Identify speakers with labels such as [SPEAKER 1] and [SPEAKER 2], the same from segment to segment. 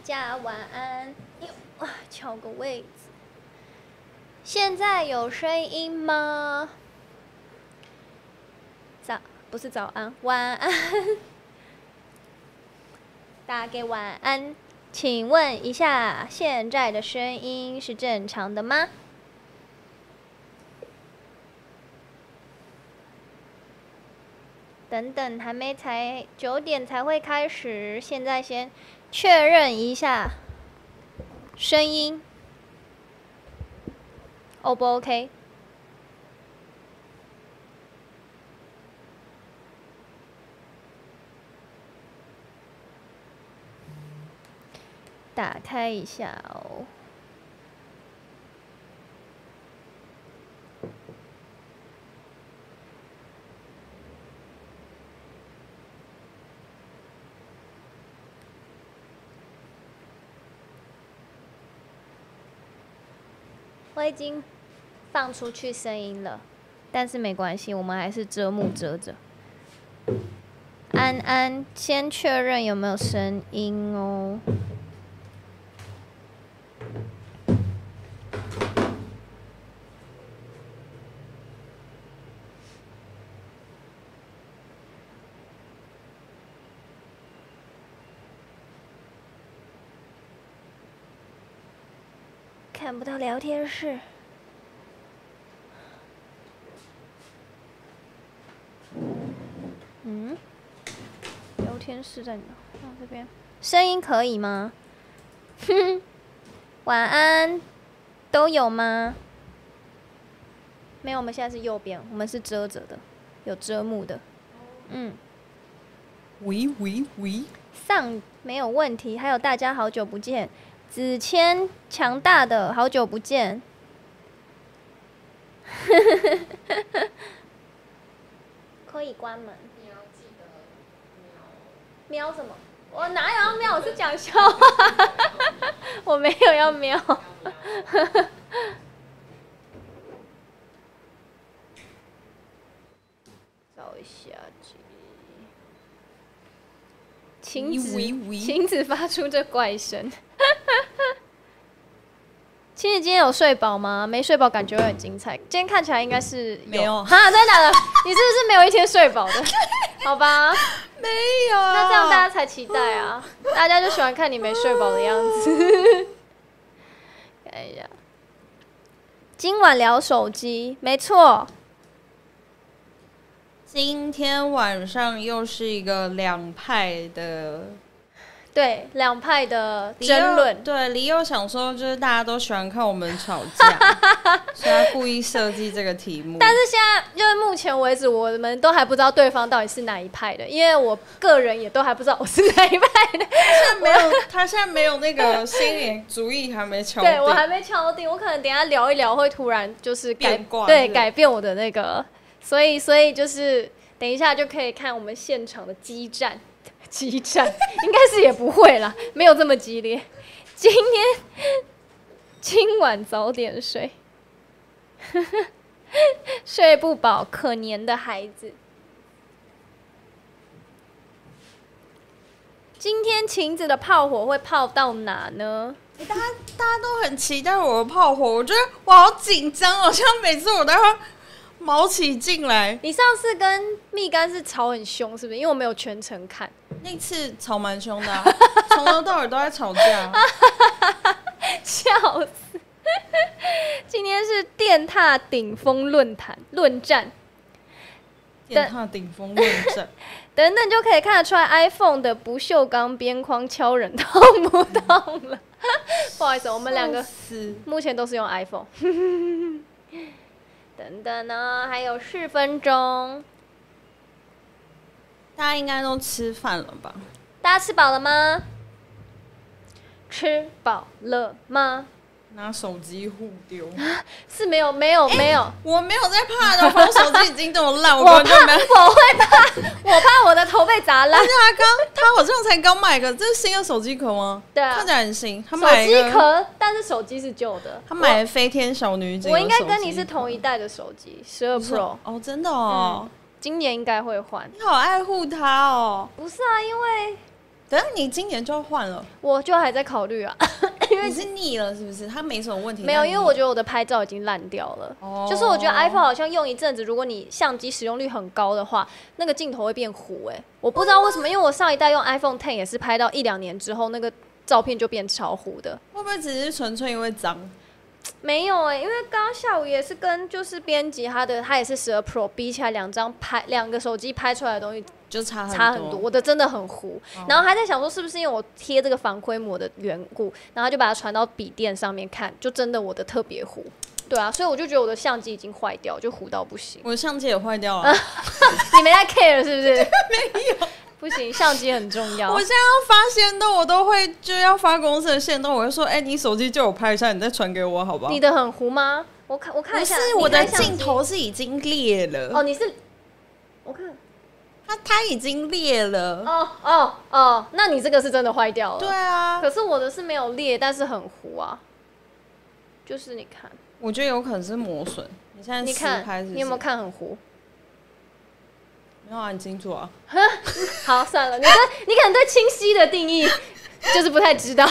[SPEAKER 1] 家晚安。哇，敲个位置。现在有声音吗？不是早安，晚安。大家晚安，请问一下，现在的声音是正常的吗？等等，还没才9点才会开始，现在先确认一下声音 ，O 不 OK？ 打开一下哦。我已经放出去声音了，但是没关系，我们还是遮幕遮着。安安，先确认有没有声音哦。看不到聊天室。聊天室在哪？这边。声音可以吗？晚安，都有吗？没有，我们现在是右边，我们是遮着的，有遮幕的。
[SPEAKER 2] 喂，
[SPEAKER 1] 上没有问题。还有大家好久不见。子谦强大的好久不见，可以关门。
[SPEAKER 3] 你要记得
[SPEAKER 1] 瞄什么？我哪有要瞄？我是讲笑话，我没有要瞄。找一下晴子发出这怪声。晴子今天有睡饱吗？没睡饱，感觉会很精彩。今天看起来应该是
[SPEAKER 2] 没有
[SPEAKER 1] 哈，真的假的？你是不是没有一天睡饱的？好吧，
[SPEAKER 2] 没有。
[SPEAKER 1] 那这样大家才期待啊！大家就喜欢看你没睡饱的样子。看一下，今晚聊手机，没错。
[SPEAKER 2] 今天晚上又是一个两派的，
[SPEAKER 1] 对，两派的争论。
[SPEAKER 2] 对，李友想说，就是大家都喜欢看我们吵架，所以他故意设计这个题目。
[SPEAKER 1] 但是现在就是目前为止，我们都还不知道对方到底是哪一派的，因为我个人也都还不知道我是哪一派的。
[SPEAKER 2] 他现在没有那个心理主意还没敲定。
[SPEAKER 1] 对，我还没敲定，我可能等一下聊一聊会突然就是改变我的那个，所以就是等一下就可以看我们现场的激战。应该是也不会啦，没有这么激烈。今晚早点睡，睡不饱，可怜的孩子。今天晴子的炮火会炮到哪呢？
[SPEAKER 2] 大家都很期待我的炮火，我觉得我好紧张哦，像每次我都要毛起劲来。
[SPEAKER 1] 你上次跟蜜柑是吵很凶，是不是？因为我没有全程看。
[SPEAKER 2] 那次吵蛮凶的、啊，从头到尾都在吵架，
[SPEAKER 1] 笑死！今天是电踏顶峰论战，
[SPEAKER 2] 电踏顶峰论战，
[SPEAKER 1] 等等就可以看得出来 ，iPhone 的不锈钢边框敲人痛不痛了？不好意思，我们两个目前都是用 iPhone。等等呢，还有4分钟。
[SPEAKER 2] 大家应该都吃饭了吧？
[SPEAKER 1] 大家吃饱了吗？吃饱了吗？
[SPEAKER 2] 拿手机互丢
[SPEAKER 1] 是没有，我没有
[SPEAKER 2] 在怕的，我手机已经这么烂，我
[SPEAKER 1] 会怕，我怕我的头被砸烂。
[SPEAKER 2] 而且他好像才刚买个，这是新的手机壳吗？
[SPEAKER 1] 对啊，
[SPEAKER 2] 看起来很新。他
[SPEAKER 1] 买手机壳，但是手机是旧的。
[SPEAKER 2] 他买了飞天小女警，
[SPEAKER 1] 我应该跟你是同一代的手机，12 Pro。
[SPEAKER 2] 哦，真的哦，
[SPEAKER 1] 今年应该会换。
[SPEAKER 2] 你好爱护它哦。
[SPEAKER 1] 不是啊，因为
[SPEAKER 2] 可是你今年就要换了，
[SPEAKER 1] 我就还在考虑啊。因为
[SPEAKER 2] 你是腻了是不是？它没什么问题。
[SPEAKER 1] 没有，因为我觉得我的拍照已经烂掉了。就是我觉得 iPhone 好像用一阵子，如果你相机使用率很高的话，那个镜头会变糊。我不知道为什么，因为我上一代用 iPhone X 也是拍到1-2年之后，那个照片就变超糊的。
[SPEAKER 2] 会不会只是纯粹因为脏？
[SPEAKER 1] 没有因为刚刚下午也是跟就是编辑他也是12 Pro 比起来，两个手机拍出来的东西
[SPEAKER 2] 就差
[SPEAKER 1] 很多，我的真的很糊。然后还在想说是不是因为我贴这个防窥膜的缘故，然后就把它传到笔电上面看，就真的我的特别糊。对啊，所以我就觉得我的相机已经坏掉，就糊到不行。
[SPEAKER 2] 我的相机也坏掉了。
[SPEAKER 1] 你没在 care 是不是？
[SPEAKER 2] 没有。
[SPEAKER 1] 不行，相机很重要。
[SPEAKER 2] 我现在要发限动，我都会就要发公司的限动，我会说，你手机借我拍一下，你再传给我，好不好？
[SPEAKER 1] 你的很糊吗？我看一下。
[SPEAKER 2] 不是，我的镜头是已经裂了。
[SPEAKER 1] 你是？我看。
[SPEAKER 2] 它已经裂了。
[SPEAKER 1] 那你这个是真的坏掉了。
[SPEAKER 2] 对啊。
[SPEAKER 1] 可是我的是没有裂，但是很糊啊。就是你看。
[SPEAKER 2] 我觉得有可能是磨损。你现在
[SPEAKER 1] 你看，你有没有看很糊？
[SPEAKER 2] 没有啊，很清楚啊。
[SPEAKER 1] 好，算了，你可能对清晰的定义就是不太知道。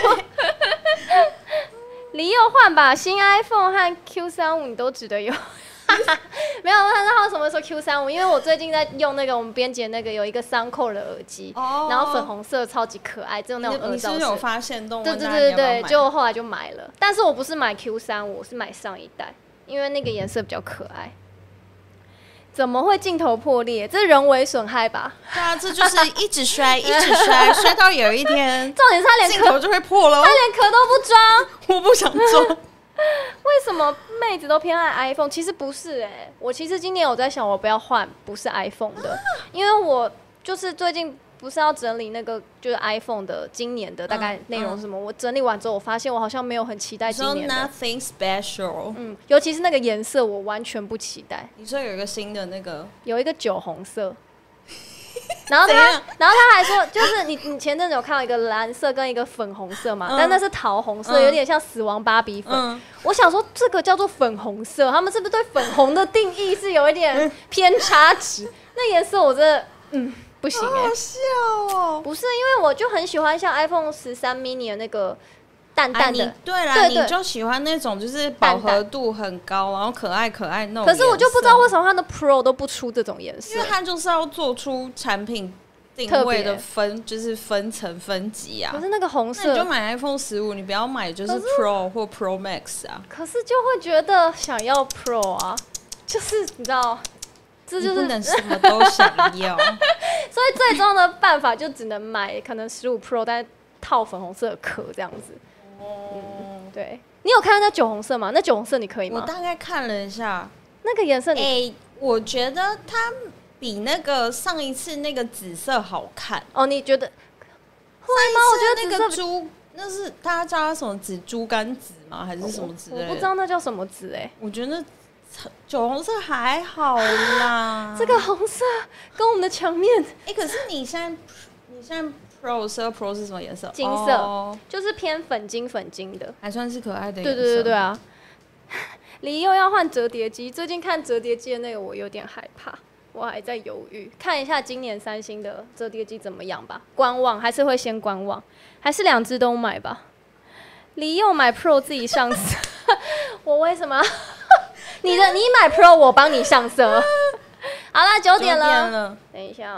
[SPEAKER 1] 离右换吧，新 iPhone 和 Q35你都值得有。没有，那他什么时候 Q35？ 因为我最近在用那个我们编辑那个有一个Soundcore的耳机，然后粉红色超级可爱，只有那种耳罩式。
[SPEAKER 2] 你是有发现动？
[SPEAKER 1] 对，就后来就买了。但是我不是买 Q35，我是买上一代，因为那个颜色比较可爱。怎么会镜头破裂？这是人为损害吧？
[SPEAKER 2] 对啊，这就是一直摔，一直摔，摔到有一天，
[SPEAKER 1] 重点是他连
[SPEAKER 2] 镜头就会破了。
[SPEAKER 1] 他连壳都不装，
[SPEAKER 2] 我不想装。
[SPEAKER 1] 为什么妹子都偏爱 iPhone？ 其实不是我其实今年有在想，我不要换不是 iPhone 的，因为我就是最近不是要整理那个就是 iPhone 的今年的大概内容是什么。我整理完之后，我发现我好像没有很期待今年的。
[SPEAKER 2] Nothing special。
[SPEAKER 1] 尤其是那个颜色，我完全不期待。
[SPEAKER 2] 你说有一个新的那个，
[SPEAKER 1] 有一个酒红色。然后他还说，就是你前阵子有看到一个蓝色跟一个粉红色嘛，但那是桃红色，有点像死亡芭比粉。我想说这个叫做粉红色，他们是不是对粉红的定义是有一点偏差值？那颜色我真的不行
[SPEAKER 2] 好笑哦。
[SPEAKER 1] 不是，因为我就很喜欢像 iPhone 13 mini 的那个淡淡的。
[SPEAKER 2] 对啦，你就喜欢那种就是饱和度很高，然后可爱那种。
[SPEAKER 1] 可是我就不知道为什么它的 Pro 都不出这种颜色，
[SPEAKER 2] 因为它就是要做出产品定位的就是分层分级啊。
[SPEAKER 1] 可是那个红色，
[SPEAKER 2] 那你就买 iPhone 15，你不要买就是 Pro 或 Pro Max 啊。
[SPEAKER 1] 可是就会觉得想要 Pro 啊，就是你知道。这就是
[SPEAKER 2] 你不能什么都想要，
[SPEAKER 1] 所以最终的办法就只能买可能15 Pro， 但套粉红色的壳这样子。对，你有看到那酒红色吗？那酒红色你可以吗？
[SPEAKER 2] 我大概看了一下，
[SPEAKER 1] 那个颜色
[SPEAKER 2] 我觉得它比那个上一次那个紫色好看。
[SPEAKER 1] 你觉得会吗？我觉得
[SPEAKER 2] 那个猪，那是大家叫它什么紫？猪肝紫吗？还是什么之类的？
[SPEAKER 1] 我不知道那叫什么紫
[SPEAKER 2] 我觉得酒红色还好啦。
[SPEAKER 1] 这个红色跟我们的墙面
[SPEAKER 2] 可是你现在 Pro Pro 是什么颜色？
[SPEAKER 1] 金色，就是偏粉金的，
[SPEAKER 2] 还算是可爱的颜色。
[SPEAKER 1] 对啊。你又要换折叠机，最近看折叠机的那个我有点害怕，我还在犹豫，看一下今年三星的折叠机怎么样吧。观望还是会先观望，还是2只都买吧。你又买 Pro 自己上色，我为什么？你买 Pro 我帮你上色。好啦，9点了，等一下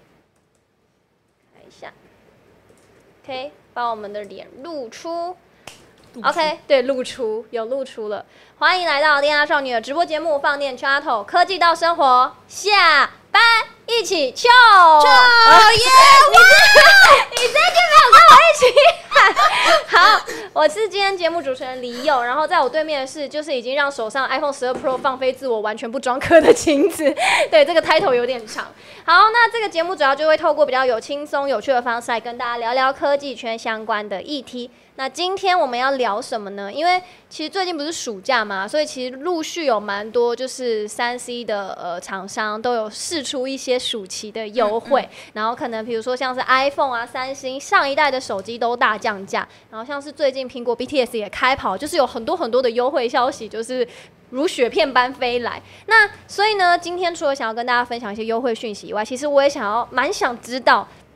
[SPEAKER 1] 看一下 ，OK， 把我们的脸露出。OK， 对，露出了。欢迎来到恋爱少女的直播节目《放电 Chatto 科技到生活》，下班一起秀耶！你最近没有跟我一起喊。好，我是今天节目主持人李友，然后在我对面的是就是已经让手上 iPhone 12 Pro 放飞自我完全不装壳的晴子。对，这个 title 有点长。好，那这个节目主要就会透过比较有轻松有趣的方式来跟大家聊聊科技圈相关的议题。那今天我们要聊什么呢？因为其实最近不是暑假嘛，所以其实陆续有蛮多就是3C 的厂商都有释出一些暑期的优惠，然后可能比如说像是 iPhone 啊、三星上一代的手机都大降价，然后像是最近苹果 BTS 也开跑，就是有很多的优惠消息，就是如雪片般飞来。那所以呢，今天除了想要跟大家分享一些优惠讯息以外，其实我也蛮想知道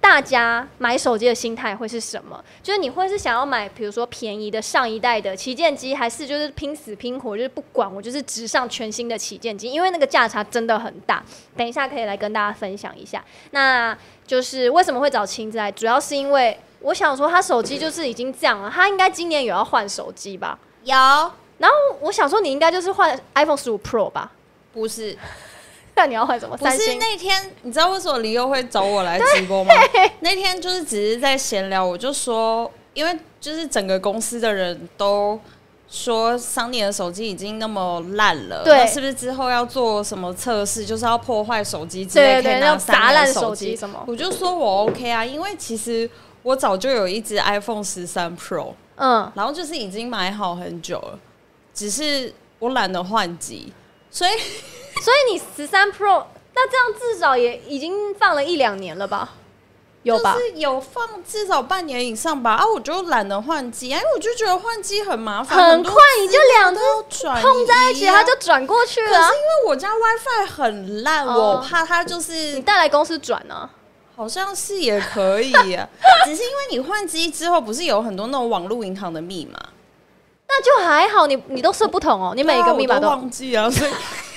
[SPEAKER 1] 大家买手机的心态会是什么？就是你会是想要买，比如说便宜的上一代的旗舰机，还是就是拼死拼活，就是不管我就是直上全新的旗舰机？因为那个价差真的很大。等一下可以来跟大家分享一下。那就是为什么会找晴子来，主要是因为我想说他手机就是已经这样了，他应该今年有要换手机吧？
[SPEAKER 2] 有。
[SPEAKER 1] 然后我想说你应该就是换 iPhone 15 Pro 吧？
[SPEAKER 2] 不是。
[SPEAKER 1] 那你要换什么？
[SPEAKER 2] 不是那天，你知道为什么林佑会找我来直播吗？那天就是只是在闲聊，我就说，因为就是整个公司的人都说桑尼的手机已经那么烂了，那是不是之后要做什么测试，就是要破坏手机之类，可以拿
[SPEAKER 1] 砸烂手机什么？
[SPEAKER 2] 我就说我 OK 啊，因为其实我早就有一只 iPhone 13 Pro， 然后就是已经买好很久了，只是我懒得换机，所以
[SPEAKER 1] 你13 Pro， 那这样至少也已经放了1-2年了吧？有吧？
[SPEAKER 2] 就是有放至少半年以上吧。啊，我就懒得换机，因为我就觉得换机很麻烦，
[SPEAKER 1] 很快你就2只碰在一起，它就转过去了。可
[SPEAKER 2] 是因为我家 WiFi 很烂，我怕它就是
[SPEAKER 1] 你带来公司转呢。
[SPEAKER 2] 好像是也可以啊，只是因为你换机之后，不是有很多那种网络银行的密码，
[SPEAKER 1] 那就还好，你都设不同哦，你每一个密码
[SPEAKER 2] 都忘记啊，所以。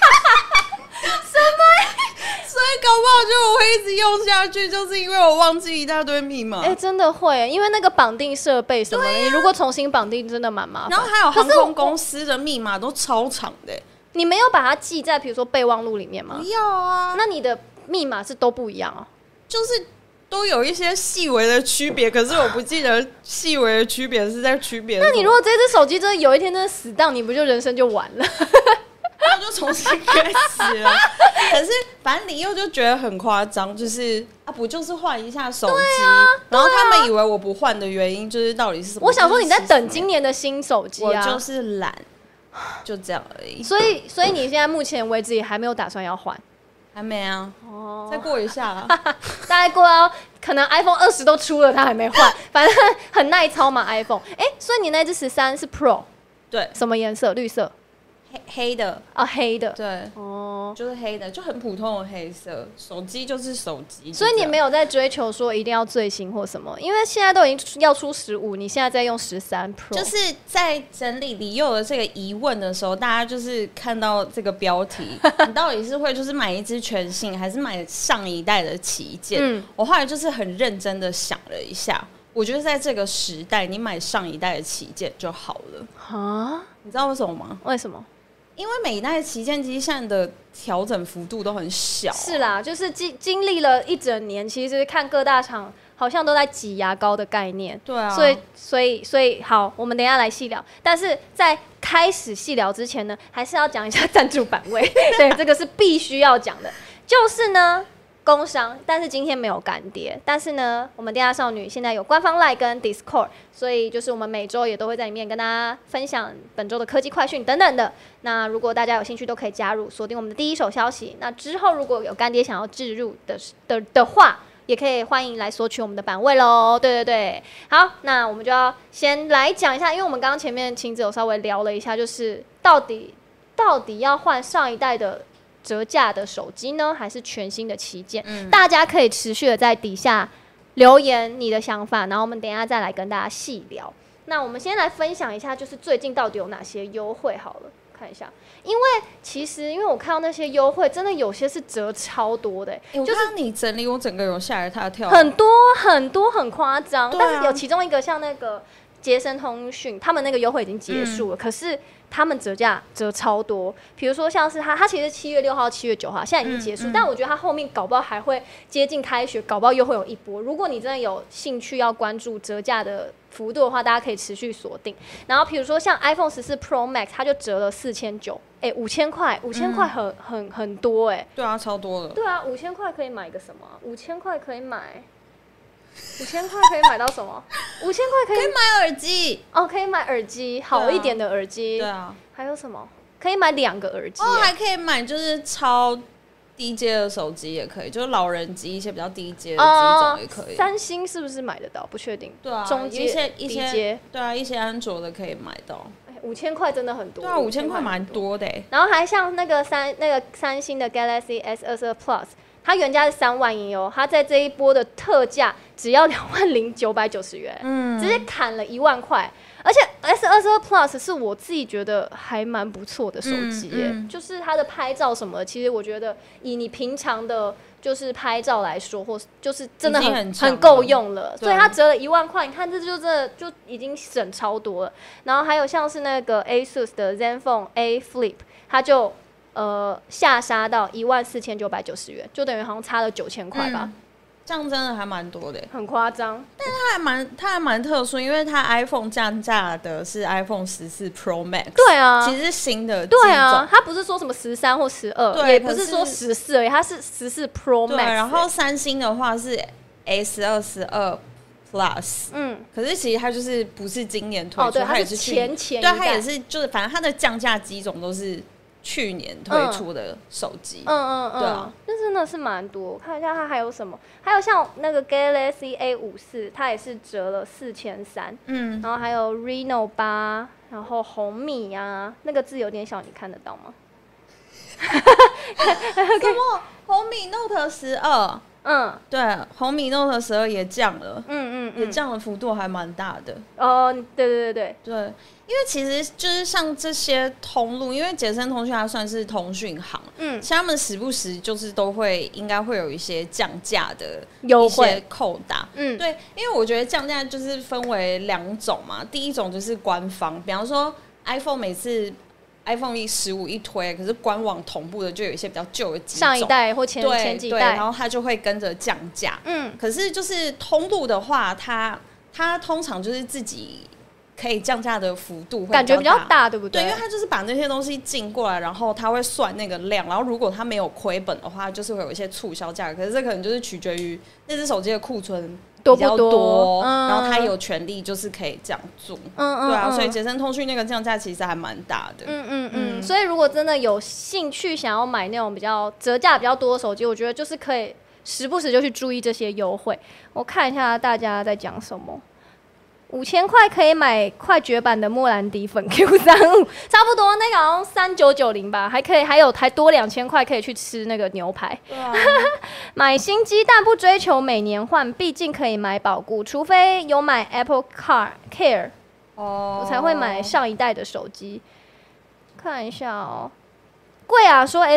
[SPEAKER 2] 所以搞不好就我会一直用下去，就是因为我忘记一大堆密码。
[SPEAKER 1] 真的会，因为那个绑定设备什么的，你如果重新绑定，真的蛮麻烦。
[SPEAKER 2] 然后还有航空公司的密码都超长的。
[SPEAKER 1] 你没有把它记在比如说备忘录里面吗？
[SPEAKER 2] 不要啊。
[SPEAKER 1] 那你的密码是都不一样啊？
[SPEAKER 2] 就是都有一些细微的区别，可是我不记得细微的区别是在区别。
[SPEAKER 1] 那你如果这只手机真的有一天真的死当，你不就人生就完了？
[SPEAKER 2] 那就重新开始了。可是反正李佑就觉得很夸张，就是不就是换一下手机，然后他们以为我不换的原因就是到底是什么？
[SPEAKER 1] 我想说你在等今年的新手机啊，
[SPEAKER 2] 我就是懒，就这样而已。
[SPEAKER 1] 所以你现在目前为止也还没有打算要换？
[SPEAKER 2] 还没啊，再过一下啊，
[SPEAKER 1] 大概过到可能 iPhone 20都出了，他还没换，反正很耐操嘛 iPhone。所以你那只13是 Pro，
[SPEAKER 2] 对，
[SPEAKER 1] 什么颜色？绿色。
[SPEAKER 2] 黑的
[SPEAKER 1] 黑的，
[SPEAKER 2] 对，就是黑的，就很普通的黑色。手机就是手机，
[SPEAKER 1] 所以你没有在追求说一定要最新或什么，因为现在都已经要出15，你现在在用13 Pro。
[SPEAKER 2] 就是在整理李佑的这个疑问的时候，大家就是看到这个标题，你到底是会就是买一支全新，还是买上一代的旗舰？我后来就是很认真的想了一下，我觉得在这个时代，你买上一代的旗舰就好了。你知道为什么吗？
[SPEAKER 1] 为什么？
[SPEAKER 2] 因为每一代旗舰机现在的调整幅度都很小。
[SPEAKER 1] 是啦，就是经历了一整年，其实看各大厂好像都在挤牙膏的概念。
[SPEAKER 2] 对啊。
[SPEAKER 1] 所以好，我们等一下来细聊。但是在开始细聊之前呢，还是要讲一下赞助版位。对，这个是必须要讲的。就是呢，工商，但是今天没有干爹。但是呢，我们电压少女现在有官方 LINE 跟 Discord， 所以就是我们每周也都会在里面跟大家分享本周的科技快讯等等的。那如果大家有兴趣，都可以加入，锁定我们的第一手消息。那之后如果有干爹想要置入的话，也可以欢迎来索取我们的版位咯。对，好，那我们就要先来讲一下，因为我们刚刚前面晴子有稍微聊了一下，就是到底要换上一代的折价的手机呢，还是全新的旗舰？大家可以持续的在底下留言你的想法，然后我们等一下再来跟大家细聊。那我们先来分享一下，就是最近到底有哪些优惠好了，看一下。因为我看到那些优惠，真的有些是折超多的。
[SPEAKER 2] 就是你整理，我整个有吓了一跳，
[SPEAKER 1] 很多很夸张。但是有其中一个像那个捷森通讯，他们那个优惠已经结束了，可是他们折价折超多。比如说像是它其实7月6号、7月9号现在已经结束，但我觉得它后面搞不好还会接近开学，搞不好又会有一波。如果你真的有兴趣要关注折价的幅度的话，大家可以持续锁定。然后比如说像 iPhone 14 Pro Max， 它就折了4900， 5000块，5000块很多
[SPEAKER 2] 对啊，超多的。
[SPEAKER 1] 对啊，5000块可以买个什么？5000块可以买，5000块可以买到什么？5000块可以
[SPEAKER 2] 买耳机
[SPEAKER 1] 可以买耳机，好一点的耳机。
[SPEAKER 2] 对啊，
[SPEAKER 1] 还有什么？可以买2个耳机
[SPEAKER 2] 还可以买就是超低阶的手机也可以，就是老人机一些比较低阶的机种也可以。
[SPEAKER 1] 三星是不是买得到？不确定。
[SPEAKER 2] 对啊，
[SPEAKER 1] 中阶、低阶。
[SPEAKER 2] 对啊，一些安卓的可以买到。
[SPEAKER 1] 5000块真的很多。
[SPEAKER 2] 对啊，5000块蛮多的。
[SPEAKER 1] 然后还像那个三星的 Galaxy S22 Plus， 它原价是3万1哦，它在这一波的特价只要20990元，直接砍了1万块。而且 S22 Plus 是我自己觉得还蛮不错的手机耶，就是它的拍照什么，其实我觉得以你平常的就是拍照来说，或是就是真的很够用了，所以它折了1万块，你看这就真的就已经省超多了。然后还有像是那个 ASUS 的 ZenFone A Flip， 它就下杀到14990元，就等于好像差了9000块吧。
[SPEAKER 2] 这样真的还蛮多的，
[SPEAKER 1] 很夸张。
[SPEAKER 2] 但它还蛮特殊，因为它 iPhone 降价的是 iPhone 14 Pro Max，
[SPEAKER 1] 对啊，
[SPEAKER 2] 其实是新的
[SPEAKER 1] 对啊，它不是说什么13或12，也不是说14而已，它是14 Pro Max。
[SPEAKER 2] 对，然后三星的话是 S22 Plus， 可是其实它就是不是今年推出，
[SPEAKER 1] 对，
[SPEAKER 2] 它
[SPEAKER 1] 也是前
[SPEAKER 2] 对，它也是就是反正它的降价机种都是去年推出的手机，对啊，
[SPEAKER 1] 那真的是蛮多。我看一下它还有什么，还有像那个 Galaxy A54，它也是折了4300，然后还有 Reno 8，然后红米啊，那个字有点小，你看得到吗？
[SPEAKER 2] 什么？红米 Note 12？对，红米 Note 12也降了，也降了幅度还蛮大的。
[SPEAKER 1] 对，
[SPEAKER 2] 因为其实就是像这些通路，因为捷森通讯它算是通讯行，其实他们时不时就是都会应该会有一些降价的一些扣打，对，因为我觉得降价就是分为2种嘛，第一种就是官方，比方说 iPhone 每次。iPhone 15一推，可是官网同步的就有一些比较旧的机种，
[SPEAKER 1] 上一代或前几代，
[SPEAKER 2] 然后它就会跟着降价。可是就是通路的话，它通常就是自己可以降价的幅度会
[SPEAKER 1] 感觉比较大，对不对？
[SPEAKER 2] 对，因为它就是把那些东西进过来，然后它会算那个量，然后如果它没有亏本的话，就是会有一一些促销价格。可是这可能就是取决于那只手机的库存比较多，然后他有权利就是可以这样做，对啊，所以捷森通讯那个降价其实还蛮大的，
[SPEAKER 1] 所以如果真的有兴趣想要买那种比较折价比较多的手机，我觉得就是可以时不时就去注意这些优惠。我看一下大家在讲什么。5000块可以买快绝版的莫兰迪粉 Q35， 差不多那个好像3990吧，还可以，还多2000块可以去吃那个牛排。买新机但不追求每年换，毕竟可以买保固，除非有买 Apple Care， 我才会买上一代的手机。看一下哦，贵啊，说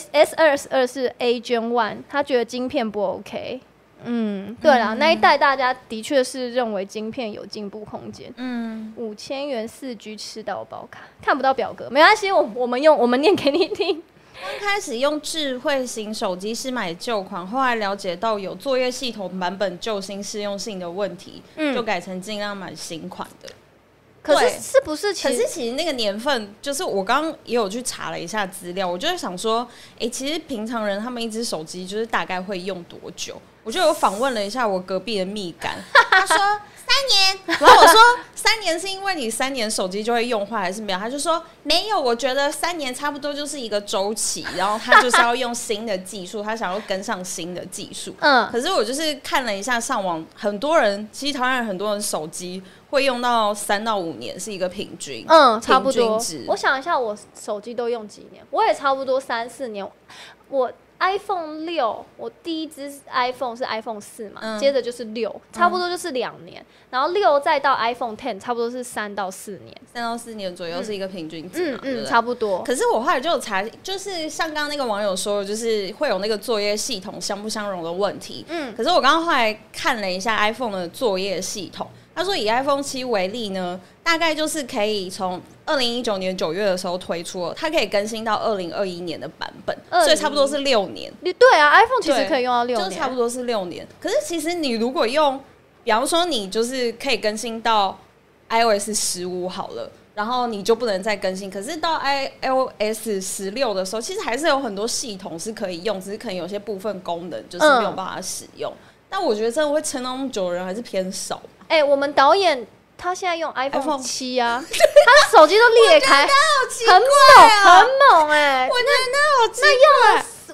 [SPEAKER 1] S22 是 A Gen 1， 他觉得晶片不 OK。对啦，那一代大家的确是认为晶片有进步空间。5000元4G 吃到饱卡，看不到表格，没关系，我们念给你听。
[SPEAKER 2] 刚开始用智慧型手机是买旧款，后来了解到有作业系统版本旧新适用性的问题，就改成尽量买新款的。
[SPEAKER 1] 可是是不是？
[SPEAKER 2] 可是其实那个年份，就是我刚刚也有去查了一下资料，我就在想说，其实平常人他们一只手机就是大概会用多久？我就有访问了一下我隔壁的蜜柑，他说3年，然后我说3年是因为你3年手机就会用坏还是没有？他就说没有，我觉得3年差不多就是一个周期，然后他就是要用新的技术，他想要跟上新的技术。可是我就是看了一下上网，很多人其实台湾人很多人手机会用到3到5年是一个平均，
[SPEAKER 1] 差不多。我想一下，我手机都用几年？我也差不多3、4年。我iPhone 6，我第一支 iPhone 是 iPhone 4嘛，接着就是6，差不多就是2年，然后6再到 iPhone 10，差不多是3到4年，3
[SPEAKER 2] 到4年左右是一个平均值嘛，对，
[SPEAKER 1] 差不多。
[SPEAKER 2] 可是我后来就有查，就是像刚刚那个网友说的，就是会有那个作业系统相不相容的问题。可是我刚刚后来看了一下 iPhone 的作业系统。他说以 iPhone 7为例呢，大概就是可以从2019年9月的时候推出了，它可以更新到2021年的版本，所以差不多是6年。
[SPEAKER 1] 对啊 ，iPhone 其实可以用到6年，
[SPEAKER 2] 就差不多是6年。可是其实你如果用，比方说你就是可以更新到 iOS 15好了，然后你就不能再更新。可是到 iOS 16的时候，其实还是有很多系统是可以用，只是可能有些部分功能就是没有办法使用。但我觉得真的会撑那么久的人还是偏少。
[SPEAKER 1] 我们导演他现在用 iPhone 7啊，他手机都裂开，很猛
[SPEAKER 2] 我觉得他好奇怪，
[SPEAKER 1] 很猛
[SPEAKER 2] 我觉得他好奇怪。
[SPEAKER 1] 那用了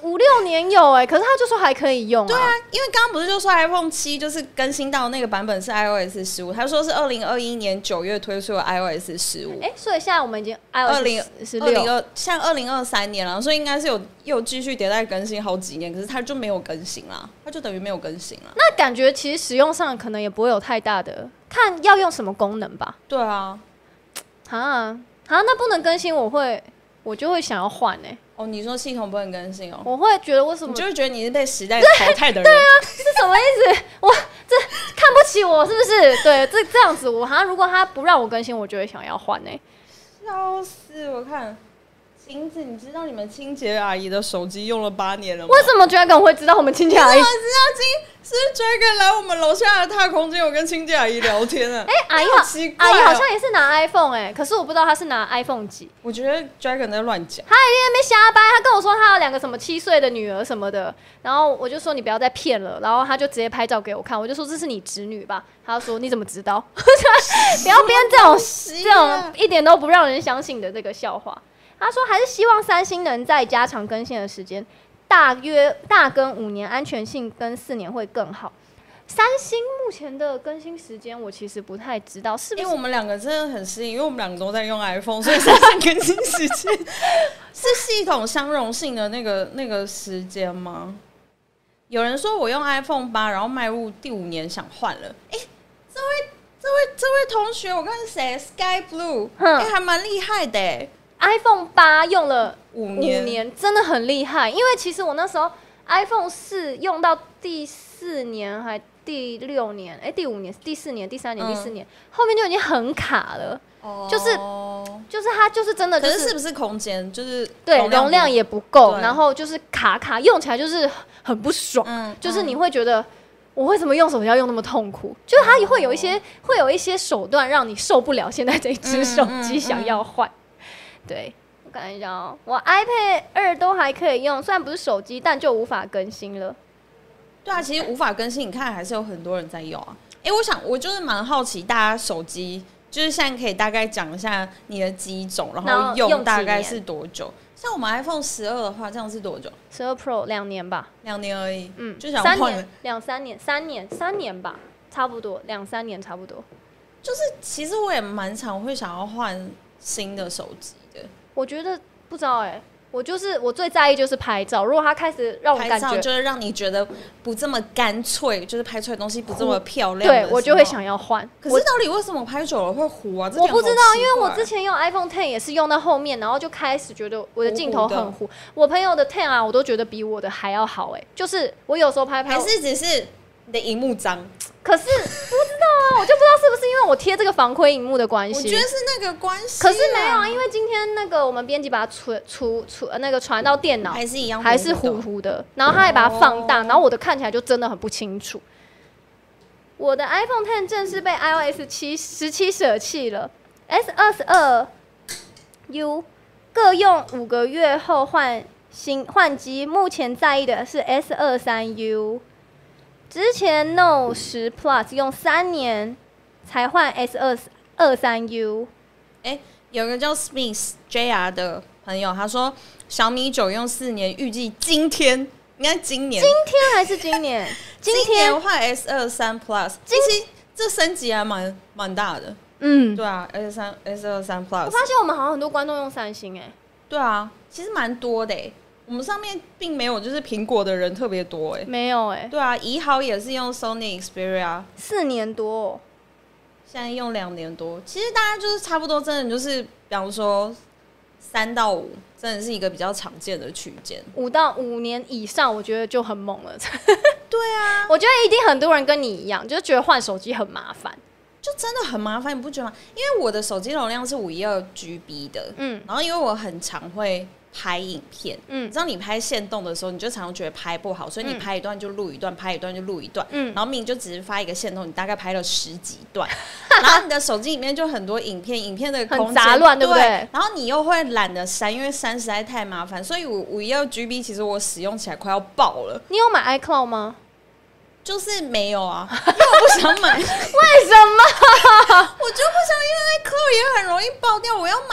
[SPEAKER 1] 5-6年有可是他就说还可以用啊。
[SPEAKER 2] 对啊，因为刚刚不是就说 iPhone 7就是更新到那个版本是 iOS 15，他说是2021年9月推出的 iOS 15。
[SPEAKER 1] 所以现在我们已经 iOS 16，
[SPEAKER 2] 像2023年了，所以应该是有继续迭代更新好几年，可是它就没有更新啦，它就等于没有更新了。
[SPEAKER 1] 那感觉其实使用上可能也不会有太大的，看要用什么功能吧。
[SPEAKER 2] 对啊，
[SPEAKER 1] 那不能更新，我就会想要换
[SPEAKER 2] 你说系统不能更新
[SPEAKER 1] 我会觉得为什么？
[SPEAKER 2] 你就会觉得你是被时代淘汰的人。
[SPEAKER 1] 对啊，是什么意思？这看不起我是不是？对，这样子如果他不让我更新，我就会想要换
[SPEAKER 2] 笑死！我看晴子，你知道你们清洁阿姨的手机用了8年了吗？
[SPEAKER 1] 为什么 Dragon 会知道我们清洁阿姨？
[SPEAKER 2] 我知道是 Dragon 来我们楼下的踏空间，我跟清洁阿姨聊天啊。
[SPEAKER 1] 阿姨好像也是拿 iPhone 可是我不知道他是拿 iPhone 几。
[SPEAKER 2] 我觉得 Dragon 在乱讲，
[SPEAKER 1] 他一定在那边瞎掰。他跟我说他有2个什么7岁的女儿什么的，然后我就说你不要再骗了，然后他就直接拍照给我看，我就说这是你侄女吧？他说你怎么知道？不要编这种一点都不让人相信的这个笑话。他说还是希望三星能再加长更新的时间，大更5年，安全性跟4年会更好。三星目前的更新时间我其实不太知道，是不是？
[SPEAKER 2] 因为我们2个真的很适应，因为我们2个都在用 iPhone， 所以三星更新时间是系统相容性的那个时间吗？有人说我用 iPhone 8，然后迈入第5年想换了。这位同学，我看是谁 ？Sky Blue， 还蛮厉害的
[SPEAKER 1] iPhone 8用了
[SPEAKER 2] 5
[SPEAKER 1] 年，真的很厉害。因为其实我那时候 iPhone 4用到第4年还第6年，第5年、第4年、第3年、第4年，后面就已经很卡了。就是它就是真的，
[SPEAKER 2] 可是是不是空间就是
[SPEAKER 1] 对容量也不够，然后就是卡用起来就是很不爽，就是你会觉得我为什么用手机要用那么痛苦？就是它会有一些手段让你受不了现在这只手机想要换。对，我看一下我 iPad 2都还可以用，虽然不是手机，但就无法更新了。
[SPEAKER 2] 对啊，其实无法更新，你看还是有很多人在用啊。我就是蛮好奇，大家手机就是现在可以大概讲一下你的机种，然后用大概是多久？像我们 iPhone 12的话，这样是多久
[SPEAKER 1] ？12 Pro 2年吧
[SPEAKER 2] ，2年而已。就想
[SPEAKER 1] 换了2-3年，3年吧，差不多2-3年差不多。
[SPEAKER 2] 就是其实我也蛮常会想要换新的手机的。
[SPEAKER 1] 我觉得不知道我最在意就是拍照。如果他开始让我感觉
[SPEAKER 2] 拍照就是让你觉得不这么干脆，就是拍出来的东西不这么漂亮，
[SPEAKER 1] 对我就会想要换。
[SPEAKER 2] 可是到底为什么拍久了会糊啊？
[SPEAKER 1] 我不知道，因为我之前用 iPhone X 也是用到后面，然后就开始觉得我的镜头很糊。我朋友的 X 我都觉得比我的还要好就是我有时候拍
[SPEAKER 2] 还是只是你的荧幕脏。
[SPEAKER 1] 可是不知道我就不知道是不是因为我贴这个防窥荧幕的关系。
[SPEAKER 2] 我觉得是那个关系。
[SPEAKER 1] 可是没有因为今天那个我们编辑把它传到电脑，
[SPEAKER 2] 还是一样
[SPEAKER 1] 还是糊糊的，然后他还把它放大，然后我的看起来就真的很不清楚。我的 iPhone X 正式被 iOS 17舍弃了 ，S22U 各用5个月后换机，目前在意的是 S23U。之前 Note 10 Plus 用3年才换 S23U。
[SPEAKER 2] 有个叫 Smith JR 的朋友，他说小米9用4年，预计今天应该今年
[SPEAKER 1] 还是今年？
[SPEAKER 2] 今年换 S23 Plus， 其实这升级还蛮大的。对啊 ，S23 Plus。
[SPEAKER 1] 我发现我们好像很多观众用三星
[SPEAKER 2] 对啊，其实蛮多的我们上面并没有就是苹果的人特别多
[SPEAKER 1] 没有
[SPEAKER 2] 对啊，怡豪也是用 Sony Xperia
[SPEAKER 1] 4年多
[SPEAKER 2] 现在用2年多。其实大家就是差不多，真的就是比方说3到5，真的是一个比较常见的区间。
[SPEAKER 1] 5到5年以上，我觉得就很猛了。
[SPEAKER 2] 对啊，
[SPEAKER 1] 我觉得一定很多人跟你一样，就是觉得换手机很麻烦。
[SPEAKER 2] 就真的很麻烦，你不觉得吗？因为我的手机容量是512GB 的，然后因为我很常会拍影片，你知道你拍限动的时候，你就常常觉得拍不好，所以你拍一段就录一段，拍一段就录一段，然后明明就只是发一个限动，你大概拍了10几段，然后你的手机里面就很多影片的空间
[SPEAKER 1] 很杂乱，对不对？
[SPEAKER 2] 然后你又会懒得删，因为删实在太麻烦，所以512GB 其实我使用起来快要爆了。
[SPEAKER 1] 你有买 iCloud 吗？
[SPEAKER 2] 就是没有啊，因为我不想买。为
[SPEAKER 1] 什么？
[SPEAKER 2] 我就不想，因为 iCloud 也很容易爆掉。我要买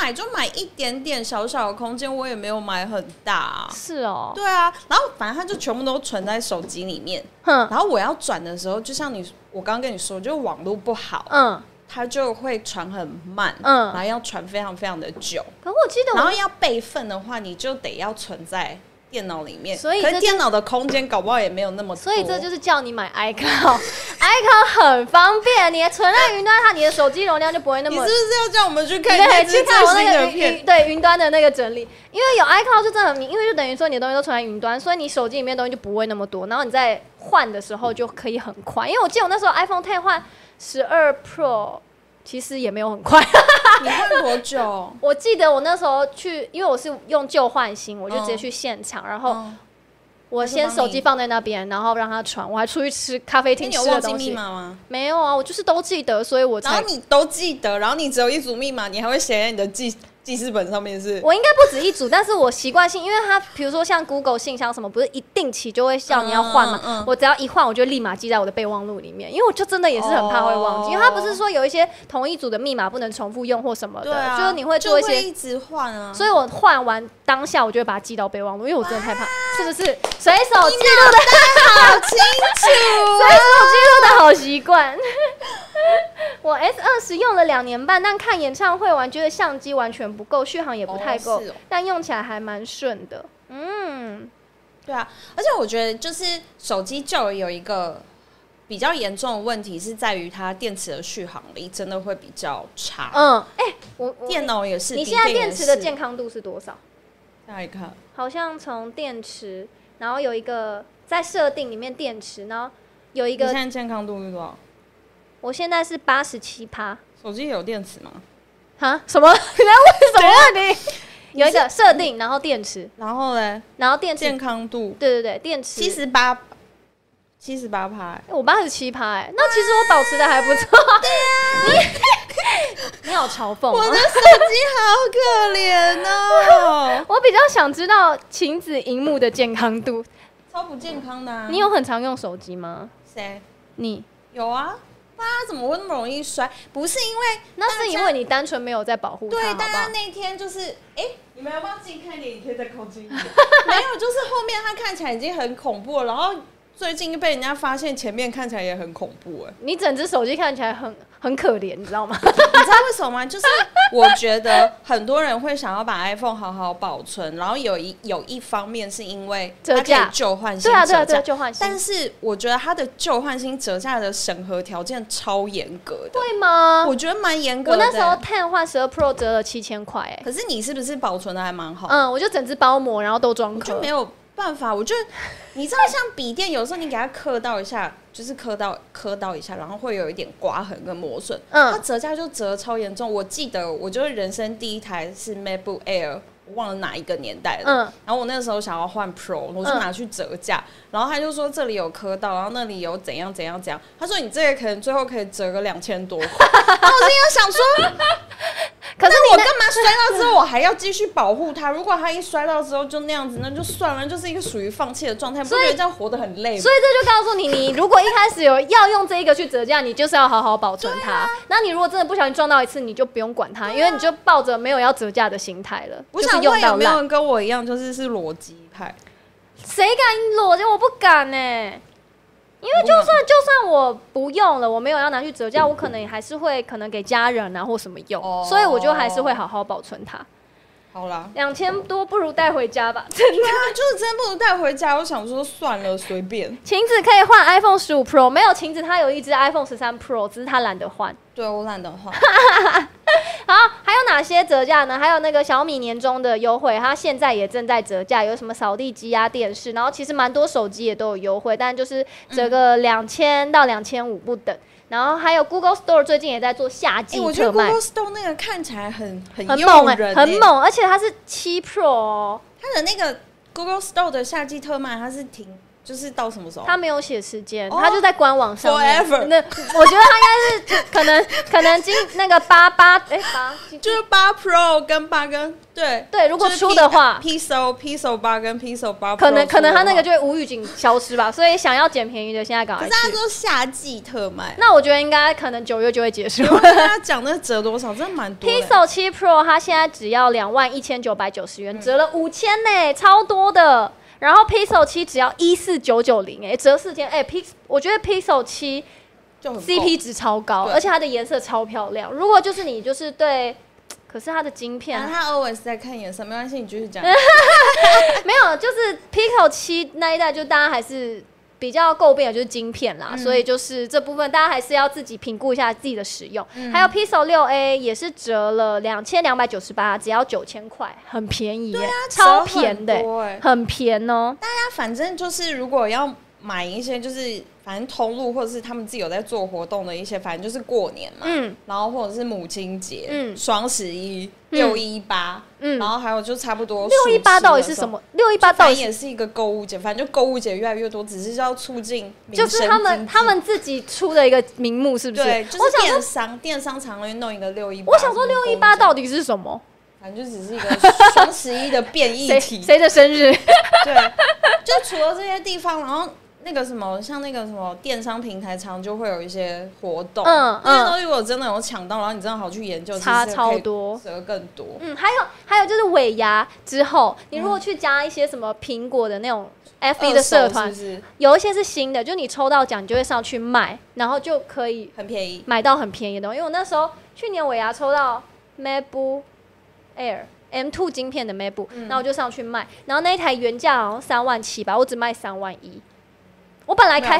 [SPEAKER 2] 买就买一点点小小的空间，我也没有买很大啊。
[SPEAKER 1] 是哦，
[SPEAKER 2] 对啊，然后反正它就全部都存在手机里面。然后我要转的时候，就像我刚刚跟你说，就网络不好，它就会传很慢，然后要传非常非常的久。
[SPEAKER 1] 可我记得，
[SPEAKER 2] 然后要备份的话，你就得要存在电脑里面，
[SPEAKER 1] 所以
[SPEAKER 2] 可是电脑的空间搞不好也没有那么多，
[SPEAKER 1] 所以这就是叫你买 iCloud，iCloud 很方便，你存在云端，你的手机容量就不会那么。
[SPEAKER 2] 你是不是要叫我们去看那支最新的片？
[SPEAKER 1] 对，云端的那个整理，因为有 iCloud 就真的因为就等于说你的东西都存在云端，所以你手机里面的东西就不会那么多，然后你在换的时候就可以很快。因为我记得我那时候 iPhone X 换12 Pro。其实也没有很快，
[SPEAKER 2] 你换多久？
[SPEAKER 1] 我记得我那时候去，因为我是用旧换新，我就直接去现场，然后我先手机放在那边，然后让它传。我还出去吃咖啡厅吃的东西。
[SPEAKER 2] 你有忘记密码吗？
[SPEAKER 1] 没有啊，我就是都记得，所以我才。
[SPEAKER 2] 然后你都记得，然后你只有一组密码，你还会写在你的记事本上面是？
[SPEAKER 1] 我应该不止一组，但是我习惯性，因为它比如说像 Google 信箱什么，不是一定期就会叫你要换嘛，我只要一换，我就立马记在我的备忘录里面，因为我就真的也是很怕会忘记，因为它不是说有一些同一组的密码不能重复用或什么的，就是你会做一些
[SPEAKER 2] 一直换啊，
[SPEAKER 1] 所以我换完当下我就会把它记到备忘录，因为我真的太怕，是不是随手记录的
[SPEAKER 2] 好清楚，
[SPEAKER 1] 随手记录的好习惯。我 S20用了2年半，但看演唱会完觉得相机完全不够，续航也不太够，但用起来还蛮顺的。
[SPEAKER 2] 对啊，而且我觉得就是手机就有一个比较严重的问题是在于它电池的续航力真的会比较差。
[SPEAKER 1] 我
[SPEAKER 2] 电脑也是。
[SPEAKER 1] 你现在电池的健康度是多少？
[SPEAKER 2] 下一看，
[SPEAKER 1] 好像从电池，然后有一个在设定里面电池，然后有一个。
[SPEAKER 2] 你现在健康度是多少？
[SPEAKER 1] 我现在是87%。
[SPEAKER 2] 手机有电池吗？
[SPEAKER 1] 哈？什么？你在问什么问题？有一个设定，然后电池，
[SPEAKER 2] 然后嘞，
[SPEAKER 1] 然后电池
[SPEAKER 2] 健康度，
[SPEAKER 1] 对对对，电池
[SPEAKER 2] 78%，
[SPEAKER 1] 我87%，那其实我保持的还不错。对啊，你好嘲讽，
[SPEAKER 2] 我的手机好可怜哦。
[SPEAKER 1] 我比较想知道晴子萤幕的健康度，
[SPEAKER 2] 超不健康的啊。
[SPEAKER 1] 你有很常用手机吗？
[SPEAKER 2] 谁？
[SPEAKER 1] 你
[SPEAKER 2] 有啊。它怎么会那么容易摔？不是因为，
[SPEAKER 1] 那是因为你单纯没有在保护它，
[SPEAKER 2] 对，
[SPEAKER 1] 大家
[SPEAKER 2] 那天就是，你们要不要近看一点？你可以再靠近一点。没有，就是后面它看起来已经很恐怖了，然后最近被人家发现前面看起来也很恐怖。
[SPEAKER 1] 你整只手机看起来很可怜，你知道吗？
[SPEAKER 2] 你知道为什么吗？就是我觉得很多人会想要把 iPhone 好好保存，然后有一方面是因为它可以旧换新折价，
[SPEAKER 1] 对啊，旧换新。
[SPEAKER 2] 但是我觉得它的旧换新折价的审核条件超严格的，
[SPEAKER 1] 会吗？
[SPEAKER 2] 我觉得蛮严格的。
[SPEAKER 1] 我那时候 10换12 Pro 折了7000块，
[SPEAKER 2] 可是你是不是保存的还蛮好？
[SPEAKER 1] 我就整只包膜，然后都装壳，
[SPEAKER 2] 就没有办法。我觉得你知道，像笔电，有时候你给它刻到一下。就是磕到一下，然后会有一点刮痕跟磨损。它折价就折超严重。我记得我就是人生第一台是 MacBook Air， 我忘了哪一个年代了。然后我那个时候想要换 Pro， 我就拿去折价，然后他就说这里有磕到，然后那里有怎样怎样怎样。他说你这个可能最后可以折个2000多块。然后我心里想说，可是我干嘛摔到之后我还要继续保护它？如果它一摔到之后就那样子，那就算了，就是一个属于放弃的状态。不觉得这样活得很累吗？
[SPEAKER 1] 所以这就告诉你，你如果一开始有要用这一个去折价，你就是要好好保存它。那你如果真的不小心撞到一次，你就不用管它，因为你就抱着没有要折价的心态了。
[SPEAKER 2] 我想问有没有人跟我一样，就是裸机派？
[SPEAKER 1] 谁敢裸机？我不敢因为就算我不用了，我没有要拿去折价，我可能也还是会给家人啊或什么用，所以我就还是会好好保存它。
[SPEAKER 2] 好啦
[SPEAKER 1] ，2000多不如带回家吧，真的。
[SPEAKER 2] 对啊，就是真不如带回家。我想说算了，随便。
[SPEAKER 1] 晴子可以换 iPhone 15 Pro， 没有晴子她有一只 iPhone 13 Pro， 只是她懒得换。
[SPEAKER 2] 对，我懒得换。
[SPEAKER 1] 好，还有哪些折价呢？还有那个小米年终的优惠，它现在也正在折价，有什么扫地机啊、电视，然后其实蛮多手机也都有优惠，但就是折个2000到2500不等。然后还有 Google Store 最近也在做夏季特卖，
[SPEAKER 2] 我觉得 Google Store 那个看起来很
[SPEAKER 1] 猛很猛，而且它是7 Pro
[SPEAKER 2] 它的那个 Google Store 的夏季特卖，它是就是到什么时候？
[SPEAKER 1] 他没有写时间，他就在官网上面。
[SPEAKER 2] Forever
[SPEAKER 1] 那我觉得他应该是可能那个8
[SPEAKER 2] 就是8 Pro 跟8跟
[SPEAKER 1] 对，如果出的话
[SPEAKER 2] ，Pixel 8跟 Pixel 8 Pro
[SPEAKER 1] 可能他那个就会无预警消失吧。所以想要捡便宜的，现在赶快去。
[SPEAKER 2] 可是他说夏季特卖，
[SPEAKER 1] 那我觉得应该可能9月就会结束。
[SPEAKER 2] 跟大家讲那折多少，真的蛮多的。
[SPEAKER 1] Pixel 7 Pro 它现在只要21,990元，折了5000呢，超多的。然后 Pixel 7只要14990，折4000。我觉得 Pixel 7
[SPEAKER 2] 就很
[SPEAKER 1] CP 值超高，而且它的颜色超漂亮。如果就是你就是对，可是它的晶片，
[SPEAKER 2] 他 always 在看颜色，没关系，你继续讲。
[SPEAKER 1] 没有，就是 Pixel 7那一代，就大家还是比较诟病的就是晶片啦，所以就是这部分大家还是要自己评估一下自己的使用。还有 Pixel 6A 也是折了2298，只要9000块，很便宜耶，超便的，很便哦。
[SPEAKER 2] 大家反正就是如果要买一些就是反正通路或者是他们自己有在做活动的一些，反正就是过年嘛，然后或者是母亲节、双11、618，然后还有就差不多
[SPEAKER 1] 618到底是什么？618到底
[SPEAKER 2] 也是一个购物节，反正就购物节越来越多，只是要促进民生经济，
[SPEAKER 1] 就是他们自己出的一个名目，是不是？
[SPEAKER 2] 对，就是电商常会弄一个618。
[SPEAKER 1] 我想说618到底是什么？
[SPEAKER 2] 反正就只是一个双11的变异体，
[SPEAKER 1] 谁的生日？
[SPEAKER 2] 对，就除了这些地方，然后那个什么，像那个什么电商平台常就会有一些活动，那些东西如果真的有抢到，然后你真的好去研究，
[SPEAKER 1] 差超多，
[SPEAKER 2] 折更多。
[SPEAKER 1] 还有就是尾牙之后，你如果去加一些什么苹果的那种 FB 的社团，有一些是新的，就你抽到奖，你就会上去卖，然后就可以
[SPEAKER 2] 很便宜，
[SPEAKER 1] 买到很便宜的东西。因为我那时候去年尾牙抽到 MacBook Air M2 晶片的 MacBook，然后我就上去卖，然后那一台原价好像37000吧，我只卖31000。我本来开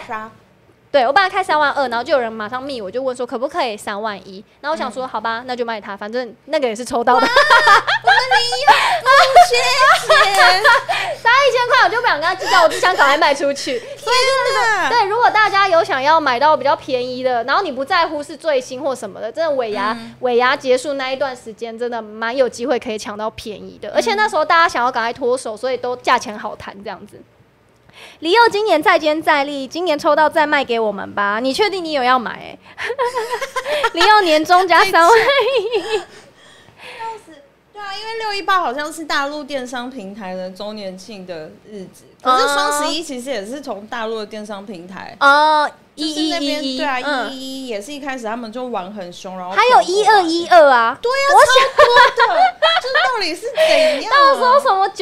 [SPEAKER 1] 32000，然后就有人马上密我，就问说可不可以31000，然后我想说好吧，那就卖他，反正那个也是抽到的。我
[SPEAKER 2] 们谢谢，
[SPEAKER 1] 大概1000块，我就不想跟他计较，我只想赶快卖出去。所以真的对，如果大家有想要买到比较便宜的，然后你不在乎是最新或什么的，真的尾牙结束那一段时间，真的蛮有机会可以抢到便宜的。而且那时候大家想要赶快脱手，所以都价钱好谈这样子。李佑今年再接再厉，今年抽到再卖给我们吧。你确定你有要买？李佑年终加3万。
[SPEAKER 2] 对啊，因为618好像是大陆电商平台的周年庆的日子，可是双11其实也是从大陆的电商平台就是那边对啊，111也是一开始他们就玩很凶，然后
[SPEAKER 1] 还有1212啊，
[SPEAKER 2] 对啊，超多的，这到底是怎样？
[SPEAKER 1] 到时候什么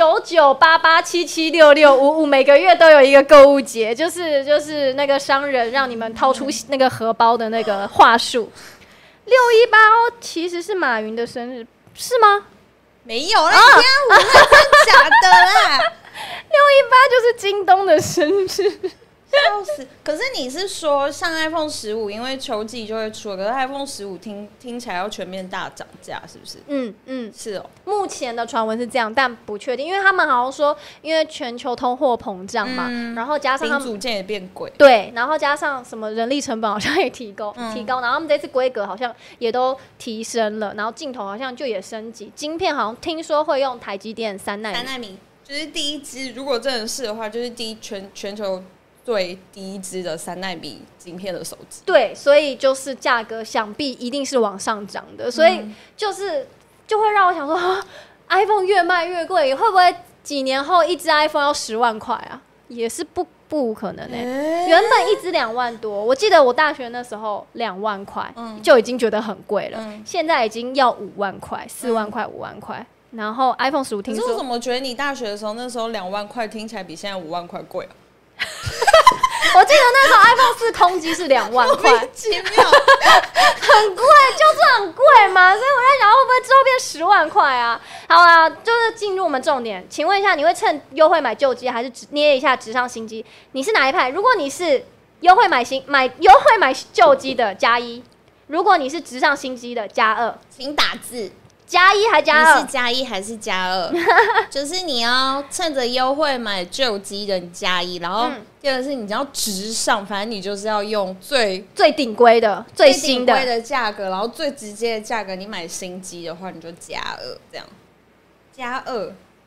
[SPEAKER 1] 9988776655，每个月都有一个购物节，就是那个商人让你们掏出那个荷包的那个话术。618其实是马云的生日，是吗？
[SPEAKER 2] 没有啦，我那真假的啦。
[SPEAKER 1] 618就是京东的生日。
[SPEAKER 2] 笑死！可是你是说像 iPhone 15，因为秋季就会出了，可是 iPhone 15听起来要全面大涨价，是不是？是哦。
[SPEAKER 1] 目前的传闻是这样，但不确定，因为他们好像说，因为全球通货膨胀嘛，然后加上他们
[SPEAKER 2] 零组件也变贵，
[SPEAKER 1] 对，然后加上什么人力成本好像也提高，然后他们这次规格好像也都提升了，然后镜头好像就也升级，晶片好像听说会用台积电3奈米，
[SPEAKER 2] 就是第一支，如果真的是的话，就是全球最低一支的3奈米晶片的手机。
[SPEAKER 1] 对，所以就是价格想必一定是往上涨的，所以就会让我想说，iPhone 越卖越贵，会不会几年后一支 iPhone 要10万块啊？也是不可能原本一支2万多，我记得我大学那时候2万块就已经觉得很贵了，现在已经要5万块、4万块、5万块。然后 iPhone 15听说，
[SPEAKER 2] 可是我怎么觉得你大学的时候那时候2万块听起来比现在5万块贵啊？
[SPEAKER 1] 我记得那时候 iPhone 4空机是2万块，
[SPEAKER 2] 莫名其妙，
[SPEAKER 1] 很贵，就是很贵嘛，所以我在想会不会之后变10万块啊？好啦，就是进入我们重点，请问一下，你会趁优惠买旧机，还是捏一下直上新机？你是哪一派？如果你是优惠买旧机的+1，如果你是直上新机的+2，
[SPEAKER 2] 请打字。
[SPEAKER 1] +1还+2？
[SPEAKER 2] 你是+1还是+2？就是你要趁着优惠买旧机的你+1，然后第二个是你要直上，反正你就是要用最
[SPEAKER 1] 顶规的、最新
[SPEAKER 2] 的价格，然后最直接的价格。你买新机的话，你就+2这样，+2。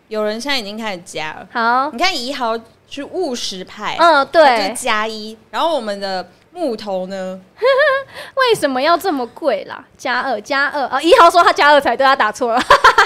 [SPEAKER 2] 有人现在已经开始加了。
[SPEAKER 1] 好，
[SPEAKER 2] 你看1号是务实派，
[SPEAKER 1] 对，
[SPEAKER 2] 就是+1，然后我们的木头呢？
[SPEAKER 1] 为什么要这么贵啦？+2，1号说他+2才对，他打错了。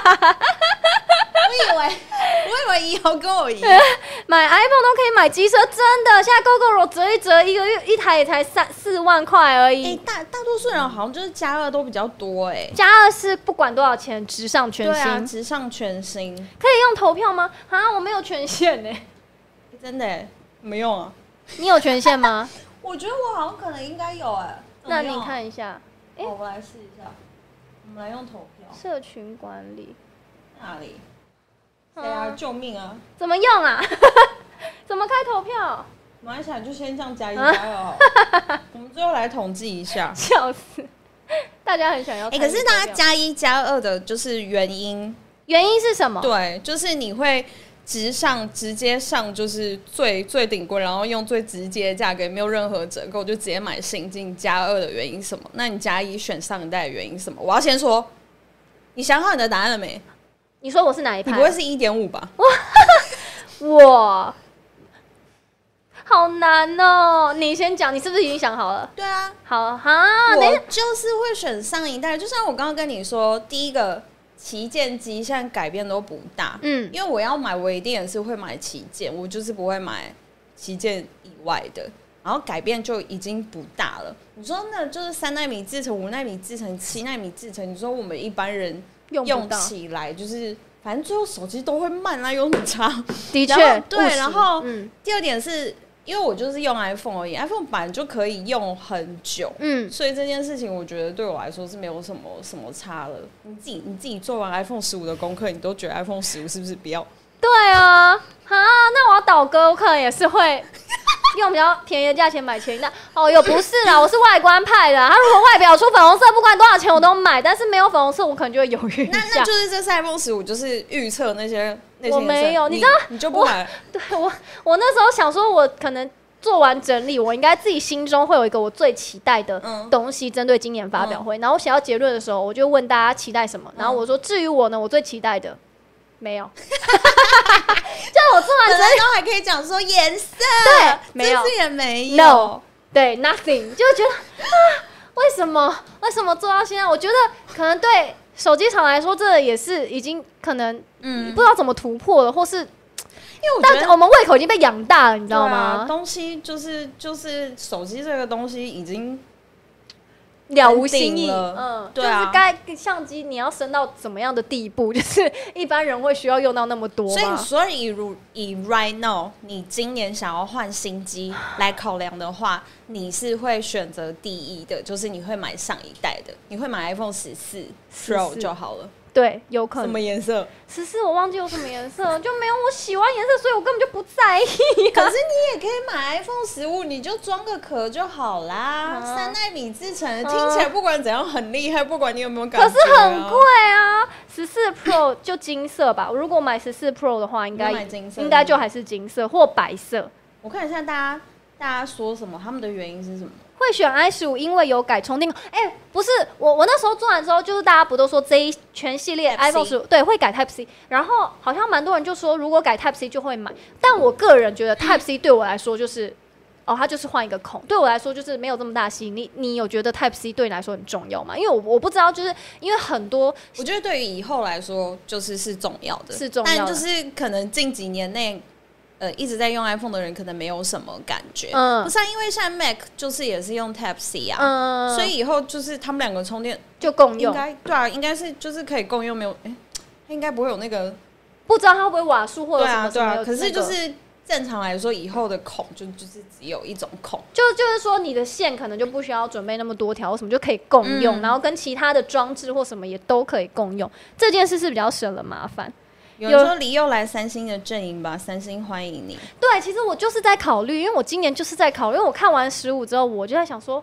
[SPEAKER 2] 我以为1号跟我一样，
[SPEAKER 1] 买 iPhone 都可以买机车，真的。现在 Gogoro 折一折，一台也才3-4万块而已。
[SPEAKER 2] 大多数人好像就是+2都比较多
[SPEAKER 1] +2是不管多少钱，直上全新。
[SPEAKER 2] 对啊，直上全新。
[SPEAKER 1] 可以用投票吗？啊，我没有权限
[SPEAKER 2] 真的没用啊。
[SPEAKER 1] 你有权限吗？
[SPEAKER 2] 我觉得我好像可能应该有
[SPEAKER 1] 那你看一下。
[SPEAKER 2] 我来试一下。我们来用投票。
[SPEAKER 1] 社群管理
[SPEAKER 2] 哪里？谁啊？救命啊！
[SPEAKER 1] 怎么用啊？怎么开投票？
[SPEAKER 2] 马来西亚就先这样+1+2好了。我们最后来统计一下。
[SPEAKER 1] 笑死！大家很想要。
[SPEAKER 2] 可是大家+1+2的就是原因
[SPEAKER 1] 是什么？
[SPEAKER 2] 对，就是你会直接上就是最顶规，然后用最直接的价格，没有任何折扣，就直接买新进+2的原因什么？那你+1选上一代的原因什么？我要先说，你想好你的答案了没？
[SPEAKER 1] 你说我是哪一派？
[SPEAKER 2] 你不会是1.5吧？
[SPEAKER 1] 我好难哦！你先讲，你是不是已经想好了？
[SPEAKER 2] 对啊，
[SPEAKER 1] 好哈，
[SPEAKER 2] 我就是会选上一代。就像我刚刚跟你说，第一个旗舰机现在改变都不大，因为我要买，我一定也是会买旗舰，我就是不会买旗舰以外的。然后改变就已经不大了。你说那就是3奈米制程、5奈米制程、7奈米制程，你说我们一般人用起来就是反正最后手机都会慢啊，有什么差？
[SPEAKER 1] 的确，
[SPEAKER 2] 对。然后第二点是因为我就是用 iPhone 而已 ，iPhone 版就可以用很久，所以这件事情我觉得对我来说是没有什么差了。你自己做完 iPhone 15的功课，你都觉得 iPhone 15是不是不要？
[SPEAKER 1] 对啊，那我要倒戈，我可能也是会用比较便宜的价钱买前一代。不是啦，我是外观派的。他如果外表出粉红色，不管多少钱我都买，但是没有粉红色，我可能就会犹豫一下。
[SPEAKER 2] 那就是这次 iPhone 15就是预测那些
[SPEAKER 1] 我没有，你知道
[SPEAKER 2] 你就不买了。
[SPEAKER 1] 对我那时候想说，我可能做完整理，我应该自己心中会有一个我最期待的东西，针对今年发表会。然后我写到结论的时候，我就问大家期待什么，然后我说至于我呢，我最期待的。没有，就我做完整理，
[SPEAKER 2] 然后还可以讲说颜色，
[SPEAKER 1] 对，没有，
[SPEAKER 2] 这次也没有
[SPEAKER 1] ，no， 对 ，nothing， 就觉得为什么做到现在？我觉得可能对手机厂来说，这也是已经可能不知道怎么突破了，或是因
[SPEAKER 2] 为我觉得
[SPEAKER 1] 我们胃口已经被养大了，你知道吗？
[SPEAKER 2] 东西就是手机这个东西已经
[SPEAKER 1] 了无新意，
[SPEAKER 2] 对啊，
[SPEAKER 1] 就是该相机你要升到怎么样的地步，就是一般人会需要用到那么多吗？
[SPEAKER 2] 所以以 right now 你今年想要换新机来考量的话，你是会选择第一的，就是你会买上一代的，你会买 iPhone 14 Pro 就好了。
[SPEAKER 1] 对，有可能。
[SPEAKER 2] 什么颜色
[SPEAKER 1] ？14我忘记有什么颜色，就没有我喜欢颜色，所以我根本就不在意。
[SPEAKER 2] 可是你也可以买 iPhone 15，你就装个壳就好啦。3奈米制程，听起来不管怎样很厉害，不管你有没有感觉。
[SPEAKER 1] 可是很贵啊！14 Pro 就金色吧，如果买14 Pro 的话，应该就还是金色或白色。
[SPEAKER 2] 我看一下大家说什么，他们的原因是什么？
[SPEAKER 1] 会选 i15，因为有改充电。不是我那时候做完之后，就是大家不都说这一全系列 iPhone 15对会改 Type C， 然后好像蛮多人就说如果改 Type C 就会买，但我个人觉得 Type C 对我来说就是它就是换一个孔，对我来说就是没有这么大吸引力。你有觉得 Type C 对你来说很重要吗？因为我不知道，就是因为很多，
[SPEAKER 2] 我觉得对于以后来说是重要的，
[SPEAKER 1] 是重要的，
[SPEAKER 2] 但就是可能近几年内。一直在用 iPhone 的人可能没有什么感觉，不是因为现在 Mac 就是也是用 Type C 啊，所以以后就是他们两个充电
[SPEAKER 1] 就共用，
[SPEAKER 2] 对啊，应该是就是可以共用，没有它应该不会有那个，
[SPEAKER 1] 不知道它会不会瓦数或者什么
[SPEAKER 2] 对啊，可是就是正常来说，以后的孔就是只有一种孔，
[SPEAKER 1] 就是说你的线可能就不需要准备那么多条，或什么就可以共用，然后跟其他的装置或什么也都可以共用，这件事是比较省了麻烦。
[SPEAKER 2] 有人说李佑来三星的阵营吧，三星欢迎你。
[SPEAKER 1] 对，其实我就是在考虑，因为我今年就是在考虑，因为我看完15之后，我就在想说，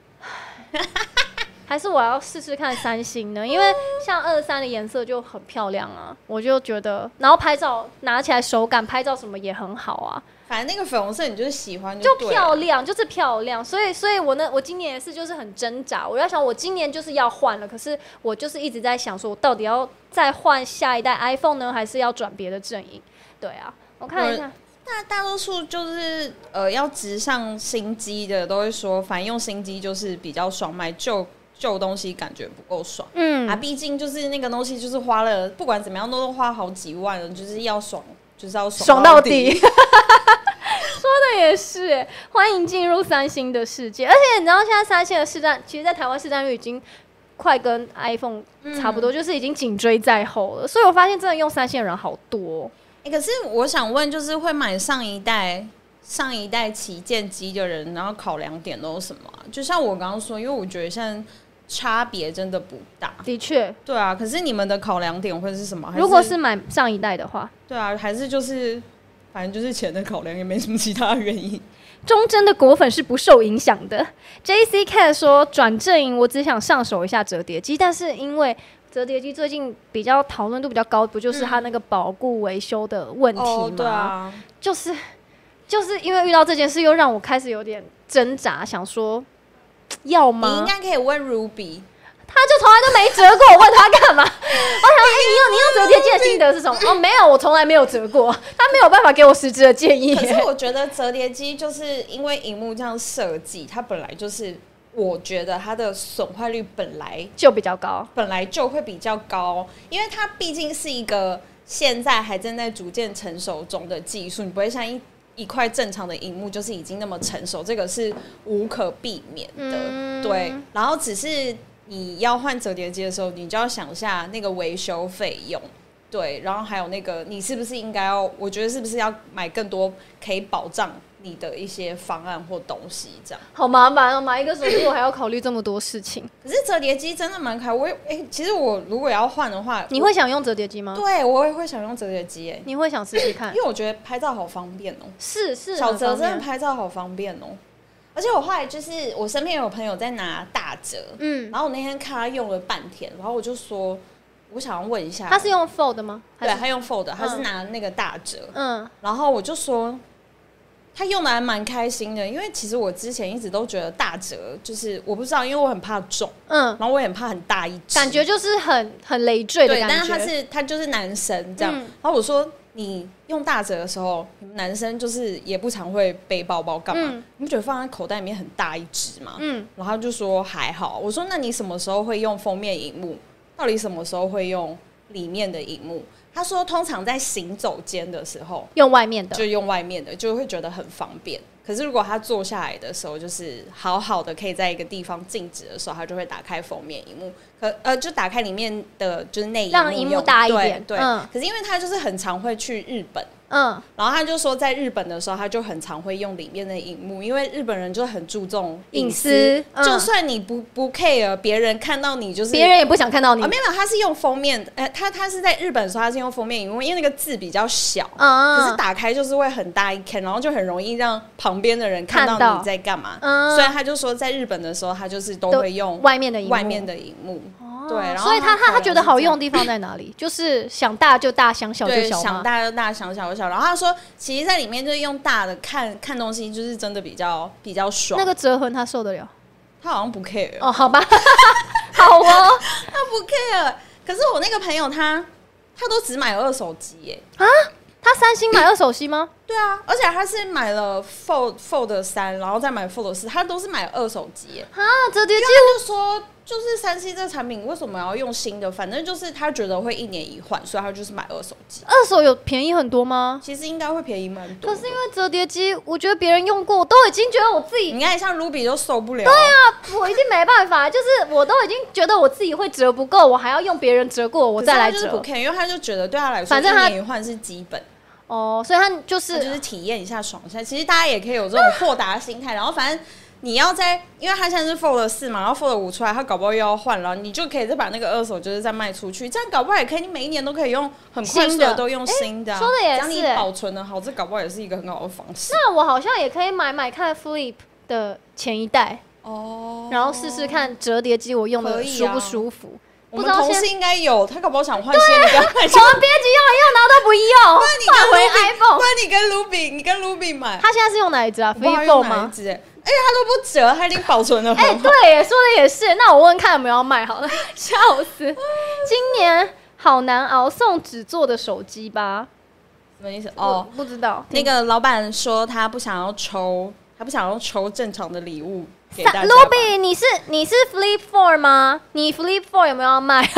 [SPEAKER 1] 还是我要试试看三星呢？因为像23的颜色就很漂亮啊，我就觉得，然后拍照拿起来手感，拍照什么也很好啊。
[SPEAKER 2] 反正那个粉红色你就是喜欢
[SPEAKER 1] 就
[SPEAKER 2] 对了，
[SPEAKER 1] 漂亮，就是漂亮。所以我今年也是就是很挣扎，我在想我今年就是要换了，可是我就是一直在想说，我到底要再换下一代 iPhone 呢，还是要转别的阵营？对啊，我看一下。
[SPEAKER 2] 大多数就是要直上新机的都会说，反正用新机就是比较爽，买旧东西感觉不够爽。毕竟就是那个东西就是花了，不管怎么样都花好几万了，就是要爽，就是要爽到底。说
[SPEAKER 1] 的也是，欢迎进入三星的世界。而且你知道现在三星的市占，其实在台湾市占率已经快跟 iPhone 差不多，就是已经紧追在后了。所以我发现真的用三星的人好多。
[SPEAKER 2] 可是我想问，就是会买上一代旗舰机的人，然后考量点都是什么就像我刚刚说，因为我觉得现在差别真的不大。
[SPEAKER 1] 的确，
[SPEAKER 2] 对啊。可是你们的考量点会是什么？
[SPEAKER 1] 如果是买上一代的话，
[SPEAKER 2] 对啊，还是就是反正就是钱的考量，也没什么其他原因。
[SPEAKER 1] 忠贞的果粉是不受影响的。JC Cat 说转阵营，我只想上手一下折叠机，但是因为折叠机最近比较讨论度比较高，不就是它那个保固维修的问题吗？
[SPEAKER 2] 对啊，
[SPEAKER 1] 就是因为遇到这件事，又让我开始有点挣扎，想说要吗？
[SPEAKER 2] 你应该可以问 Ruby，
[SPEAKER 1] 他就从来都没折过，我问他干嘛？我想，你用折叠机的心得是什么？没有，我从来没有折过，他没有办法给我实质的建议。
[SPEAKER 2] 可是我觉得折叠机就是因为萤幕这样设计，它本来就是。我觉得它的损坏率本来
[SPEAKER 1] 就比较高，
[SPEAKER 2] 本来就会比较高，因为它毕竟是一个现在还正在逐渐成熟中的技术，你不会像一块正常的萤幕就是已经那么成熟，这个是无可避免的。对，然后只是你要换折叠机的时候，你就要想一下那个维修费用。对，然后还有那个你是不是应该要，我觉得是不是要买更多可以保障你的一些方案或东西，这样
[SPEAKER 1] 好麻烦哦！买一个手机我还要考虑这么多事情。
[SPEAKER 2] 可是折叠机真的蛮开，其实我如果要换的话，
[SPEAKER 1] 你会想用折叠机吗？
[SPEAKER 2] 对，我也会想用折叠机你
[SPEAKER 1] 会想试试看？
[SPEAKER 2] 因为我觉得拍照好方便哦。
[SPEAKER 1] 是
[SPEAKER 2] 小折真的拍照好方便哦。而且我后来就是我身边有朋友在拿大折，然后我那天看他用了半天，然后我就说。我想要问一下，
[SPEAKER 1] 他是用 Fold 吗？
[SPEAKER 2] 对，他用 Fold，他是拿那个大折。然后我就说，他用的还蛮开心的，因为其实我之前一直都觉得大折就是我不知道，因为我很怕重，然后我也很怕很大一只，
[SPEAKER 1] 感觉就是很累赘的感觉。
[SPEAKER 2] 对，但是他就是男生这样。然后我说，你用大折的时候，你们男生就是也不常会背包包干嘛？你不觉得放在口袋里面很大一只吗？然后他就说还好。我说那你什么时候会用封面萤幕？到底什么时候会用里面的萤幕？他说通常在行走间的时候
[SPEAKER 1] 用外面的，
[SPEAKER 2] 就用外面的，就会觉得很方便。可是如果他坐下来的时候，就是好好的可以在一个地方静止的时候，他就会打开封面萤幕，就打开里面的就是内萤幕，
[SPEAKER 1] 让萤幕大一点。
[SPEAKER 2] 对，可是因为他就是很常会去日本。然后他就说，在日本的时候，他就很常会用里面的萤幕，因为日本人就很注重隐私，就算你不 care 别人看到你，就是
[SPEAKER 1] 别人也不想看到你。
[SPEAKER 2] 没有，他是用封面，他是在日本的时候，他是用封面萤幕，因为那个字比较小，可是打开就是会很大一坑，然后就很容易让旁边的人看到你在干嘛。所以他就说，在日本的时候，他就是都会用
[SPEAKER 1] 外面的
[SPEAKER 2] 萤幕。对，然后
[SPEAKER 1] 所以他觉得好用的地方在哪里？就是想大就大，想小就小吗？
[SPEAKER 2] 想大就大，想小就小。然后他说，其实在里面就是用大的看东西，就是真的比较爽。
[SPEAKER 1] 那个折痕他受得了？
[SPEAKER 2] 他好像不 care
[SPEAKER 1] 哦，好吧，好哦，
[SPEAKER 2] 他不 care。可是我那个朋友他都只买二手机耶。
[SPEAKER 1] 他三星买二手机吗？
[SPEAKER 2] 对啊，而且他是买了 Fold 3，然后再买 Fold 4，他都是买二手机耶。
[SPEAKER 1] 折叠机
[SPEAKER 2] 就说。就是3C 这个产品为什么要用新的？反正就是他觉得会1年一换，所以他就是买二手机。
[SPEAKER 1] 二手有便宜很多吗？
[SPEAKER 2] 其实应该会便宜蛮多。
[SPEAKER 1] 可是因为折叠机，我觉得别人用过，我都已经觉得我自己，
[SPEAKER 2] 你看像 Ruby 都受不了。
[SPEAKER 1] 对啊，我一定没办法，就是我都已经觉得我自己会折不够，我还要用别人折过我再来折。
[SPEAKER 2] 他就是不 care，因为他就觉得对他来说1年一换是基本。
[SPEAKER 1] 所以他就是
[SPEAKER 2] 体验一下爽一下。其实大家也可以有这种豁达的心态，然后反正。你要因为他现在是 Fold 4嘛，然后 Fold 5出来，他搞不好又要换了，你就可以再把那个二手就是再卖出去，这样搞不好也可以，你每一年都可以用很快速的都用新的。
[SPEAKER 1] 说的也是，
[SPEAKER 2] 将你保存的好，这搞不好也是一个很好的方式。
[SPEAKER 1] 那我好像也可以买看 Flip 的前一代然后试试看折叠机我用的舒不舒服。
[SPEAKER 2] 我们同事应该有，他搞不好想换新的，我们
[SPEAKER 1] 编辑要，然后都不用，换回 iPhone。
[SPEAKER 2] 不然你跟 Ruby 买。
[SPEAKER 1] 他现在是用哪一只啊 ？Vivo 吗？
[SPEAKER 2] 他都不折，他已经保存了。
[SPEAKER 1] 对耶，说的也是。那我问看有没有要卖好了，笑死！今年好难熬送纸做的手机吧？
[SPEAKER 2] 什么意思？
[SPEAKER 1] 不知道。
[SPEAKER 2] 那个老板说他不想要抽正常的礼物给大家。
[SPEAKER 1] Ruby， 你是 Flip 4 吗？你 Flip 4有没有要卖？Ruby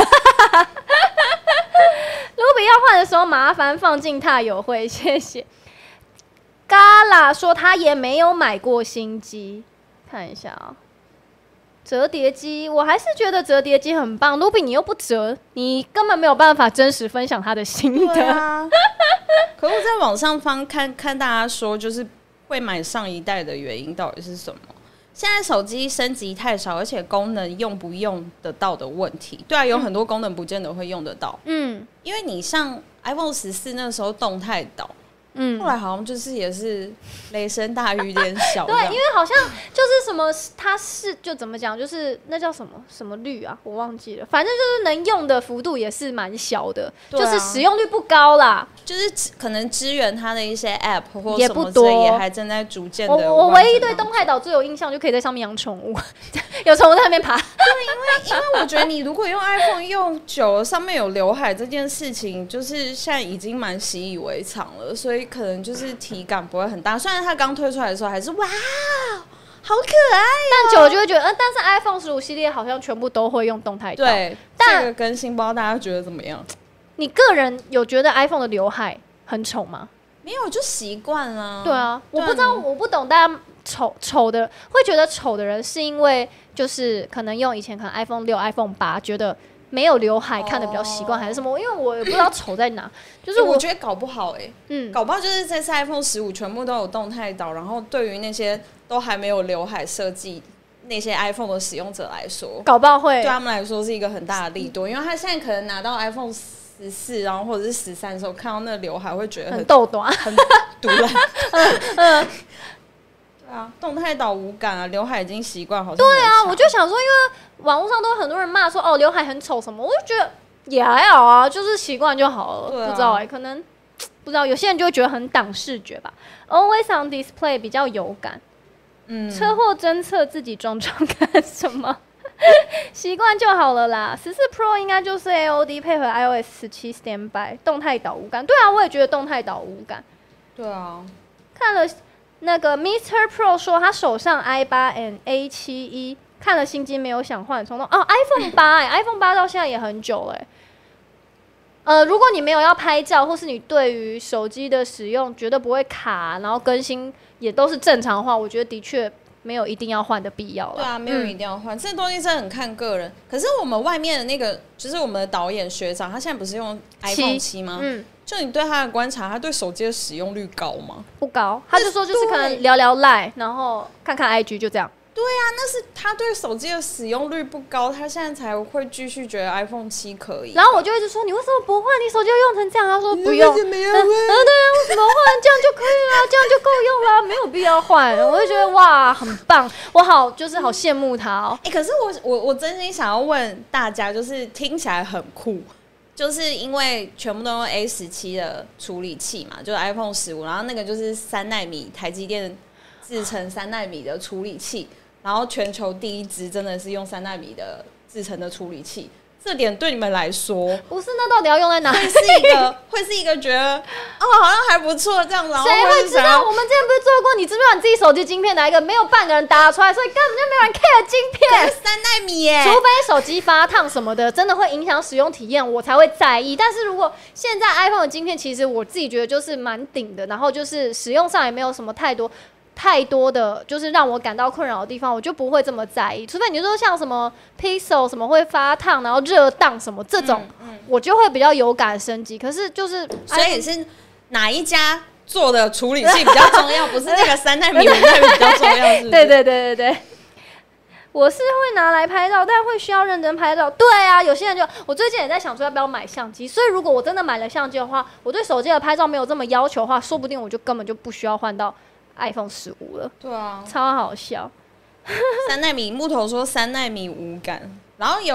[SPEAKER 1] 要换的时候麻烦放进踏友会，谢谢。Gala 说他也没有买过新机，看一下啊、折叠机，我还是觉得折叠机很棒。Ruby 你又不折，你根本没有办法真实分享他的心得。
[SPEAKER 2] 可是我在网上看大家说，就是会买上一代的原因到底是什么？现在手机升级太少，而且功能用不用得到的问题。对啊，有很多功能不见得会用得到。因为你像 iPhone 14那时候动态岛。后来好像就是也是雷声大雨点小。
[SPEAKER 1] 对，因为好像就是什么，它是就怎么讲，就是那叫什么率啊，我忘记了。反正就是能用的幅度也是蛮小的，就是使用率不高啦。
[SPEAKER 2] 就是可能支援它的一些 App 或
[SPEAKER 1] 也不多，
[SPEAKER 2] 也还正在逐渐的。
[SPEAKER 1] 我唯一对动态岛最有印象，就可以在上面养宠物，有宠物在那边爬。
[SPEAKER 2] 对，因为我觉得你如果用 iPhone 用久了，上面有刘海这件事情，就是现在已经蛮习以为常了，所以可能就是体感不会很大。虽然它刚推出来的时候还是哇，好可爱、
[SPEAKER 1] 但久了就会觉得，但是 iPhone 15系列好像全部都会用动态岛。
[SPEAKER 2] 对，
[SPEAKER 1] 但
[SPEAKER 2] 这个更新不知道大家觉得怎么样？
[SPEAKER 1] 你个人有觉得 iPhone 的刘海很丑吗？
[SPEAKER 2] 没有，就习惯了。
[SPEAKER 1] 对啊，我不知道，我不懂大家丑的会觉得丑的人，是因为就是可能用以前可能 iPhone 6、iPhone 8觉得没有刘海看得比较习惯，还是什么？因为我也不知道丑在哪。就是
[SPEAKER 2] 我觉得搞不好搞不好就是这次 iPhone 15全部都有动态岛，然后对于那些都还没有刘海设计那些 iPhone 的使用者来说，
[SPEAKER 1] 搞不好会
[SPEAKER 2] 对他们来说是一个很大的利多，因为他现在可能拿到 iPhone 14，然后或者是13的时候，看到那个刘海会觉得
[SPEAKER 1] 很逗短，
[SPEAKER 2] 很毒烂。对啊，动态岛无感啊，刘海已经习惯，好像
[SPEAKER 1] 对啊，我就想说，因为网络上都有很多人骂说刘海很丑什么，我就觉得也还好啊，就是习惯就好了。不知道可能不知道有些人就会觉得很挡视觉吧。Always on display 比较有感。车祸侦测自己装干什么？习惯就好了啦。14 Pro 应该就是 AOD 配合 iOS 17 Standby， 动态岛无感。对啊，我也觉得动态岛无感。
[SPEAKER 2] 对啊，
[SPEAKER 1] 看了那个 Mr. Pro 说他手上 i8 and A71， 看了新机没有想换冲动。iPhone 8iPhone 8到现在也很久了如果你没有要拍照，或是你对于手机的使用绝对不会卡，然后更新也都是正常的话，我觉得的确没有一定要换的必要了。
[SPEAKER 2] 对啊，没有一定要换，这东西真的很看个人。可是我们外面的那个，就是我们的导演学长，他现在不是用 iPhone 7吗？就你对他的观察，他对手机的使用率高吗？
[SPEAKER 1] 不高，他就说就是可能聊聊 LINE， 然后看看 IG 就这样。
[SPEAKER 2] 对啊，那是他对手机的使用率不高，他现在才会继续觉得 iPhone 7可以。
[SPEAKER 1] 然后我就一直说你为什么不换？你手机用成这样，他说不用。对啊，为什么换？这样就可以了，这样就够用了，没有必要换。我就觉得哇，很棒，我好羡慕他哦。
[SPEAKER 2] 可是我真心想要问大家，就是听起来很酷。就是因为全部都用 A17 的处理器嘛，就是 iPhone 15，然后那个就是3奈米台积电制成3奈米的处理器，然后全球第一支真的是用3奈米的制成的处理器，这点对你们来说
[SPEAKER 1] 不是？那到底要用在哪里？
[SPEAKER 2] 会是一个觉得好像还不错这样子。
[SPEAKER 1] 谁会知道？我们之前不是做过？你知不知道你自己手机晶片哪一个没有半个人答出来，所以根本就没有人 care 晶片。
[SPEAKER 2] 3奈米耶，
[SPEAKER 1] 除非手机发烫什么的，真的会影响使用体验，我才会在意。但是如果现在 iPhone 的晶片，其实我自己觉得就是蛮顶的，然后就是使用上也没有什么太多的就是让我感到困扰的地方，我就不会这么在意。除非你说像什么 Pixel 什么会发烫，然后热档什么这种，我就会比较有感升级。可是就是，
[SPEAKER 2] 所以是哪一家做的处理器比较重要？不是那个3奈米、5奈米比较重要，是不是？
[SPEAKER 1] 对。我是会拿来拍照，但会需要认真拍照。对啊，有些人我最近也在想说要不要买相机。所以如果我真的买了相机的话，我对手机的拍照没有这么要求的话，说不定我就根本就不需要换到iPhone 15了。
[SPEAKER 2] 对啊，
[SPEAKER 1] 超好笑。
[SPEAKER 2] 3奈米木头说3奈米无感，然后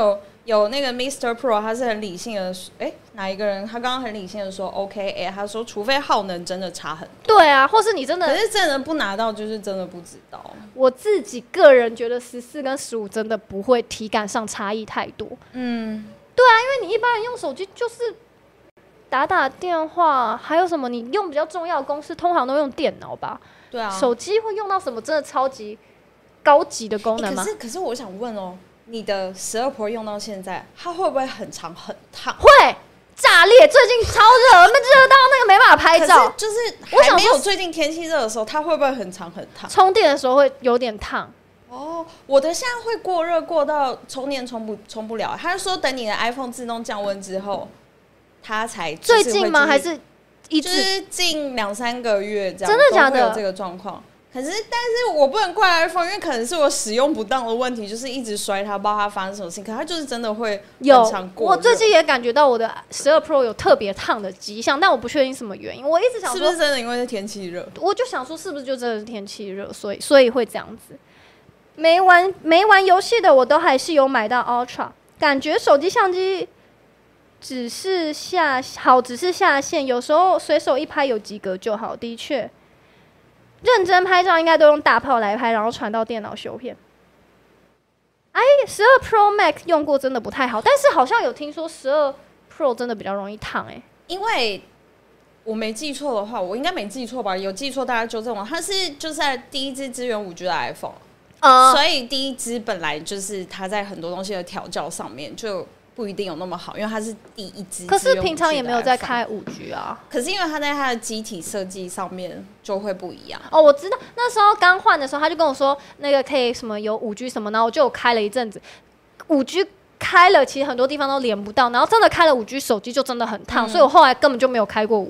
[SPEAKER 2] 有那个 Mr. Pro， 他是很理性的，哪一个人？他刚刚很理性的说 OK， 他说除非耗能真的差很多。
[SPEAKER 1] 对啊，或是你真的，
[SPEAKER 2] 可是真的不拿到，就是真的不知道。
[SPEAKER 1] 我自己个人觉得14跟15真的不会体感上差异太多。对啊，因为你一般人用手机就是打电话，还有什么你用比较重要的公司，通常都用电脑吧？
[SPEAKER 2] 对啊，
[SPEAKER 1] 手机会用到什么真的超级高级的功能吗？
[SPEAKER 2] 可是我想问哦。你的12 Pro 用到现在，它会不会很长很烫？
[SPEAKER 1] 会炸裂，最近超热，热到那个没办法拍照。
[SPEAKER 2] 可是就是还没有最近天气热的时候，它会不会很长很烫？
[SPEAKER 1] 充电的时候会有点烫。
[SPEAKER 2] 哦，我的现在会过热过到充电充不了。他说等你的 iPhone 自动降温之后，它才
[SPEAKER 1] 最近吗？还是
[SPEAKER 2] 就是近2-3个月这样？
[SPEAKER 1] 真的假的？
[SPEAKER 2] 都会有这个状况。但是我不能怪 iPhone， 因为可能是我使用不当的问题，就是一直摔它，不知道它发生什么事情。可它就是真的会很常过热。
[SPEAKER 1] 我最近也感觉到我的12 Pro 有特别烫的迹象，但我不确定什么原因。我一直想说，
[SPEAKER 2] 是不是真的因为是天气热？
[SPEAKER 1] 我就想说，是不是就真的是天气热，所以会这样子。没玩游戏的我都还是有买到 Ultra， 感觉手机相机只是下线，有时候随手一拍有及格就好。的确。认真拍照应该都用大炮来拍，然后传到电脑修片。12 Pro Max 用过真的不太好，但是好像有听说12 Pro 真的比较容易烫
[SPEAKER 2] 因为我没记错的话，我应该没记错吧？有记错大家纠正我。它是就是在第一支支援5G 的 iPhone，所以第一支本来就是它在很多东西的调教上面就不一定有那么好，因为它是第一支。
[SPEAKER 1] 可是平常也没有在开5G 啊。
[SPEAKER 2] 可是因为它在它的机体设计上面就会不一样。
[SPEAKER 1] 我知道那时候刚换的时候，他就跟我说那个可以什么有5G 什么，然后我就有开了一阵子。5G 开了，其实很多地方都连不到，然后真的开了5G，手机就真的很烫，所以我后来根本就没有开过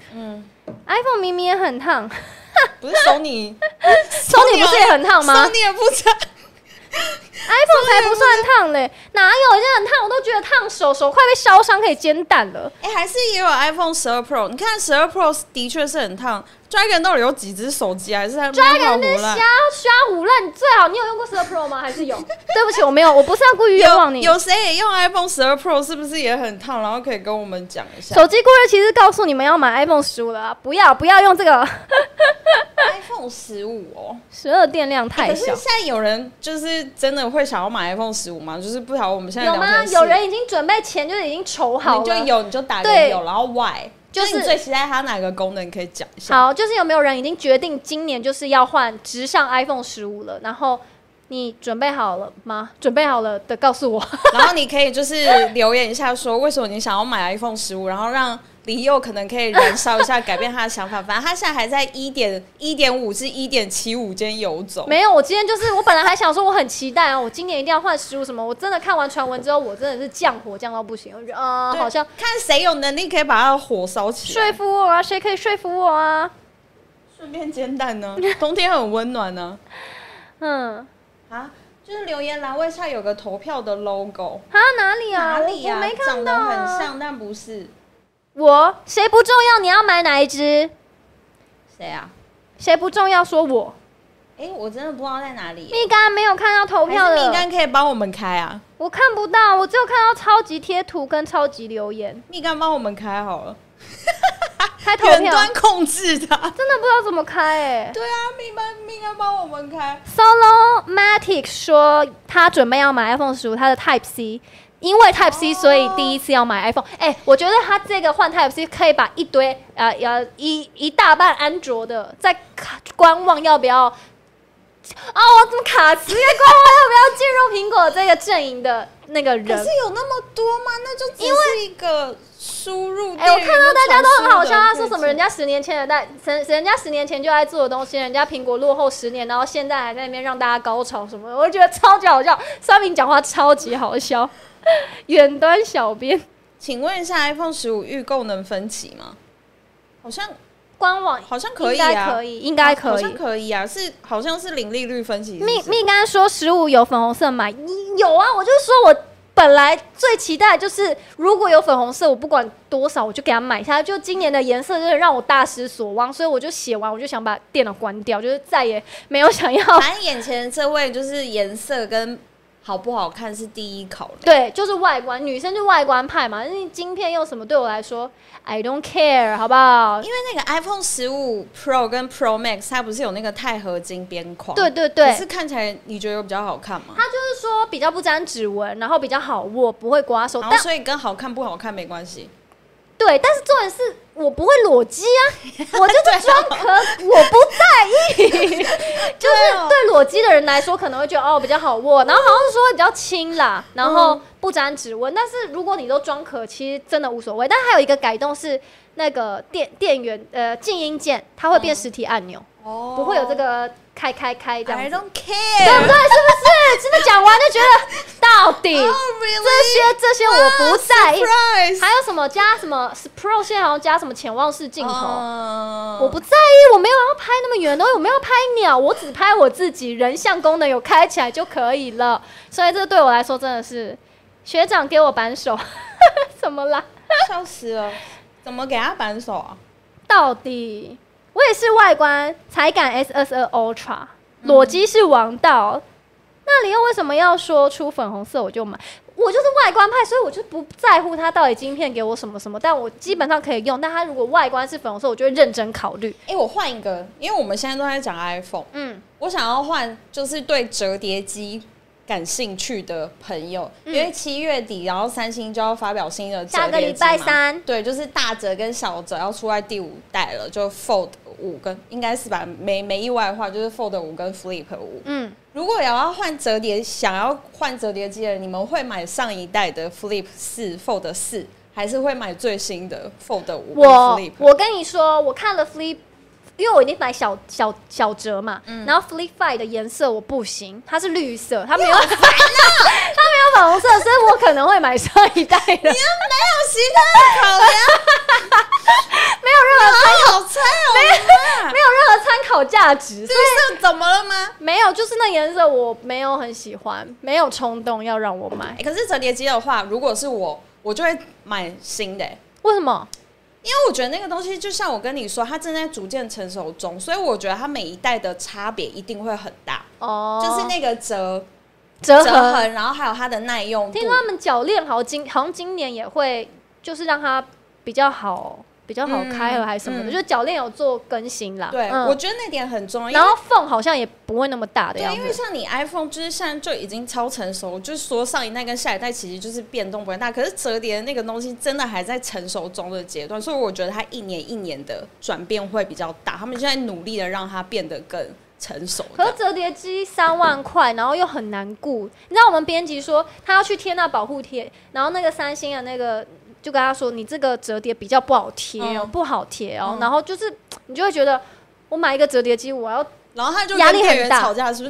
[SPEAKER 1] 5G。iPhone 明明也很烫，
[SPEAKER 2] 不是Sony
[SPEAKER 1] 不是也很烫吗
[SPEAKER 2] ？Sony 也不差。
[SPEAKER 1] iPhone 才不算烫嘞，哪有？现在很烫，我都觉得烫手快被烧伤，可以煎蛋了。
[SPEAKER 2] 还是也有 iPhone 12 Pro， 你看12 Pro 的确是很烫。Dragon 到底有几只手机？还是他
[SPEAKER 1] Dragon 那瞎胡乱？最好你有用过12 Pro 吗？还是有？对不起，我没有，我不是要故意冤枉你。
[SPEAKER 2] 有谁也用 iPhone 12 Pro 是不是也很烫？然后可以跟我们讲一下。
[SPEAKER 1] 手机过热其实告诉你们要买 iPhone 15了不要用这个
[SPEAKER 2] iPhone 15哦
[SPEAKER 1] ，12电量太小。
[SPEAKER 2] 可是现在有人就是真的会想要买 iPhone 15吗？就是不晓得我们现在
[SPEAKER 1] 有吗？有人已经准备钱，就是已经筹好了。
[SPEAKER 2] 你就打个有，然后 Y。就是你最期待它哪个功能可以讲一下？
[SPEAKER 1] 好，就是有没有人已经决定今年就是要换直上 iPhone 15了？然后你准备好了吗？准备好了的告诉我。
[SPEAKER 2] 然后你可以就是留言一下说为什么你想要买 iPhone 15，然后让李佑可能可以燃烧一下，改变他的想法。反正他现在还在1.5至1.75间游走。
[SPEAKER 1] 没有，我今天就是我本来还想说我很期待我今年一定要换15什么。我真的看完传闻之后，我真的是降火降到不行。我觉得好像
[SPEAKER 2] 看谁有能力可以把他的火烧起来。
[SPEAKER 1] 说服我啊！谁可以说服我啊？
[SPEAKER 2] 顺便煎蛋呢，冬天很温暖呢。就是留言栏位下有个投票的 logo。
[SPEAKER 1] 哪里啊？我没看到
[SPEAKER 2] 长得很像，但不是。
[SPEAKER 1] 谁不重要？你要买哪一只？
[SPEAKER 2] 谁啊？
[SPEAKER 1] 谁不重要？说我。
[SPEAKER 2] 我真的不知道在哪里。
[SPEAKER 1] 蜜柑没有看到投票的。
[SPEAKER 2] 蜜柑可以帮我们开啊？
[SPEAKER 1] 我看不到，我只有看到超级贴图跟超级留言。
[SPEAKER 2] 蜜柑帮我们开好了。
[SPEAKER 1] 开投票。
[SPEAKER 2] 远端控制它。
[SPEAKER 1] 真的不知道怎么开
[SPEAKER 2] 对啊，蜜柑帮我们开。
[SPEAKER 1] Solomatic 说他准备要买 iPhone 15，他的 Type C。因为 Type C， 所以第一次要买 iPhone。我觉得他这个换 Type C 可以把一堆一大半安卓的在观望要不要。我怎么卡词？观望要不要进入苹果这个阵营的那个人？
[SPEAKER 2] 可是有那么多吗？那就只是一个输入。我
[SPEAKER 1] 看到大家都很好笑，他说什么人家10年前的人家10年前就在做的东西，人家苹果落后10年，然后现在还在那边让大家高潮什么的，我觉得超级好笑。三明讲话超级好笑。远端小编，
[SPEAKER 2] 请问一下 ，iPhone 15预购能分期吗？好像
[SPEAKER 1] 官网
[SPEAKER 2] 好像可以啊，
[SPEAKER 1] 应该可以，
[SPEAKER 2] 好像可以啊，好像是零利率分期。
[SPEAKER 1] 蜜柑说15有粉红色买，有啊，我就是说我本来最期待就是如果有粉红色，我不管多少我就给它买下来。就今年的颜色真的让我大失所望，所以我就写完我就想把电脑关掉，就是再也没有想要。
[SPEAKER 2] 反正眼前这位就是颜色跟好不好看是第一考量。
[SPEAKER 1] 对，就是外观，女生就外观派嘛。那晶片用什么对我来说 ，I don't care， 好不好？
[SPEAKER 2] 因为那个 iPhone 15 Pro 跟 Pro Max 它不是有那个钛合金边框？
[SPEAKER 1] 对对对。
[SPEAKER 2] 可是看起来你觉得有比较好看吗？
[SPEAKER 1] 它就是说比较不沾指纹，然后比较好握，不会刮手。
[SPEAKER 2] 然后所以跟好看不好看没关系。
[SPEAKER 1] 对，但是重点是我不会裸机啊，我就是装壳，我不在意。就是对裸机的人来说，可能会觉得哦比较好握，然后好像是说比较轻啦，然后不沾指纹。但是如果你都装壳，其实真的无所谓。但还有一个改动是那个电源静音键，它会变实体按钮，不会有这个开这样子。
[SPEAKER 2] I don't care，
[SPEAKER 1] 对不对？是不是？真的讲完就觉得到底这些我不在意。还有什么加什么 Pro 现在好像加什么潜望式镜头，我不在意，我没有要拍那么远的东西，我没有拍鸟，我只拍我自己，人像功能有开起来就可以了。所以这对我来说真的是学长给我扳手，怎么啦？
[SPEAKER 2] 笑死了，怎么给他扳手啊？
[SPEAKER 1] 到底我也是外观才敢 S22 Ultra， 裸机是王道。那你又为什么要说出粉红色我就买？我就是外观派，所以我就不在乎它到底晶片给我什么什么，但我基本上可以用。但它如果外观是粉红色，我就会认真考虑。
[SPEAKER 2] 我换一个，因为我们现在都在讲 iPhone，我想要换就是对折叠机感兴趣的朋友，因为7月底，然后三星就要发表新的折叠机嘛，
[SPEAKER 1] 下个礼拜3，
[SPEAKER 2] 对，就是大折跟小折要出来第5代了，就 Fold 5跟应该是吧，没意外的话就是 Fold 5跟 Flip 5。如果想要换折叠机的人，你们会买上一代的 Flip 4 Fold 4，还是会买最新的 Fold 5跟 Flip？
[SPEAKER 1] 我跟你说，我看了 Flip。因为我已经买小折嘛，然后 Flip 5的颜色我不行，它是绿色，它没有它没有粉红色，所以我可能会买上一代的。你又没
[SPEAKER 2] 有其他的考量，
[SPEAKER 1] 没有任何参考，
[SPEAKER 2] 没
[SPEAKER 1] 有任何参考价值。
[SPEAKER 2] 绿色怎么了吗？
[SPEAKER 1] 没有，就是那颜色我没有很喜欢，没有冲动要让我买。
[SPEAKER 2] 可是折叠机的话，如果是我就会买新的。
[SPEAKER 1] 为什么？
[SPEAKER 2] 因为我觉得那个东西就像我跟你说，它正在逐渐成熟中，所以我觉得它每一代的差别一定会很大。就是那个折痕，然后还有它的耐用度。
[SPEAKER 1] 听说他们铰链好像今年也会，就是让它比较好开合还是什么的，就是铰链有做更新啦。
[SPEAKER 2] 对，我觉得那点很重要。
[SPEAKER 1] 然后缝好像也不会那么大的样子。
[SPEAKER 2] 对，因为像你 iPhone 就是现在就已经超成熟，就是说上一代跟下一代其实就是变动不会大，可是折叠的那个东西真的还在成熟中的阶段，所以我觉得它一年一年的转变会比较大。他们现在努力的让它变得更成熟。
[SPEAKER 1] 可是折叠机3万块，然后又很难顾。你知道我们编辑说他要去贴那保护贴，然后那个三星的那个。就跟他说，你这个折叠比较不好贴不好贴哦。然后就是你就会觉得，我买一个折叠机，我要，
[SPEAKER 2] 然后他就
[SPEAKER 1] 压力很大，
[SPEAKER 2] 吵架是不是？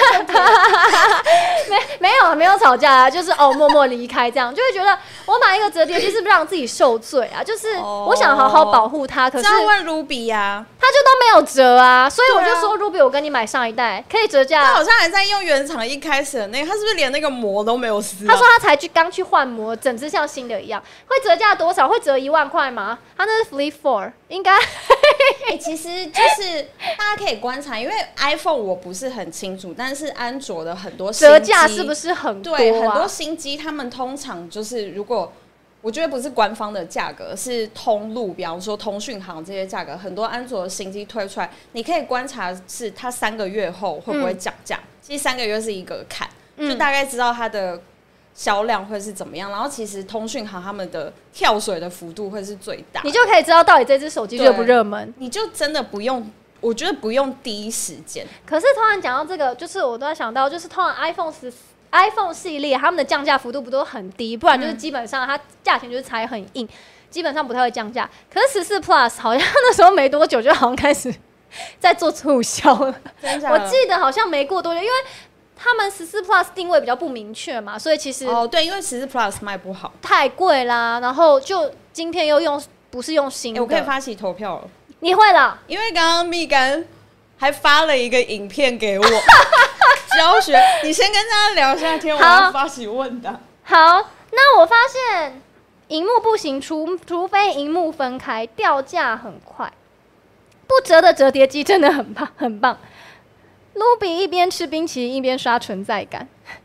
[SPEAKER 1] 没有吵架啊，就是默默离开这样，就会觉得我买一个折叠机是不是让自己受罪啊？就是我想好好保护它，可是
[SPEAKER 2] 要问 Ruby 呀，
[SPEAKER 1] 他就都没有折啊，所以我就说 Ruby， 我跟你买上一代可以折价。
[SPEAKER 2] 他好像还在用原厂一开始的那个，他是不是连那个膜都没有撕？
[SPEAKER 1] 他说他才刚去换膜，整只像新的一样。会折价多少？会折1万块吗？他那是 Flip 4，应该。
[SPEAKER 2] 其实就是大家可以观察，因为 iPhone 我不是很清楚，但是安卓的很多新机
[SPEAKER 1] 折价是不是很多？
[SPEAKER 2] 对，很多新机他们通常就是如果。我觉得不是官方的价格，是通路，比方说通讯行这些价格，很多安卓的新机推出来，你可以观察是它3个月后会不会降价。其实3个月是一个坎，就大概知道它的销量会是怎么样。然后其实通讯行他们的跳水的幅度会是最大，
[SPEAKER 1] 你就可以知道到底这只手机热不热门。
[SPEAKER 2] 你就真的不用，我觉得不用第一时间。
[SPEAKER 1] 可是突然讲到这个，就是我突然想到，就是通常iPhone 系列他们的降价幅度不都很低，不然就是基本上它价钱就是踩很硬，基本上不太会降价。可是14 Plus 好像那时候没多久就好像开始在做促销了，我记得好像没过多久，因为他们14 Plus 定位比较不明确嘛，所以其实
[SPEAKER 2] 对，因为14 Plus 卖不好，
[SPEAKER 1] 太贵啦，然后就晶片又不是用新的。
[SPEAKER 2] 我可以发起投票了，
[SPEAKER 1] 你会了，
[SPEAKER 2] 因为刚刚蜜柑还发了一个影片给我。教学，你先跟大家聊一下天，我要发起问答。
[SPEAKER 1] 好，那我发现萤幕不行，除非萤幕分开，掉价很快。不折的折叠机真的很棒，很棒。Ruby 一边吃冰淇淋一边刷存在感。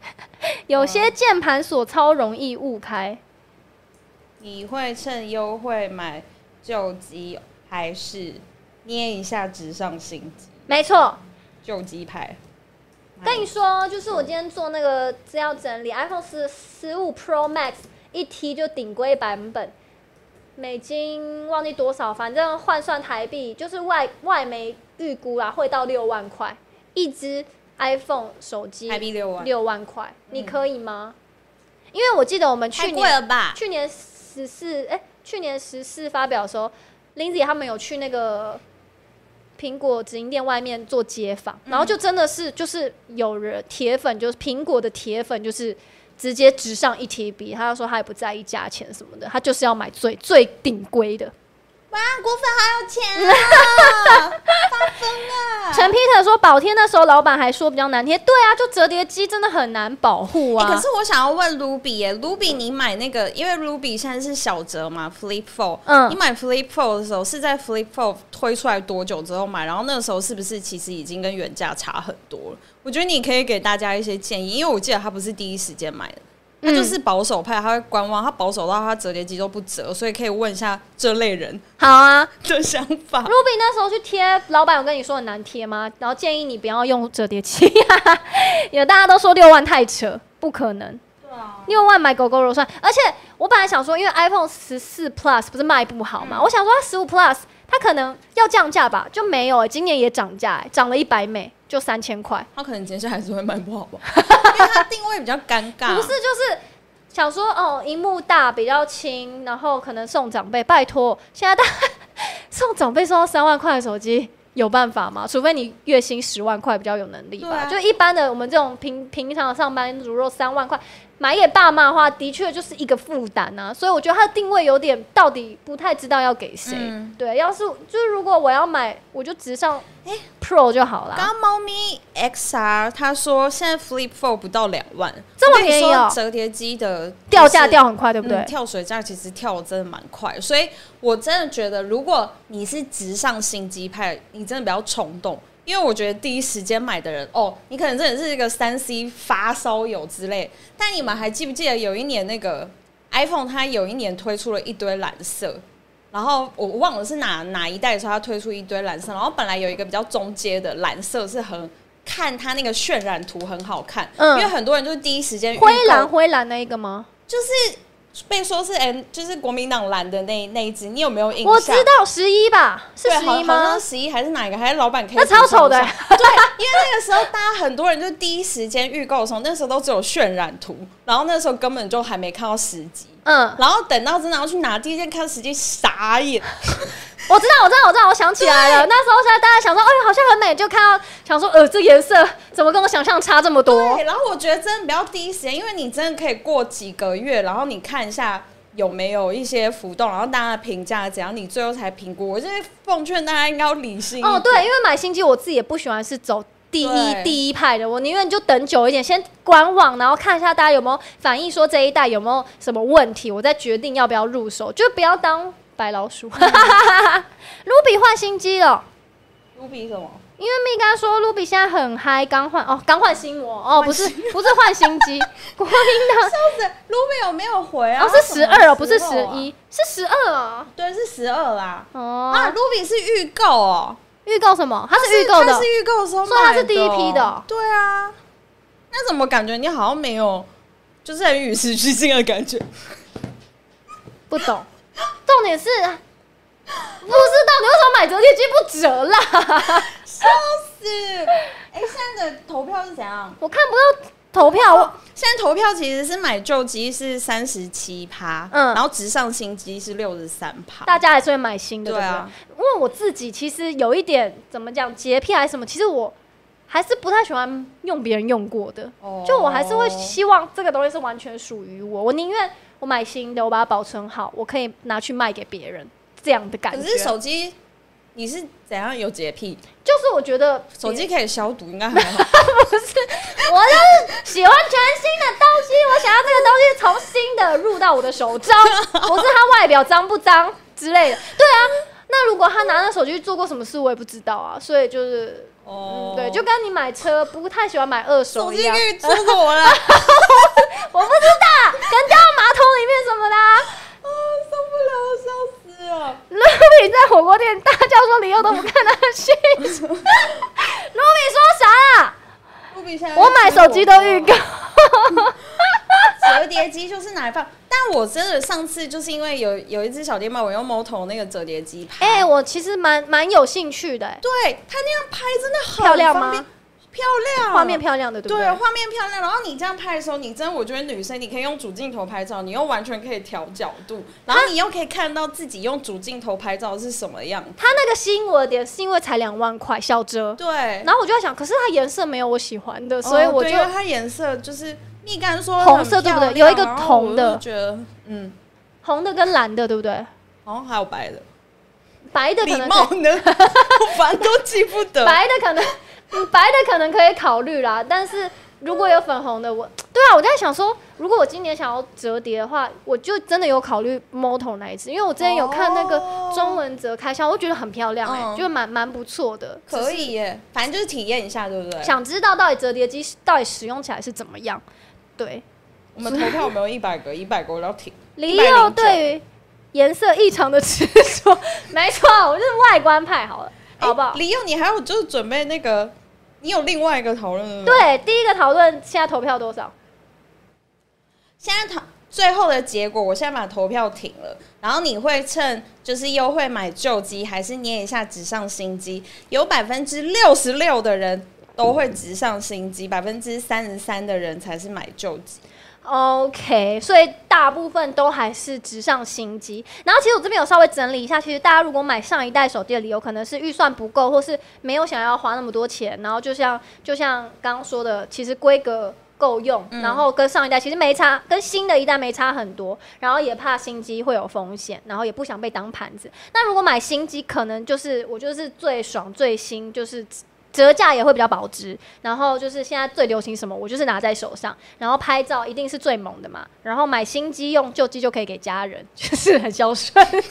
[SPEAKER 1] 有些键盘锁超容易误开。
[SPEAKER 2] 你会趁优惠买旧机，还是捏一下直上新机？
[SPEAKER 1] 没错，
[SPEAKER 2] 旧机牌。
[SPEAKER 1] 跟你说，就是我今天做那个资料整理 ，iPhone 15 Pro Max 一 T 就顶规版本，美金忘记多少，反正换算台币就是外媒预估啦，会到6万块一只 iPhone 手机，
[SPEAKER 2] 台币
[SPEAKER 1] 6万块，你可以吗？因为我记得我们去年14发表的时候 ，Lindsay 他们有去那个苹果直营店外面做街访，然后就真的是就是有人铁粉，就是苹果的铁粉，就是直接直上一提笔，他就说他也不在意价钱什么的，他就是要买最顶规的。
[SPEAKER 2] 哇，果粉好有钱啊！发疯了！
[SPEAKER 1] 陈 Peter 说，宝天那时候老板还说比较难贴，对啊，就折叠机真的很难保护啊。
[SPEAKER 2] 可是我想要问 Ruby 耶，Ruby 你买那个，因为 Ruby 现在是小折嘛 ，Flip Fold，你买 Flip Fold 的时候是在 Flip Fold 推出来多久之后买？然后那个时候是不是其实已经跟原价差很多了？我觉得你可以给大家一些建议，因为我记得他不是第一时间买的。他就是保守派，他会观望，他保守到他折叠机都不折，所以可以问一下这类人
[SPEAKER 1] 好啊
[SPEAKER 2] 的想法。
[SPEAKER 1] Ruby 那时候去贴，老板有跟你说很难贴吗？然后建议你不要用折叠机，有大家都说6万太扯，不可能。
[SPEAKER 2] 对啊
[SPEAKER 1] ，6万买狗狗柔算，而且我本来想说，因为 iPhone 14 Plus 不是卖不好嘛，我想说它15 Plus 它可能要降价吧，就没有今年也涨价涨了100美，就3000块。
[SPEAKER 2] 他可能接下来还是会卖不好吧，因为它定位比较尴尬。
[SPEAKER 1] 不是，就是想说哦，萤幕大比较轻，然后可能送长辈。拜托，现在送长辈送到3万块的手机。有办法吗？除非你月薪10万块比较有能力吧。就一般的我们这种平常的上班族，若3万块买给爸妈的话，的确就是一个负担啊。所以我觉得它的定位有点到底不太知道要给谁。对，要是就是如果我要买，我就直上Pro 就好了。
[SPEAKER 2] 刚刚猫咪 XR 他说现在 Flip Fold 不到2万，
[SPEAKER 1] 这么便宜哦！
[SPEAKER 2] 折叠机的
[SPEAKER 1] 掉价掉很快，对不对？
[SPEAKER 2] 跳水价其实跳的真的蛮快，所以我真的觉得，如果你是直上新机派，你真的不要冲动，因为我觉得第一时间买的人，你可能真的是一个3C 发烧友之类。但你们还记不记得有一年那个 iPhone 它有一年推出了一堆蓝色？然后我忘了是哪一代的时候，它推出一堆蓝色，然后本来有一个比较中阶的蓝色是很看它那个渲染图很好看，因为很多人就是第一时间
[SPEAKER 1] 灰蓝那一个吗？
[SPEAKER 2] 就是被说是就是国民党蓝的那一只，你有没有印象？
[SPEAKER 1] 我知道11吧，是11吗？
[SPEAKER 2] 好像11还是哪一个？还是老板可以？
[SPEAKER 1] 那超丑的。
[SPEAKER 2] 对，因为那个时候大家很多人就第一时间预购的时候，那时候都只有渲染图，然后那时候根本就还没看到实机。然后等到真的要去拿第一件看到实际，傻眼。
[SPEAKER 1] 我知道，我想起来了。那时候现在大家想说，好像很美，就看到想说，这颜色怎么跟我想象差这么多？
[SPEAKER 2] 对，然后我觉得真的不要第一时间，因为你真的可以过几个月，然后你看一下有没有一些浮动，然后大家的评价怎样，你最后才评估。我就是奉劝大家应该要理性一点。
[SPEAKER 1] 对，因为买新机我自己也不喜欢是走第一派的，我宁愿就等久一点，先观望，然后看一下大家有没有反映说这一代有没有什么问题，我再决定要不要入手，就不要当白老鼠。Ruby 换新机了。
[SPEAKER 2] Ruby 什么？
[SPEAKER 1] 因为蜜刚说 Ruby 现在很嗨，刚换新模不是换新机。国民党
[SPEAKER 2] 笑死 ，Ruby 有没有回啊？
[SPEAKER 1] 是12不是11，是12啊。
[SPEAKER 2] 对，是12啦。Ruby 是预购
[SPEAKER 1] 预购什么？它是预购的，
[SPEAKER 2] 它是预购的时候买的，
[SPEAKER 1] 所以它是第一批的。
[SPEAKER 2] 对啊，那怎么感觉你好像没有，就是很与时俱进的感觉？
[SPEAKER 1] 不懂，重点是不知道你为什么买折叠机不折啦？
[SPEAKER 2] 笑死！现在的投票是怎样？
[SPEAKER 1] 我看不到投票。
[SPEAKER 2] 现在投票其实是买旧机是37%，然后直上新机是63%。
[SPEAKER 1] 大家还是会买新的，
[SPEAKER 2] 对啊。
[SPEAKER 1] 因为我自己其实有一点怎么讲洁癖还是什么，其实我还是不太喜欢用别人用过的，就我还是会希望这个东西是完全属于我。我宁愿我买新的，我把它保存好，我可以拿去卖给别人，这样的感觉。
[SPEAKER 2] 可是手机你是怎样有洁癖？
[SPEAKER 1] 就是我觉得
[SPEAKER 2] 手机可以消毒，应该还好。
[SPEAKER 1] 不是，我就是喜欢全新的东西，我想要这个东西从新的入到我的手中，不是它外表脏不脏之类的。对啊，那如果他拿那手机做过什么事，我也不知道啊。所以就是对，就跟你买车不太喜欢买二手一样。
[SPEAKER 2] 手机可以出国了，
[SPEAKER 1] 我不知道，跟掉到马桶里面什么的、啊。
[SPEAKER 2] 受不了，笑死了。
[SPEAKER 1] Ruby 在火锅店大叫说李佑都不看他的讯息。Ruby 说啥啊？我买手机的预告。
[SPEAKER 2] 折叠机就是拿来放，但我真的上次就是因为有一只小电猫，我用 Moto 那个折叠机拍。
[SPEAKER 1] 我其实蛮有兴趣的。
[SPEAKER 2] 对，它那样拍真的很
[SPEAKER 1] 漂亮吗？
[SPEAKER 2] 漂亮，
[SPEAKER 1] 画面漂亮的，对不对？
[SPEAKER 2] 对，画面漂亮。然后你这样拍的时候，你真的我觉得女生你可以用主镜头拍照，你又完全可以调角度，然后你又可以看到自己用主镜头拍照是什么样子。
[SPEAKER 1] 它那个吸引我的点是因为才2万块小折，
[SPEAKER 2] 对。
[SPEAKER 1] 然后我就在想，可是它颜色没有我喜欢的，所以我就
[SPEAKER 2] 因为它颜色就是蜜柑说
[SPEAKER 1] 红色对不对？有一个红的，
[SPEAKER 2] 我就觉得
[SPEAKER 1] 红的跟蓝的对不对？
[SPEAKER 2] 好像还有白的，
[SPEAKER 1] 白的可能
[SPEAKER 2] 礼貌呢，我反正都记不得。
[SPEAKER 1] 白的可能可以考虑啦，但是如果有粉红的，对啊，我在想说，如果我今年想要折叠的话，我就真的有考虑 Moto 那一只，因为我之前有看那个中文折开箱，我觉得很漂亮就蛮不错的。
[SPEAKER 2] 可以耶，反正就是体验一下，对不对？
[SPEAKER 1] 想知道到底折叠机到底使用起来是怎么样？对，
[SPEAKER 2] 我们投票有没有100个？100个我要停。
[SPEAKER 1] 李佑对于颜色异常的执着，没错，我就是外观派好了，好不好？
[SPEAKER 2] 李佑，你还有就是准备那个，你有另外一个讨论？
[SPEAKER 1] 对，第一个讨论现在投票多少？
[SPEAKER 2] 现在最后的结果，我现在把投票停了。然后你会趁就是优惠买旧机，还是捏一下直上新机？有66%的人都会直上新机，33%的人才是买旧机。
[SPEAKER 1] OK， 所以大部分都还是直上新机。然后其实我这边有稍微整理一下，其实大家如果买上一代手机的理由，可能是预算不够，或是没有想要花那么多钱。然后就像刚刚说的，其实规格够用，然后跟上一代其实没差，跟新的一代没差很多。然后也怕新机会有风险，然后也不想被当盘子。那如果买新机，可能就是我就是最爽最新，就是折价也会比较保值，然后就是现在最流行什么，我就是拿在手上，然后拍照一定是最猛的嘛。然后买新机用，旧机就可以给家人，就是很孝顺。就是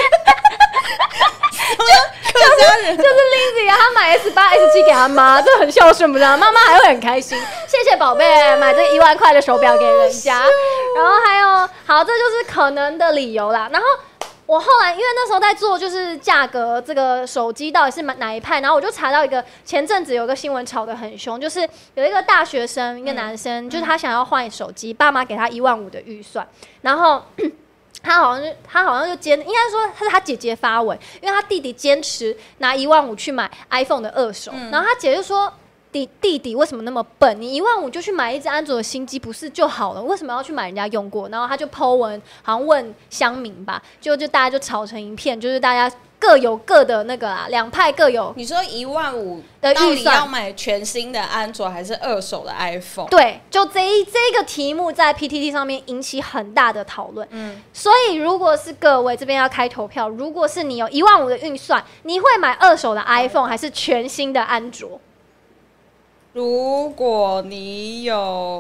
[SPEAKER 1] Lindsay 她买 S8、S7 给她妈，这很孝顺，不是吗？妈妈还会很开心，谢谢宝贝买这1万块的手表给人家。然后还有，好，这就是可能的理由啦。然后我后来因为那时候在做就是价格这个手机到底是哪一派，然后我就查到一个前阵子有一个新闻炒得很凶，就是有一个大学生，一个男生，就是他想要换手机，爸妈给他1万5的预算，然后他好像就应该说他是他姐姐发文，因为他弟弟坚持拿1万5去买 iPhone 的2手，然后他姐就说。弟弟为什么那么笨？你1万5就去买一只安卓的新机不是就好了？为什么要去买人家用过？然后他就 po 文，好像问乡民吧，就大家就吵成一片，就是大家各有各的那个啦，两派各有。
[SPEAKER 2] 你说1万5
[SPEAKER 1] 的预算
[SPEAKER 2] 要买全新的安卓还是2手的 iPhone？
[SPEAKER 1] 对，就这个题目在 PTT 上面引起很大的讨论。所以如果是各位这边要开投票，如果是你有1万5的预算，你会买2手的 iPhone 还是全新的安卓？
[SPEAKER 2] 如果你有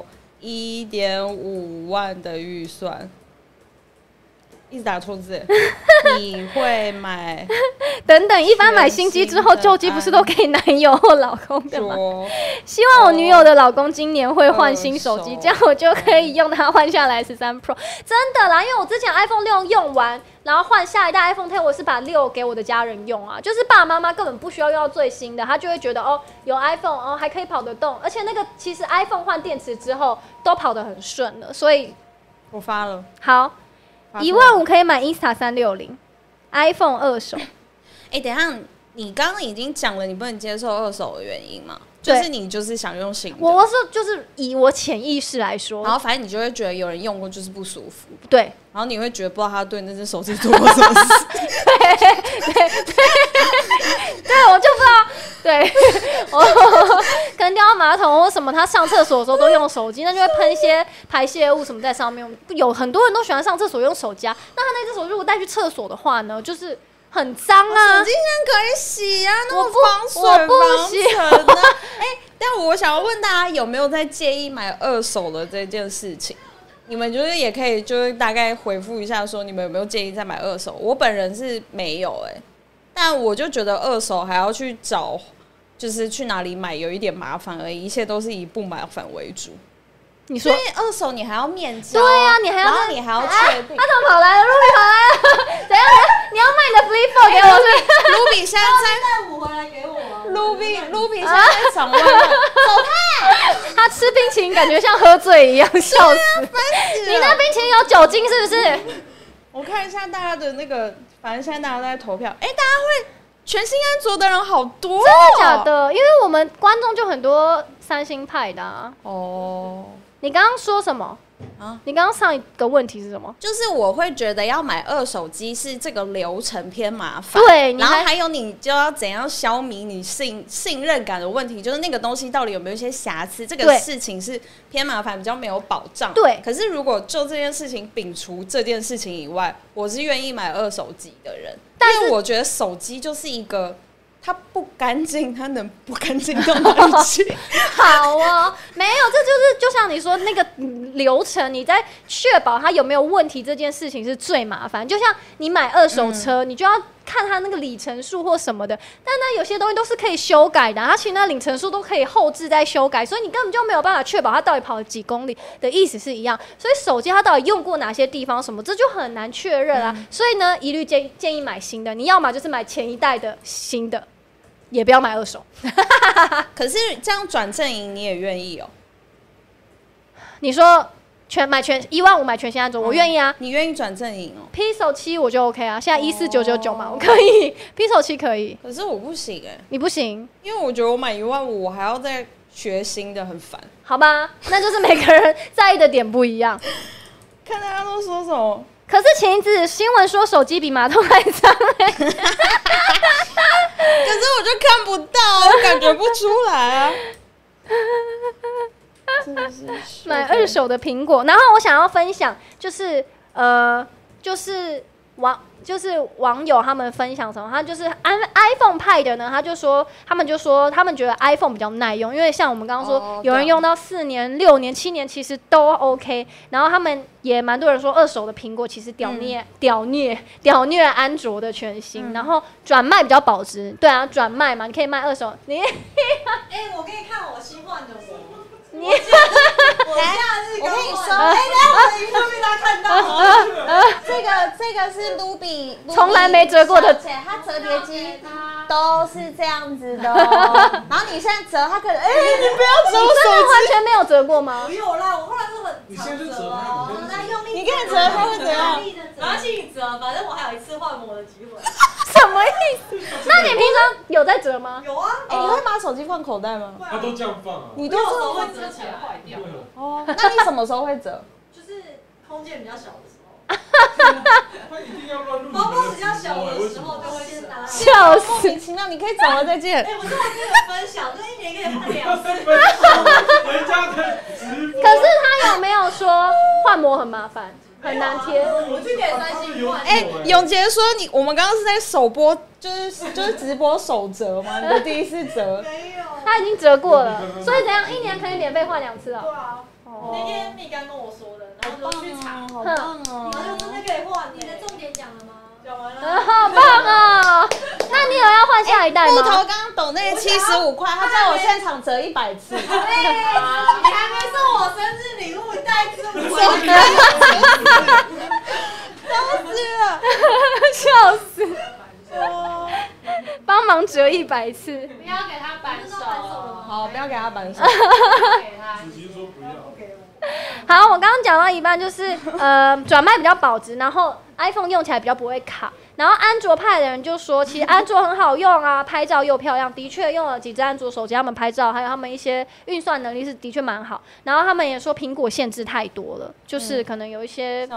[SPEAKER 2] 1.5万的预算，一直打错字，你会买？
[SPEAKER 1] 等等，一般买新机之后，旧机不是都给男友或老公的吗？希望我女友的老公今年会换新手机，这样我就可以用它换下来13 Pro。真的啦，因为我之前 iPhone 6用完，然后换下一代 iPhone 10，我是把6给我的家人用啊，就是爸爸妈妈根本不需要用到最新的，他就会觉得哦，有 iPhone 哦还可以跑得动，而且那个其实 iPhone 换电池之后都跑得很顺了，所以
[SPEAKER 2] 我发了。
[SPEAKER 1] 好，1万5可以买 Insta360 ，iPhone 2手。
[SPEAKER 2] 等一下，你刚刚已经讲了你不能接受2手的原因嘛？就是你就是想用新的。
[SPEAKER 1] 我是就是以我潜意识来说，
[SPEAKER 2] 然后反正你就会觉得有人用过就是不舒服，
[SPEAKER 1] 对，
[SPEAKER 2] 然后你会觉得不知道他对那只手机做过什么事，
[SPEAKER 1] 对，我就不知道，对，我可能掉到马桶或什么，他上厕所的时候都用手机，那就会喷一些排泄物什么在上面。有很多人都喜欢上厕所用手机啊，那他那只手如果带去厕所的话呢，就是很脏啊，
[SPEAKER 2] 手机可以洗啊，那么防水
[SPEAKER 1] 我不洗
[SPEAKER 2] 防尘啊。但我想要问大家有没有在介意买2手的这件事情？你们就是也可以就是大概回复一下，说你们有没有介意再买2手？我本人是没有但我就觉得2手还要去找就是去哪里买有一点麻烦而已，一切都是以不麻烦为主。
[SPEAKER 1] 你说，
[SPEAKER 2] 因为二手你还要面交，
[SPEAKER 1] 对啊，你还要，
[SPEAKER 2] 然后你还要确定。
[SPEAKER 1] 他怎么跑来了？Ruby 跑来了，怎样？你要卖你的 Flip Phone 给我是
[SPEAKER 2] ？Ruby 现在
[SPEAKER 3] 带5回来给我啊
[SPEAKER 2] ！Ruby 现在在掌握了，走开！
[SPEAKER 1] 他吃冰淇淋感觉像喝醉一样，笑死！
[SPEAKER 2] 烦死了！
[SPEAKER 1] 你那冰淇淋有酒精是不是？
[SPEAKER 2] 我看一下大家的那个，反正现在大家都在投票。大家会全新安卓的人好多，
[SPEAKER 1] 真的假的？因为我们观众就很多三星派的啊。
[SPEAKER 2] 哦。
[SPEAKER 1] 你刚刚说什么啊？你刚刚上一个问题是什么？
[SPEAKER 2] 就是我会觉得要买二手机是这个流程偏麻烦，
[SPEAKER 1] 对，
[SPEAKER 2] 然后还有你就要怎样消弭你信任感的问题，就是那个东西到底有没有一些瑕疵，这个事情是偏麻烦，比较没有保障。
[SPEAKER 1] 对，
[SPEAKER 2] 可是如果就这件事情摒除这件事情以外，我是愿意买二手机的人，因为我觉得手机就是一个。它不干净，它能不干净到哪里去？
[SPEAKER 1] 好哦，没有，这就是就像你说那个流程，你在确保它有没有问题这件事情是最麻烦。就像你买二手车，你就要看它那个里程数或什么的，但那有些东西都是可以修改的，它其实那里程数都可以后置再修改，所以你根本就没有办法确保它到底跑了几公里的意思是一样。所以手机它到底用过哪些地方什么，这就很难确认啊。所以呢，一律建议买新的，你要么就是买前一代的新的。也不要买二手。
[SPEAKER 2] 可是这样转正营你也愿意哦？
[SPEAKER 1] 你说买全15000买全新安卓，我愿意啊。
[SPEAKER 2] 你愿意转正营哦
[SPEAKER 1] ？Pixel 7我就 OK 啊，现在14999嘛，我可以。Pixel 7可以，
[SPEAKER 2] 可是我不行
[SPEAKER 1] 你不行，
[SPEAKER 2] 因为我觉得我买15000，我还要再学新的，很烦。
[SPEAKER 1] 好吧，那就是每个人在意的点不一样。
[SPEAKER 2] 看大家都说什么？
[SPEAKER 1] 可是前一阵新闻说手机比马桶还脏可是
[SPEAKER 2] 我就看不到，我感觉不出来啊。
[SPEAKER 1] 买二手的苹果，然后我想要分享，就是网友他们分享什么？他就是 iPhone 派的呢，他们觉得 iPhone 比较耐用，因为像我们刚刚说，有人用到4年、6年、7年，其实都 OK。然后他们也蛮多人说，二手的苹果其实屌虐安卓的全新，然后转卖比较保值。对啊，转卖嘛，你可以卖二手。
[SPEAKER 3] 我给你看我新换的我。
[SPEAKER 1] 你，
[SPEAKER 3] 我假日跟你说，等我的荧幕被他看到。
[SPEAKER 2] 这个是 Ruby
[SPEAKER 1] 从来没折过的，
[SPEAKER 2] 它折叠机都是这样子的。然后你现在折，它可能你不要折我手机，
[SPEAKER 1] 完全没有折过吗？
[SPEAKER 3] 没有啦，我后来都很常折啊。
[SPEAKER 2] 你给你折，它会怎样？
[SPEAKER 3] 拿去你折，反正我还有一次换膜的机会。
[SPEAKER 1] 什么意思？那你平常有在折吗？
[SPEAKER 3] 有啊。
[SPEAKER 2] 你会把手机放口袋吗？
[SPEAKER 4] 他都这样放啊。
[SPEAKER 3] 你都是会折起来坏掉。
[SPEAKER 2] 哦，那你什么时候会折？
[SPEAKER 3] 就是空间比较小的时候。
[SPEAKER 4] 他一定要乱入。
[SPEAKER 3] 包包比较小的时候就会先拿。
[SPEAKER 1] 笑死！
[SPEAKER 2] 莫名其妙，你可以走了再见。
[SPEAKER 3] 我跟你分享，就1年可以换2次。
[SPEAKER 4] 人家的直播。
[SPEAKER 1] 可是他有没有说换膜很麻烦？很难贴。
[SPEAKER 3] 我去给3星换。
[SPEAKER 2] 永杰说我们刚刚是在首播，就是直播首折吗？你的第一次折？
[SPEAKER 3] 没有。
[SPEAKER 1] 他已经折过了，所以怎样1年可以免费换2次啊？
[SPEAKER 3] 对啊。那天蜜柑跟我说的，然后就去查，
[SPEAKER 2] 好棒哦！
[SPEAKER 3] 然后就真的可以换。
[SPEAKER 5] 你的重点讲了吗？
[SPEAKER 3] 讲完了。
[SPEAKER 1] 好棒哦！那你有要换下一代吗？
[SPEAKER 2] 木头刚刚抖那个75块，他叫我现场折100次。
[SPEAKER 3] 你还没送我生日礼物，你带次我。
[SPEAKER 1] 笑死！帮忙折100次。
[SPEAKER 5] 不要给他扳手。
[SPEAKER 2] 好，不要给他扳手。
[SPEAKER 5] 给他。
[SPEAKER 4] 子琪说不要。
[SPEAKER 1] 好，我刚刚讲到一半，就是转卖比较保值，然后 iPhone 用起来比较不会卡。然后安卓派的人就说，其实安卓很好用啊，拍照又漂亮。的确用了几只安卓手机，他们拍照还有他们一些运算能力是的确蛮好。然后他们也说苹果限制太多了，就是可能有一些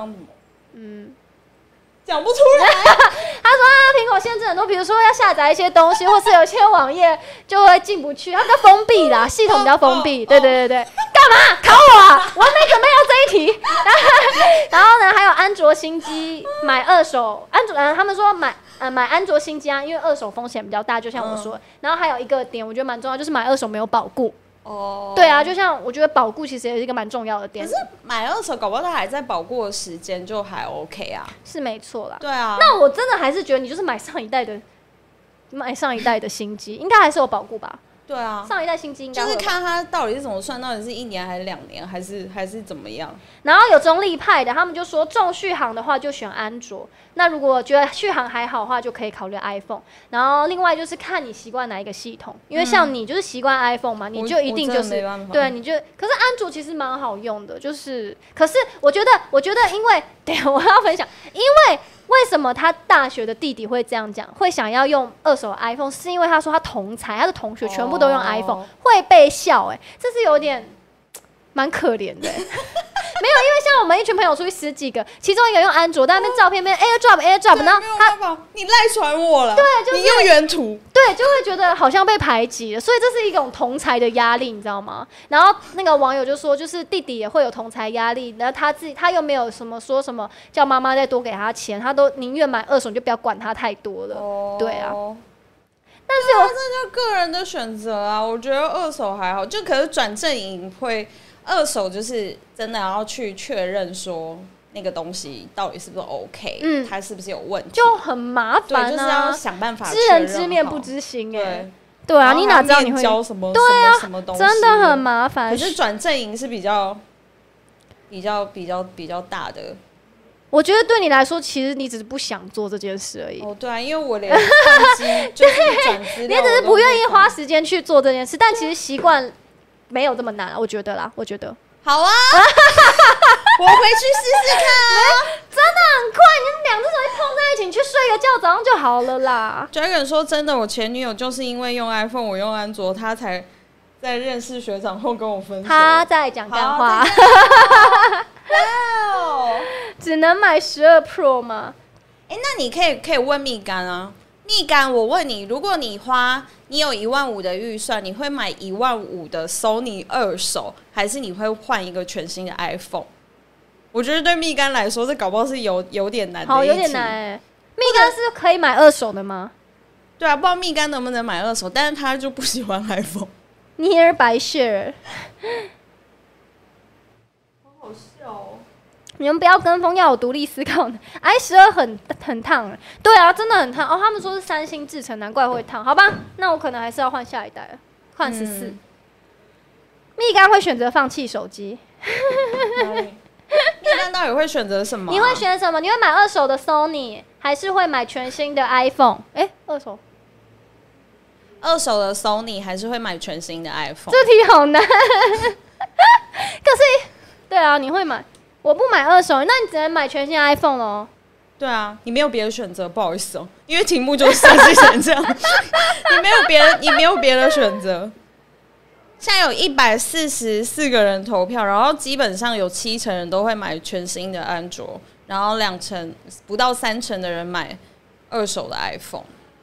[SPEAKER 2] 讲不出来。
[SPEAKER 1] 他说苹果限制很多，比如说要下载一些东西，或是有些网页就会进不去，它比较封闭啦，系统比较封闭。对。干嘛考我啊？我还没准备到这一题。然后呢，还有安卓新机买二手安卓，他们说买安卓新机啊，因为二手风险比较大，就像我说。然后还有一个点，我觉得蛮重要，就是买二手没有保固。对啊，就像我觉得保固其实也是一个蛮重要的点。
[SPEAKER 2] 可是买二手搞不好它还在保固的时间就还 OK 啊，
[SPEAKER 1] 是没错啦。
[SPEAKER 2] 对啊，
[SPEAKER 1] 那我真的还是觉得你就是买上一代的新机，应该还是有保固吧？
[SPEAKER 2] 对啊，
[SPEAKER 1] 上一代新机应该
[SPEAKER 2] 就是看它到底是怎么算，到底是1年还是2年，还是怎么样。
[SPEAKER 1] 然后有中立派的，他们就说重续航的话就选安卓，那如果觉得续航还好的话，就可以考虑 iPhone。然后另外就是看你习惯哪一个系统，因为像你就是习惯 iPhone 嘛，你就一定就是对，你就可是安卓其实蛮好用的，就是可是我觉得因为对我要分享，因为什么他大学的弟弟会这样讲，会想要用2手 iPhone， 是因为他说他同才，他的同学全部都用 iPhone，会被笑这是有点蛮可怜的没有，因为像我们一群朋友出去10几个，其中一个用安卓，但那照片变 AirDrop， 然后
[SPEAKER 2] 你赖传我了，
[SPEAKER 1] 对，就是
[SPEAKER 2] 你用原图，
[SPEAKER 1] 对，就会觉得好像被排挤了，所以这是一种同才的压力，你知道吗？然后那个网友就说，就是弟弟也会有同才压力，然后他又没有什么说什么叫妈妈再多给他钱，他都宁愿买2手，你就不要管他太多了。对啊。但是
[SPEAKER 2] 这就个人的选择啊，我觉得2手还好，就可是转正营会2手就是真的要去确认说那个东西到底是不是 OK，它是不是有问题，
[SPEAKER 1] 就很麻烦啊，
[SPEAKER 2] 对，就是要想办法
[SPEAKER 1] 知人知面不知心对啊，你哪知道你会
[SPEAKER 2] 教什么？
[SPEAKER 1] 对啊，
[SPEAKER 2] 什么东西
[SPEAKER 1] 真的很麻烦。
[SPEAKER 2] 可是转正营是比较大的。
[SPEAKER 1] 我觉得对你来说，其实你只是不想做这件事而已。
[SPEAKER 2] 对啊，因为我连换机就是转资料，
[SPEAKER 1] 你只是不愿意花时间去做这件事，但其实习惯没有这么难，我觉得啦，我觉得。
[SPEAKER 2] 好啊，我回去试试看啊！
[SPEAKER 1] 真的很快，你2只手一碰在一起，你去睡个觉，早上就好了啦。
[SPEAKER 2] Dragon 说真的，我前女友就是因为用 iPhone， 我用安卓，她才在认识学长后跟我分手。
[SPEAKER 1] 他在讲干话。只能买12 Pro 吗？
[SPEAKER 2] 那你可以问蜜柑啊。蜜柑，我问你，如果你有15000的预算，你会买15000的 Sony 2手，还是你会换一个全新的 iPhone？ 我觉得对蜜柑来说，这搞不好是有点难的。
[SPEAKER 1] 好，有点难蜜柑是可以买2手的吗？
[SPEAKER 2] 对啊，不知道蜜柑能不能买2手，但是他就不喜欢 iPhone。
[SPEAKER 1] 你也是白血。
[SPEAKER 2] 好笑哦。
[SPEAKER 1] 你们不要跟风，要有独立思考的。i12 很烫，对啊，真的很烫哦。他们说是3星制成，难怪会烫。好吧，那我可能还是要换下一代了，换14。蜜柑会选择放弃手机。
[SPEAKER 2] 蜜柑到底会选择什么？
[SPEAKER 1] 你会选什么？你会买2手的 Sony， 还是会买全新的 iPhone？ 2手。
[SPEAKER 2] 2手的 Sony 还是会买全新的 iPhone？
[SPEAKER 1] 这题好难。可是，对啊，你会买。我不买2手，那你只能买全新的 iPhone 咯。
[SPEAKER 2] 对啊，你没有别的选择，不好意思哦，因为题目就是设计成这样，你没有别的选择。现在有144个人投票，然后基本上有70%人都会买全新的安卓，然后不到3%的人买2手的 iPhone。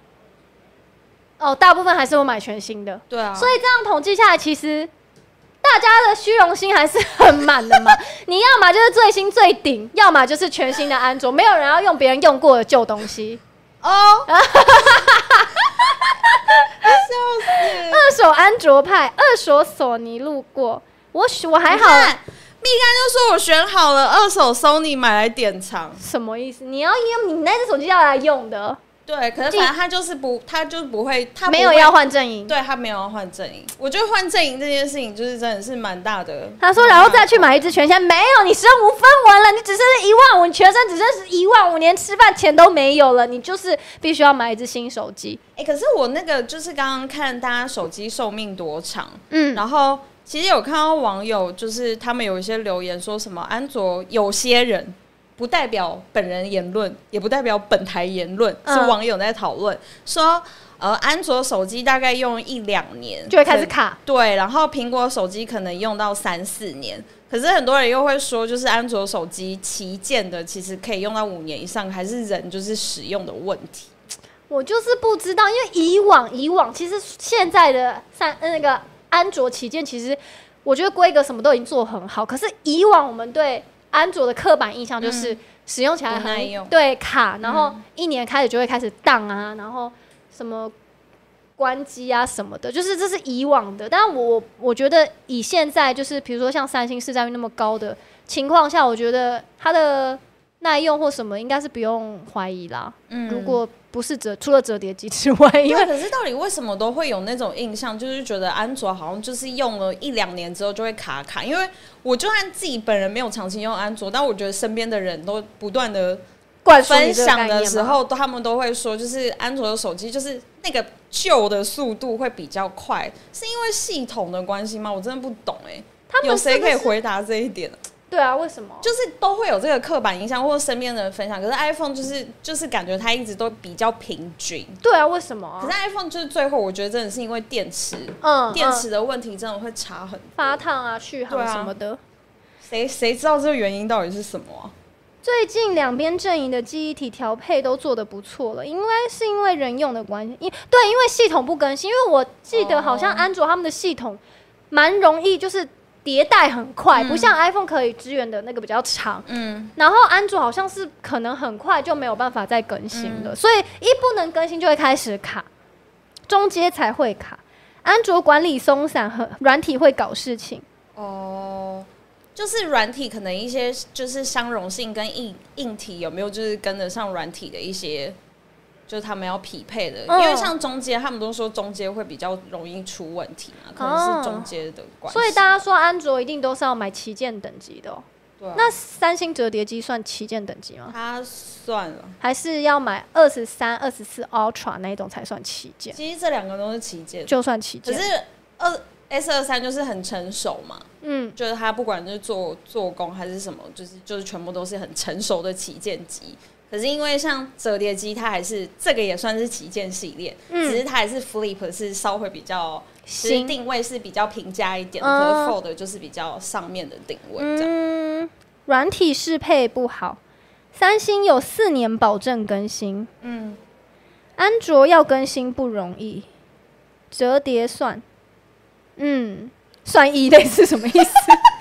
[SPEAKER 1] 大部分还是会买全新的。
[SPEAKER 2] 对啊，
[SPEAKER 1] 所以这样统计下来，其实大家的虚荣心还是很满的嘛。你要么就是最新最顶，要么就是全新的安卓，没有人要用别人用过的旧东西。笑死！2手安卓派，2手索尼路过，我还好。
[SPEAKER 2] 蜜柑就说我选好了2手 Sony 买来典藏，
[SPEAKER 1] 什么意思？你那只手机要来用的。
[SPEAKER 2] 对，可是反正他就是不会，他
[SPEAKER 1] 没有要换阵营，
[SPEAKER 2] 对他没有要换阵营。我觉得换阵营这件事情就是真的是蛮大的。
[SPEAKER 1] 他说，然后再去买一支全新，没有，你身无分文了，你只剩15000，你全身只剩15000，连吃饭钱都没有了，你就是必须要买一支新手机。
[SPEAKER 2] 可是我那个就是刚刚看大家手机寿命多长，然后其实有看到网友就是他们有一些留言说什么安卓有些人。不代表本人言论，也不代表本台言论，是网友在讨论说，安卓手机大概用1-2年
[SPEAKER 1] 就会开始卡，
[SPEAKER 2] 对，然后苹果手机可能用到3-4年，可是很多人又会说，就是安卓手机旗舰的其实可以用到5年以上，还是人就是使用的问题。
[SPEAKER 1] 我就是不知道，因为以往其实现在的那个安卓旗舰，其实我觉得规格什么都已经做很好，可是以往我们对安卓的刻板印象就是使用起来很对卡，然后1年开始就会开始当啊，然后什么关机啊什么的，就是这是以往的。但我觉得以现在就是比如说像3星市占率那么高的情况下，我觉得它的耐用或什么，应该是不用怀疑啦。如果不是除了折叠机之外，因为
[SPEAKER 2] 可是到底为什么都会有那种印象，就是觉得安卓好像就是用了1-2年之后就会卡卡？因为我就算自己本人没有长期用安卓，但我觉得身边的人都不断的分享的时候，他们都会说，就是安卓的手机就是那个旧的速度会比较快，是因为系统的关系吗？我真的不懂有谁可以回答这一点？
[SPEAKER 1] 对啊，为什么？
[SPEAKER 2] 就是都会有这个刻板印象，或者身边的人分享。可是 iPhone 就是感觉它一直都比较平均。
[SPEAKER 1] 对啊，为什么？
[SPEAKER 2] 可是 iPhone 就是最后，我觉得真的是因为电池，电池的问题真的会差很多，
[SPEAKER 1] 发烫啊、续航什么的。
[SPEAKER 2] 谁知道这个原因到底是什么啊？
[SPEAKER 1] 最近两边阵营的记忆体调配都做得不错了，应该是因为人用的关系。因为系统不更新，因为我记得好像安卓他们的系统蛮容易就是迭代很快，不像 iPhone 可以支援的那个比较长。然后安卓好像是可能很快就没有办法再更新了，所以一不能更新就会开始卡，中阶才会卡。安卓管理松散，和软体会搞事情。
[SPEAKER 2] 就是软体可能一些就是相容性跟硬体有没有就是跟得上软体的一些，就是他们要匹配的。因为像中阶，他们都说中阶会比较容易出问题嘛，可能是中阶的关系。
[SPEAKER 1] 所以大家说安卓一定都是要买旗舰等级的
[SPEAKER 2] 对啊。
[SPEAKER 1] 那三星折叠机算旗舰等级吗？
[SPEAKER 2] 它算了，
[SPEAKER 1] 还是要买23、24 Ultra 那一种才算旗舰？
[SPEAKER 2] 其实这2个都是旗舰，
[SPEAKER 1] 就算旗舰。
[SPEAKER 2] 可是S23就是很成熟嘛，就是它不管是做工还是什么，就是全部都是很成熟的旗舰机。可是因为像折叠机，它还是这个也算是旗舰系列，只是它还是 Flip 是稍微比较新，定位是比较平价一点的，可是 Fold 就是比较上面的定位这样。
[SPEAKER 1] 软体适配不好，三星有4年保证更新，安卓要更新不容易，折叠算。算异类是什么意思？算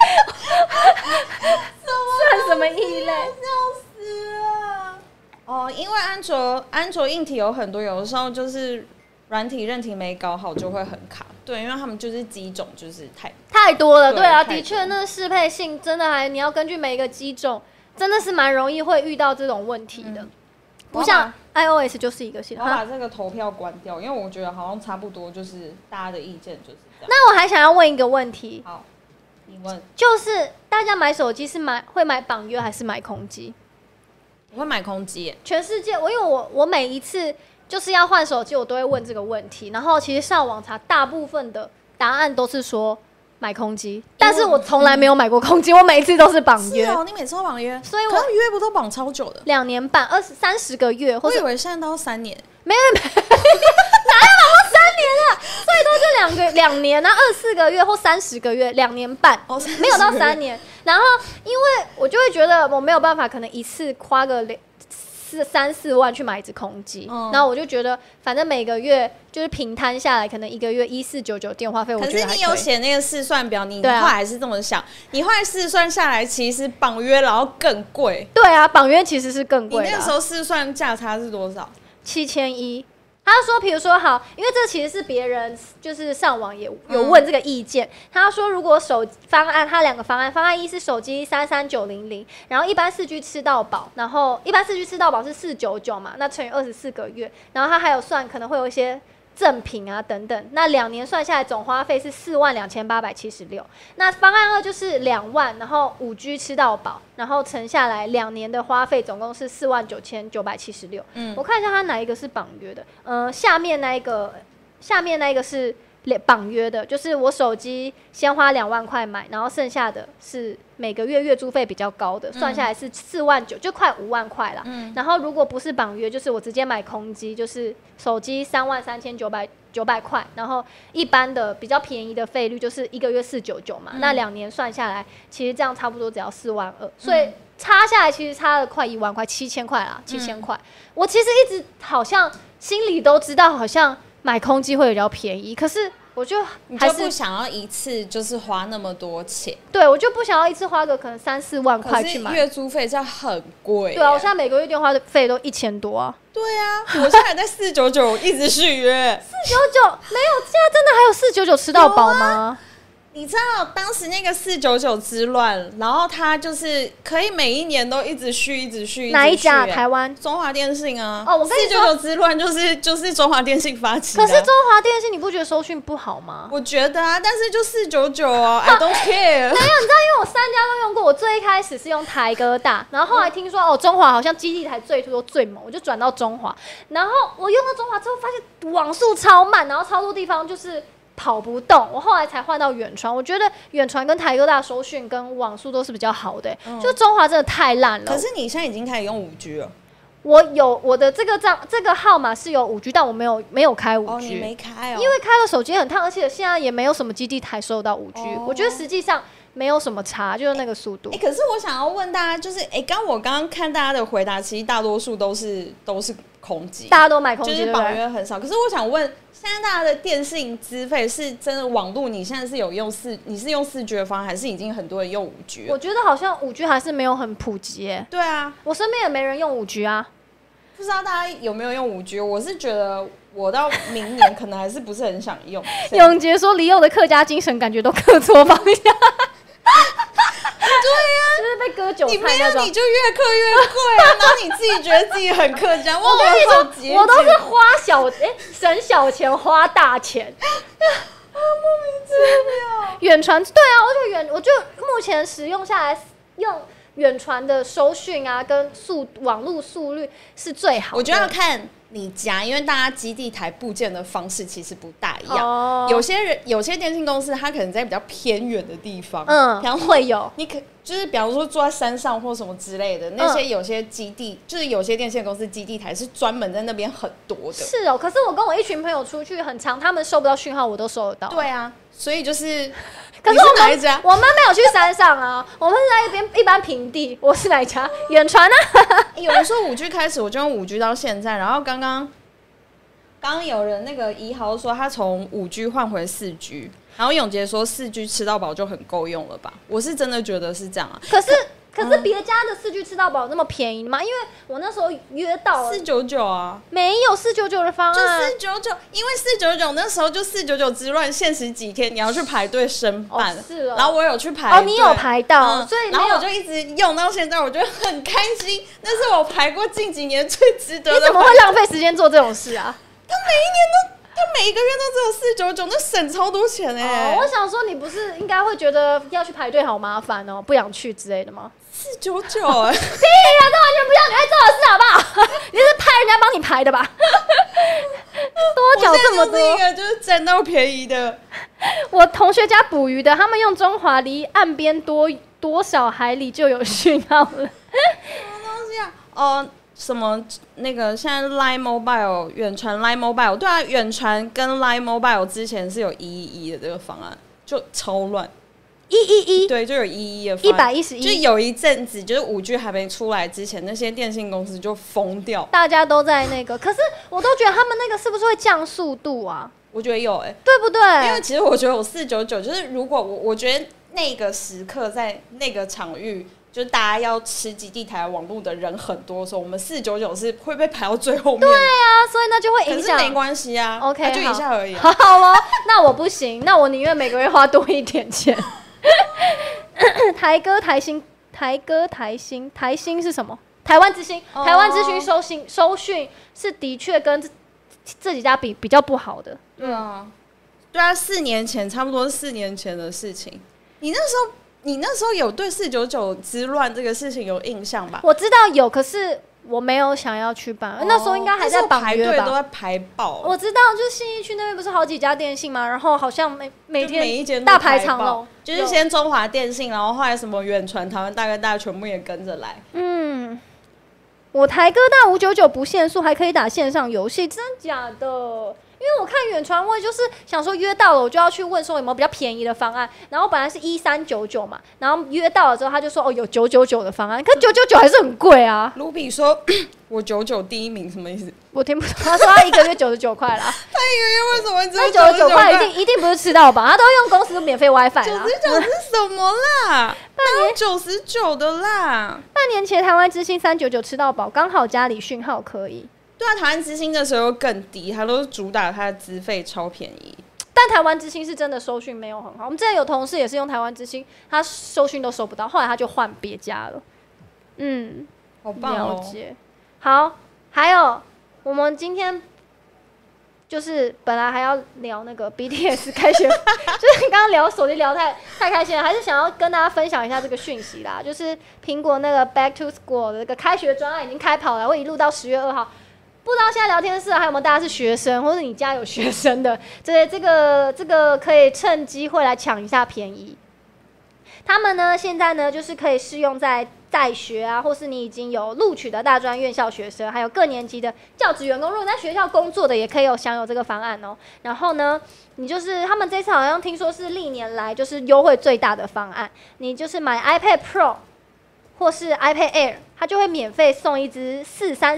[SPEAKER 1] 什么异类？
[SPEAKER 2] 笑死了！因为安卓硬体有很多，有的时候就是软体韧体没搞好就会很卡。对，因为他们就是机种就是
[SPEAKER 1] 太多了。对啊，的确，那个适配性真的你要根据每一个机种，真的是蛮容易会遇到这种问题的。不像 iOS 就是一个系统。
[SPEAKER 2] 我把这个投票关掉，因为我觉得好像差不多，就是大家的意见就是这样。
[SPEAKER 1] 那我还想要问一个问题。
[SPEAKER 2] 好，你问。
[SPEAKER 1] 就是大家买手机是会买绑约还是买空机？
[SPEAKER 2] 我会买空机耶。
[SPEAKER 1] 全世界，因为我每一次就是要换手机，我都会问这个问题。然后其实上网查，大部分的答案都是说买空机，但是我从来没有买过空机，我每一次都是绑约。
[SPEAKER 2] 是哦，你每次都绑约，
[SPEAKER 1] 所以
[SPEAKER 2] 可是约不都绑超久的
[SPEAKER 1] ，2年半、30个月，或者
[SPEAKER 2] 我以为现在都要3年。
[SPEAKER 1] 没有，哪有绑过3年啊？最多就2年啊，24个月或30个月，2年半，没有到3年。然后因为我就会觉得我没有办法，可能一次花个3-4万去买一只空机，然后我就觉得反正每个月就是平摊下来，可能1个月1499电话费，我觉得还可以。
[SPEAKER 2] 可是你有写那个试算表，你后来还是这么想，你后来试算下来，其实绑约然后更贵。
[SPEAKER 1] 对啊，绑约其实是更贵的。
[SPEAKER 2] 你那个时候试算价差是多少
[SPEAKER 1] ？7100。他说，比如说好，因为这其实是别人就是上网也有问这个意见。他说，如果方案，他2个方案，方案1是手机33900，然后一般4G 吃到饱，然后一般4G 吃到饱是499嘛，那乘以24个月，然后他还有算可能会有一些赠品啊等等，那2年算下来总花费是42876。那方案2就是2万，然后5G 吃到饱，然后乘下来2年的花费总共是49976。我看一下它哪一个是绑约的，下面那一个是绑约的，就是我手机先花2万块买，然后剩下的是每个月月租费比较高的，算下来是4万9，就快5万块啦。然后如果不是绑约，就是我直接买空机，就是手机33900块，然后一般的比较便宜的费率就是1个月499嘛，那2年算下来，其实这样差不多只要4万2，所以差下来其实差了快1万块，7000块啦，7000块。我其实一直好像心里都知道，好像买空机会比较便宜，可是我就还是
[SPEAKER 2] 不想要一次就是花那么多钱。
[SPEAKER 1] 对，我就不想要一次花个可能3-4万块去买。
[SPEAKER 2] 可是月租费这样很贵。
[SPEAKER 1] 对啊，我现在每个月电话的费都1000多啊。
[SPEAKER 2] 对啊，我现在还在499一直续约。
[SPEAKER 1] 499没有，现在真的还有499吃到饱吗？
[SPEAKER 2] 你知道当时那个499之乱，然后他就是可以每一年都一直续，一直续。
[SPEAKER 1] 哪一家？台湾
[SPEAKER 2] 中华电信啊。
[SPEAKER 1] 哦，我跟你说，499
[SPEAKER 2] 之乱就是中华电信发起的。
[SPEAKER 1] 可是中华电信你不觉得收讯不好吗？
[SPEAKER 2] 我觉得啊，但是就499啊，I don't care。没有，
[SPEAKER 1] 你知道，因为我3家都用过，我最一开始是用台哥大，然后后来听说哦中华好像基地台最多最猛，我就转到中华，然后我用到中华之后发现网速超慢，然后超多地方就是跑不动，我后来才换到远传。我觉得远传跟台哥大收讯跟网速都是比较好的，就中华真的太烂了。
[SPEAKER 2] 可是你现在已经开始用5G 了。
[SPEAKER 1] 我的这个号码是有5G， 但我没有开5G。
[SPEAKER 2] 哦，你没开哦。
[SPEAKER 1] 因为开了手机很烫，而且现在也没有什么基地台收到5G，我觉得实际上没有什么差，就是那个速度。
[SPEAKER 2] 可是我想要问大家，就是我刚刚看大家的回答，其实大多数都是空机，
[SPEAKER 1] 大家都买空机，
[SPEAKER 2] 就是保约很少。可是我想问，现在大家的电信资费是真的网路？你现在是有用你是用4G 的方案，还是已经很多人用5G？
[SPEAKER 1] 我觉得好像5G 还是没有很普及耶。
[SPEAKER 2] 对啊，
[SPEAKER 1] 我身边也没人用5G 啊。
[SPEAKER 2] 不知道大家有没有用5G？我是觉得我到明年可能还是不是很想用。
[SPEAKER 1] 永杰说，李友的客家精神感觉都客错方向。
[SPEAKER 2] 对呀，
[SPEAKER 1] 就是被割韭菜那种。
[SPEAKER 2] 你没有你就越氪越贵啊，然后你自己觉得自己很客家。
[SPEAKER 1] 我跟你说，我都是花省小钱花大钱。
[SPEAKER 2] 莫名其妙。
[SPEAKER 1] 远传对啊，我就目前使用下来用远传的收讯啊，跟网络速率是最好的。
[SPEAKER 2] 我觉得要看你家，因为大家基地台布建的方式其实不大一样。有些电信公司，它可能在比较偏远的地方，比方
[SPEAKER 1] 会有
[SPEAKER 2] 你就是比方说住在山上或什么之类的，那些有些基地，就是有些电信公司基地台是专门在那边很多的。
[SPEAKER 1] 是哦，可是我跟我一群朋友出去很长，他们收不到讯号，我都收得到。
[SPEAKER 2] 对啊，所以就是。
[SPEAKER 1] 可是我们没有去山上啊，我们是在一般平地。我是哪一家？远传啊。
[SPEAKER 2] 有人说5G 开始，我就用5G 到现在。然后刚刚有人那个怡豪说他从5G 换回4G，然后永杰说4G 吃到饱就很够用了吧？我是真的觉得是这样啊。
[SPEAKER 1] 可是别家的4G 吃到饱那么便宜吗？因为我那时候约到了
[SPEAKER 2] 499啊，
[SPEAKER 1] 没有499的方案，
[SPEAKER 2] 就499，因为499那时候就499之乱，限时几天你要去排队申办，
[SPEAKER 1] 是哦。
[SPEAKER 2] 然后我有去排队，
[SPEAKER 1] 你有排到，所以
[SPEAKER 2] 然后我就一直用到现在，我觉得很开心，那是我排过近几年最值得的。
[SPEAKER 1] 你怎么会浪费时间做这种事啊？
[SPEAKER 2] 他每一个月都只有499，那省超多钱
[SPEAKER 1] 我想说，你不是应该会觉得要去排队好麻烦哦，不想去之类的吗
[SPEAKER 2] ？499
[SPEAKER 1] 屁呀，这完全不像你会做的事，好不好？你是派人家帮你排的吧？多缴这么多，
[SPEAKER 2] 一个就是占到便宜的。
[SPEAKER 1] 我同学家捕鱼的，他们用中华离岸边多少海里就有讯号了。什么
[SPEAKER 2] 东西啊？什么那个现在 Line Mobile 远传 Line Mobile 对啊，远传跟 Line Mobile 之前是有111的这个方案，就超乱。
[SPEAKER 1] 111
[SPEAKER 2] 对，就有111的方案
[SPEAKER 1] 111，
[SPEAKER 2] 就有一阵子就是5G 还没出来之前，那些电信公司就疯掉，
[SPEAKER 1] 大家都在那个。可是我都觉得他们那个是不是会降速度啊？
[SPEAKER 2] 我觉得有
[SPEAKER 1] 对不对？
[SPEAKER 2] 因为其实我觉得我499就是如果我觉得那个时刻在那个场域。就是大家要吃基地台网络的人很多的时候，我们499是会被排到最后面。对
[SPEAKER 1] 啊，所以那就会影响。
[SPEAKER 2] 可是没关系啊
[SPEAKER 1] ，OK，
[SPEAKER 2] 就一下而已。
[SPEAKER 1] 好哦，那我不行，那我宁愿每个月花多一点钱。台歌台新是什么？台湾之星，台湾之星收讯是的确跟这几家比较不好的。
[SPEAKER 2] 对啊，4年前差不多是4年前的事情。你那时候有对499之乱这个事情有印象吧？
[SPEAKER 1] 我知道有，可是我没有想要去办，那时候应该还在绑约吧？
[SPEAKER 2] 排队都在排爆。
[SPEAKER 1] 我知道，就是信义区那边不是好几家电信吗？然后好像每
[SPEAKER 2] 一间
[SPEAKER 1] 大排长龙，
[SPEAKER 2] 就是先中华电信，然后后来什么远传、台湾大哥大全部也跟着来。
[SPEAKER 1] 我台哥大599不限速，还可以打线上游戏，真的假的？因为我看远传，我就是想说约到了，我就要去问说有没有比较便宜的方案。然后本来是1399嘛，然后约到了之后，他就说有999的方案，可999还是很贵啊。
[SPEAKER 2] 卢比说我99第一名什么意思？
[SPEAKER 1] 我听不懂，他说他一个月99块啦。
[SPEAKER 2] 他一个月为什么只有
[SPEAKER 1] 99块？一定不是吃到吧？他都用公司免费 WiFi 啦。
[SPEAKER 2] 99是什么啦？那有99的啦。
[SPEAKER 1] 半年前台湾之星399吃到饱，刚好家里讯号可以。
[SPEAKER 2] 对啊，台湾之星的时候更低，它都是主打它的资费超便宜。
[SPEAKER 1] 但台湾之星是真的收讯没有很好。我们之前有同事也是用台湾之星，他收讯都收不到，后来他就换别家了。
[SPEAKER 2] 好棒哦！
[SPEAKER 1] 了解。好，还有我们今天就是本来还要聊那个 BTS 开学，就是刚刚聊手机聊太开心了，还是想要跟大家分享一下这个讯息啦。就是苹果那个 Back to School 的这个开学专案已经开跑了，会一路到10月2号。不知道现在聊天室还有没有大家是学生，或者你家有学生的，这个可以趁机会来抢一下便宜。他们呢现在呢就是可以适用在在学啊，或是你已经有录取的大专院校学生，还有各年级的教职员工，如果在学校工作的也可以享有这个方案哦。然后呢，你就是他们这次好像听说是历年来就是优惠最大的方案，你就是买 iPad Pro 或是 iPad Air， 它就会免费送一支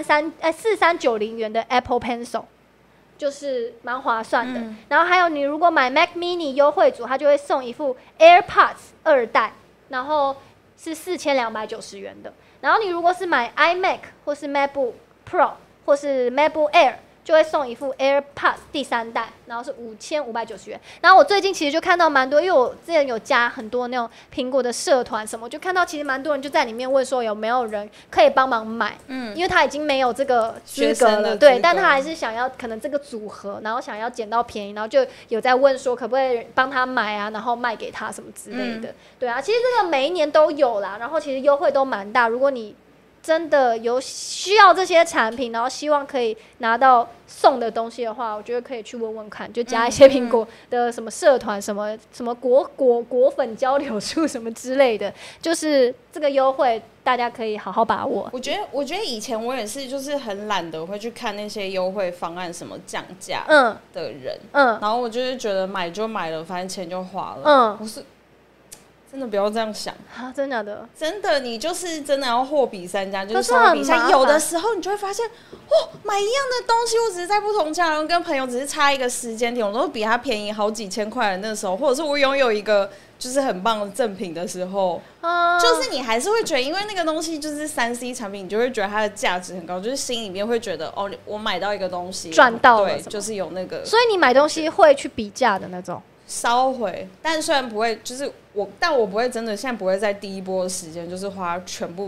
[SPEAKER 1] 4390元的 Apple Pencil。就是蛮划算的，然后还有你如果买 Mac Mini 优惠组，它就会送一副 AirPods 2代，然后是4290元的。然后你如果是买 iMac 或是 MacBook Pro 或是 MacBook Air，就会送一副 AirPods 第3代，然后是5590元。然后我最近其实就看到蛮多，因为我之前有加很多那种苹果的社团什么，我就看到其实蛮多人就在里面问说有没有人可以帮忙买，因为他已经没有这个资格了，对，但他还是想要可能这个组合，然后想要捡到便宜，然后就有在问说可不可以帮他买啊，然后卖给他什么之类的，对啊，其实这个每一年都有啦，然后其实优惠都蛮大，如果你真的有需要这些产品，然后希望可以拿到送的东西的话，我觉得可以去问问看，就加一些苹果的什么社团、什么果粉交流处什么之类的，就是这个优惠大家可以好好把握。
[SPEAKER 2] 我觉得以前我也是，就是很懒得会去看那些优惠方案什么降价的人，然后我就是觉得买就买了，反正钱就花了，我是。真的不要这样想
[SPEAKER 1] 啊！真的，
[SPEAKER 2] 真的，你就是真的要货比三家，就是稍微比一下。有的时候你就会发现，买一样的东西，我只是在不同家，然后跟朋友只是差一个时间点，我都比他便宜好几千块的那时候，或者是我拥有一个就是很棒的赠品的时候，就是你还是会觉得，因为那个东西就是3C 产品，你就会觉得它的价值很高，就是心里面会觉得哦，我买到一个东西
[SPEAKER 1] 赚到了，
[SPEAKER 2] 对，就是有那个。
[SPEAKER 1] 所以你买东西会去比价的那种。
[SPEAKER 2] 稍回，但虽然不会，就是但我不会真的现在不会在第一波的时间，就是花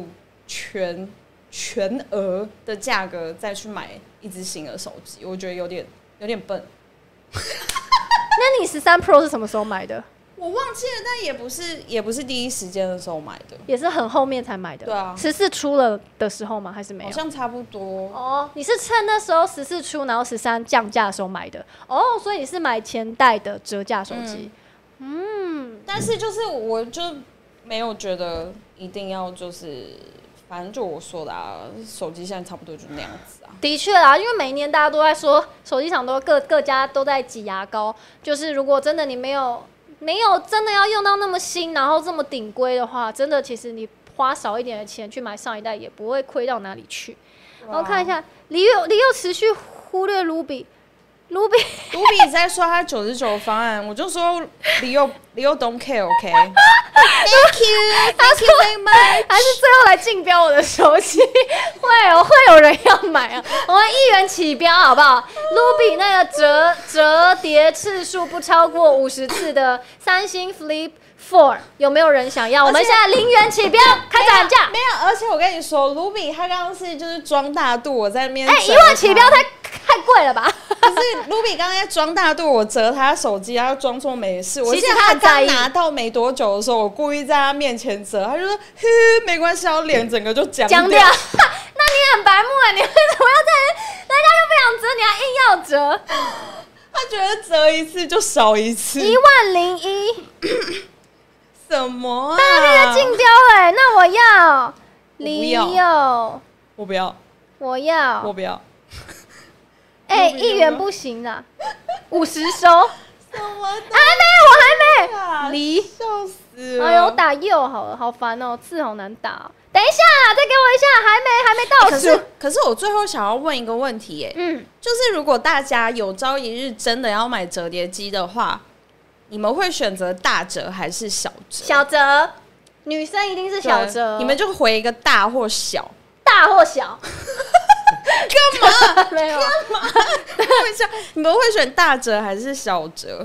[SPEAKER 2] 全额的价格再去买一只新的手机，我觉得有点笨。
[SPEAKER 1] 那你13 Pro 是什么时候买的？
[SPEAKER 2] 我忘记了，但也不是第一时间的时候买的，
[SPEAKER 1] 也是很后面才买的。
[SPEAKER 2] 对啊
[SPEAKER 1] ，14出了的时候吗？还是没有？
[SPEAKER 2] 好像差不多。
[SPEAKER 1] 哦，你是趁那时候14出，然后13降价的时候买的。哦，所以你是买前代的折价手机。
[SPEAKER 2] 但是就是我就没有觉得一定要就是。反正就我说的啊，手机现在差不多就那样子啊。
[SPEAKER 1] 的确啦，因为每一年大家都在说，手机厂都各家都在挤牙膏。就是如果真的你没有真的要用到那么新，然后这么顶规的话，真的其实你花少一点的钱去买上一代也不会亏到哪里去。然后看一下，李佑持续忽略卢比
[SPEAKER 2] 在刷他99方案，我就说李佑 don't care OK。Thank you very much。
[SPEAKER 1] 还是最后来竞标我的手机，会有人要买啊！我们1元起标好不好？Ruby 那个折叠次数不超过50次的三星 Flip 4，有没有人想要？我们现在0元起标，开展价。
[SPEAKER 2] 没有，而且我跟你说 ，Ruby 他刚刚是就是装大度，我在那边
[SPEAKER 1] 1万起标太贵了吧？
[SPEAKER 2] 可是 Ruby 刚刚在装大度，我折他手机，他装作没事。我记得他刚拿到没多久的时候，我故意在他面前折，他就说：“嘿，没关系，我脸整个就僵掉。”
[SPEAKER 1] 那你很白目啊！你为什么要人家又不想折，你还硬要折？
[SPEAKER 2] 他觉得折一次就少一次。
[SPEAKER 1] 10001。
[SPEAKER 2] 什么啊？
[SPEAKER 1] 大家在竞标那我要。李佑。
[SPEAKER 2] 我不要。
[SPEAKER 1] 我要。
[SPEAKER 2] 我不要。
[SPEAKER 1] 1元不行啦，50收。
[SPEAKER 2] 什么？
[SPEAKER 1] 我还没。离。
[SPEAKER 2] 笑死了。
[SPEAKER 1] 哎呦，我打右好了，好烦哦，字好难打。等一下啦，再给我一下，还没倒数。
[SPEAKER 2] 可是我最后想要问一个问题就是如果大家有朝一日真的要买折叠机的话，你们会选择大折还是小折？
[SPEAKER 1] 小折，女生一定是小折。
[SPEAKER 2] 你们就回一个大或小。
[SPEAKER 1] 大或小。
[SPEAKER 2] 干嘛？
[SPEAKER 1] 没有。
[SPEAKER 2] 干嘛？你们会选大折还是小折？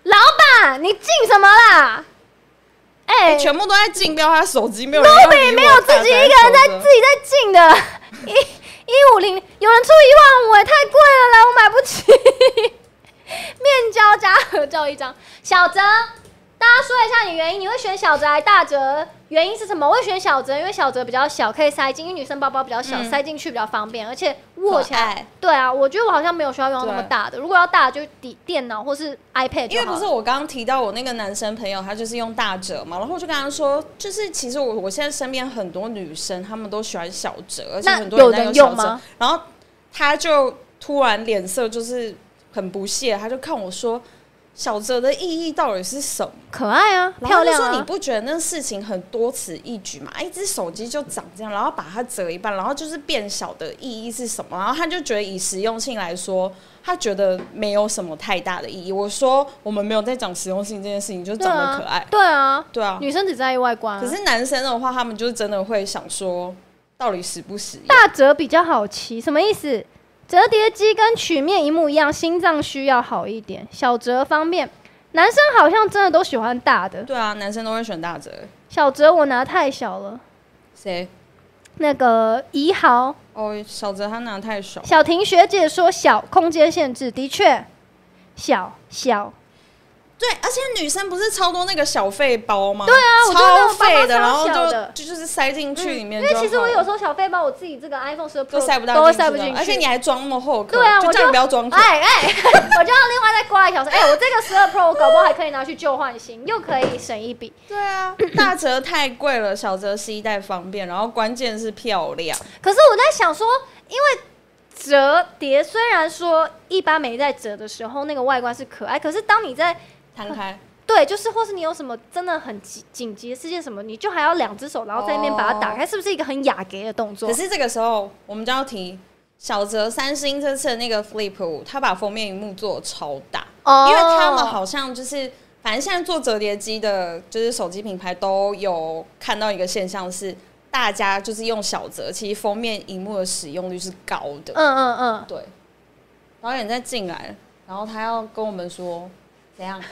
[SPEAKER 1] 老板，你进什么啦？哎，
[SPEAKER 2] 全部都在竞标他手机，没有人要理我，
[SPEAKER 1] 没有自己一个人自己在进的。150，有人出15000，也太贵了啦，我买不起。面胶加合照1张，小泽。大家说一下你原因，你会选小泽还是大折？原因是什么？我会选小泽，因为小泽比较小，可以塞进，因为女生包包比较小，塞进去比较方便，而且握起来。对啊，我觉得我好像没有需要用到那么大的，如果要大的就电脑或是 iPad 就好了。
[SPEAKER 2] 因为不是我刚刚提到我那个男生朋友，他就是用大折嘛，然后我就跟他说，就是其实我现在身边很多女生，她们都喜欢小折，而且很多人在用小折。然后他就突然脸色就是很不屑，他就看我说。小折的意义到底是什么？
[SPEAKER 1] 可爱啊，漂亮啊！
[SPEAKER 2] 说你不觉得那事情很多此一举吗？一只手机就长这样，然后把它折一半，然后就是变小的意义是什么？然后他就觉得以实用性来说，他觉得没有什么太大的意义。我说我们没有在讲实用性这件事情，就长得可爱。
[SPEAKER 1] 对啊，
[SPEAKER 2] 对啊，
[SPEAKER 1] 女生只在意外观。
[SPEAKER 2] 可是男生的话，他们就是真的会想说，到底实不实用？
[SPEAKER 1] 大折比较好骑，什么意思？折叠机跟曲面萤幕一样，心脏需要好一点，小折方便。男生好像真的都喜欢大的。
[SPEAKER 2] 对啊，男生都会选大折。
[SPEAKER 1] 小折我拿太小了。
[SPEAKER 2] 谁？
[SPEAKER 1] 那个怡豪。
[SPEAKER 2] 哦，小折他拿太小。
[SPEAKER 1] 小婷学姐说小，空间限制，的确小。
[SPEAKER 2] 对，而且女生不是超多那个小废包吗？
[SPEAKER 1] 对啊，
[SPEAKER 2] 超废的，然后
[SPEAKER 1] 就是
[SPEAKER 2] 塞进去里面。
[SPEAKER 1] 因为其实我有时候小废包，我自己这个 iPhone 12 Pro
[SPEAKER 2] 都塞不进去，而且你还装那么厚壳。
[SPEAKER 1] 对啊，
[SPEAKER 2] 我就不要装壳。
[SPEAKER 1] 我就要另外再挂一条说，我这个12 Pro 我搞不好还可以拿去旧换新，又可以省一笔。
[SPEAKER 2] 对啊，大折太贵了，小折携带方便，然后关键是漂亮。
[SPEAKER 1] 可是我在想说，因为折叠虽然说一般没在折的时候那个外观是可爱，可是当你在
[SPEAKER 2] 摊开，
[SPEAKER 1] 对，就是或是你有什么真的很紧急的事件什么，你就还要2只手，然后在那边把它打开，是不是一个很雅给的动作？
[SPEAKER 2] 可是这个时候我们就要提小折三星这次的那个 Flip 5，它把封面萤幕做超大，因为他们好像就是反正现在做折叠机的，就是手机品牌都有看到一个现象是，大家就是用小折，其实封面萤幕的使用率是高的。对。导演再进来了，然后他要跟我们说。怎样？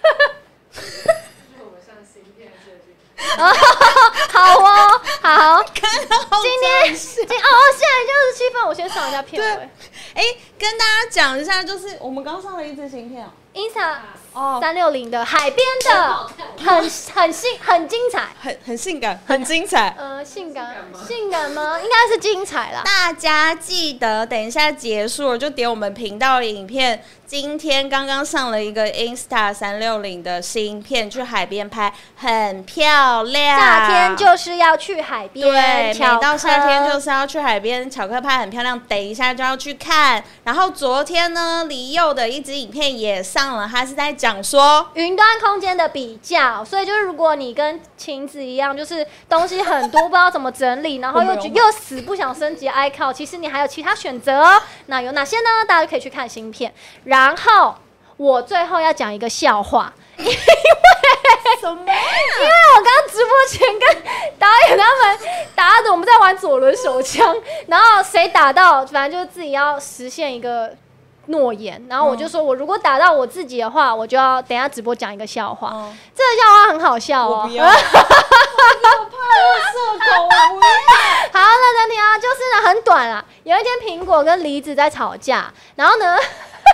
[SPEAKER 1] 好哦，好。
[SPEAKER 2] 今
[SPEAKER 1] 天现在就是7分，我先上一下片尾。
[SPEAKER 2] 跟大家讲一下，就是我们刚上了一支新片哦
[SPEAKER 1] ，Insta 360的海边的，很精彩，
[SPEAKER 2] 很性感，很精彩。
[SPEAKER 1] 性感吗？应该是精彩啦。
[SPEAKER 2] 大家记得等一下结束了就点我们频道的影片。今天刚刚上了一个 Insta 360的新片，去海边拍，很漂亮。
[SPEAKER 1] 夏天就是要去海边，
[SPEAKER 2] 对，每到夏天就是要去海边，巧克拍很漂亮，等一下就要去看。然后昨天呢，李佑的一支影片也上了，他是在讲说
[SPEAKER 1] 云端空间的比较，所以就是如果你跟晴子一样，就是东西很多不知道怎么整理，然后又死不想升级 iCloud， 其实你还有其他选择哦。那有哪些呢？大家就可以去看新片。然后我最后要讲一个笑话，因为
[SPEAKER 2] 什么？
[SPEAKER 1] 因为我刚刚直播前跟导演他们打的，我们在玩左轮手枪，然后谁打到，反正就是自己要实现一个诺言。然后我就说，我如果打到我自己的话，我就要等一下直播讲一个笑话。这个笑话很好笑哦。
[SPEAKER 2] 我不要，我怕我社恐，我不要。
[SPEAKER 1] 好，那暂停啊，就是呢很短啊。有一天苹果跟梨子在吵架，然后呢。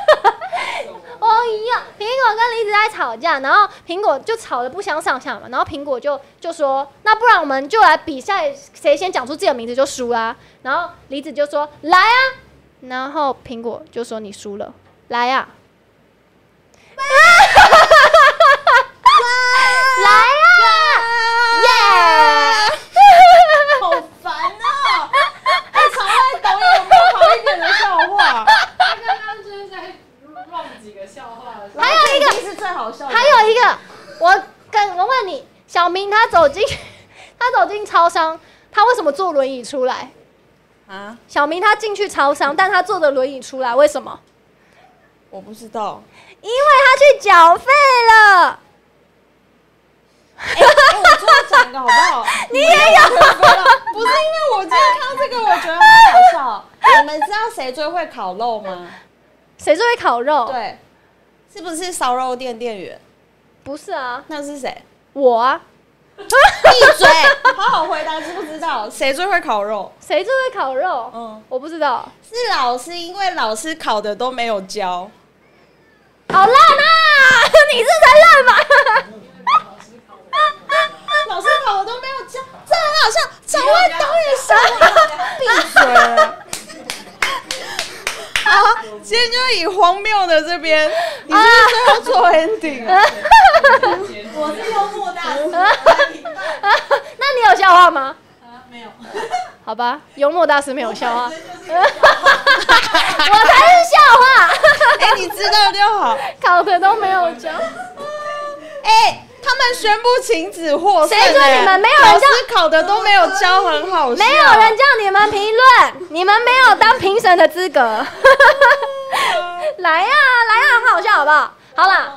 [SPEAKER 1] 一样，苹果跟梨子在吵架，然后苹果就吵得不相上下嘛，然后苹果就说，那不然我们就来比赛，谁先讲出自己的名字就输啦。然后梨子就说来啊，然后苹果就说你输了，来啊，来啊，耶！
[SPEAKER 2] 好烦啊！场外导演有没有好一点的笑话？
[SPEAKER 5] 他刚刚就是在忘几个笑话的时候，
[SPEAKER 1] 还有一个
[SPEAKER 2] 是最好笑的，
[SPEAKER 1] 还有一个，我问你，小明他走进超商，他为什么坐轮椅出来？
[SPEAKER 2] 啊？
[SPEAKER 1] 小明他进去超商，但他坐着轮椅出来，为什么？
[SPEAKER 2] 我不知道，
[SPEAKER 1] 因为他去缴费了。
[SPEAKER 2] 我最后讲一个好不好？
[SPEAKER 1] 你也有？
[SPEAKER 2] 不是因为我今天看到这个，我觉得很好笑。你们知道谁最会烤肉吗？
[SPEAKER 1] 谁最会烤肉？
[SPEAKER 2] 对， 是不是烧肉店店员？
[SPEAKER 1] 不是啊，
[SPEAKER 2] 那是谁？
[SPEAKER 1] 我啊。
[SPEAKER 2] 闭嘴！好好回答，知不知道？谁最会烤肉？
[SPEAKER 1] 谁最会烤肉？我不知道。
[SPEAKER 2] 是老师，因为老师烤的都没有教。
[SPEAKER 1] 好烂啊！你这才烂吧？
[SPEAKER 2] 老师烤的都没有教，这很好笑。场外导演闭嘴！好，今天就以荒谬的这边，你是不是最后做 ending 啊？
[SPEAKER 3] 我是幽默大师。
[SPEAKER 1] 那你有笑话吗？
[SPEAKER 3] 没有。
[SPEAKER 1] 好吧，幽默大师没有笑话。我才是笑话。
[SPEAKER 2] 哎，你知道就好。
[SPEAKER 1] 考的都没有教。
[SPEAKER 2] 哎，他们宣布停止获胜。
[SPEAKER 1] 谁说你们没有人
[SPEAKER 2] 老师考的都没有教，很好笑。
[SPEAKER 1] 没有人叫你们评论，你们没有当评审的资格。来呀，很好笑，好不好？好啦。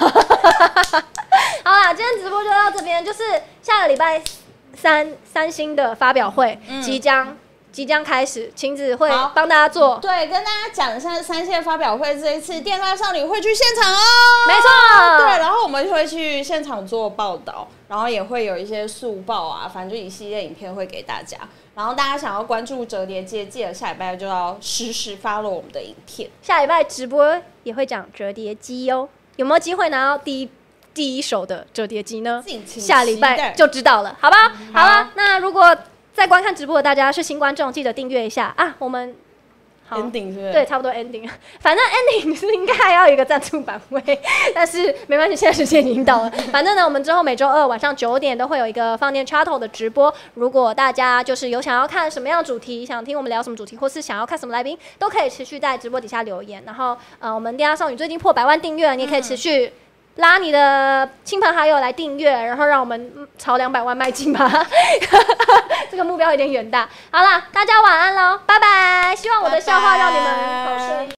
[SPEAKER 1] 好啦，今天直播就到这边，就是下个礼拜三星的发表会即将开始，晴子会帮大家做。
[SPEAKER 2] 对，跟大家讲一下三线发表会这一次电鳗少女会去现场哦。
[SPEAKER 1] 没错。
[SPEAKER 2] 对，然后我们会去现场做报道，然后也会有一些速报啊，反正就一系列影片会给大家。然后大家想要关注折叠机，记得下礼拜就要实时follow我们的影片。
[SPEAKER 1] 下礼拜直播也会讲折叠机哦，有没有机会拿到第一手的折叠机呢？下礼拜就知道了，好吧？好了，那如果在观看直播的大家是新观众，记得订阅一下啊！我们
[SPEAKER 2] ending 是不是？
[SPEAKER 1] 对，差不多 ending。反正 ending 是应该还要有一个赞助版位，但是没关系，现在时间已经到了。反正呢，我们之后每周二晚上9点都会有一个放电 Chattle 的直播。如果大家就是有想要看什么样的主题，想听我们聊什么主题，或是想要看什么来宾，都可以持续在直播底下留言。然后我们电压少女最近破100万订阅了，你也可以持续拉你的亲朋好友来订阅，然后让我们朝200万迈进吧。这个目标有点远大。好啦，大家晚安喽，拜拜！希望我的笑话让你们好睡。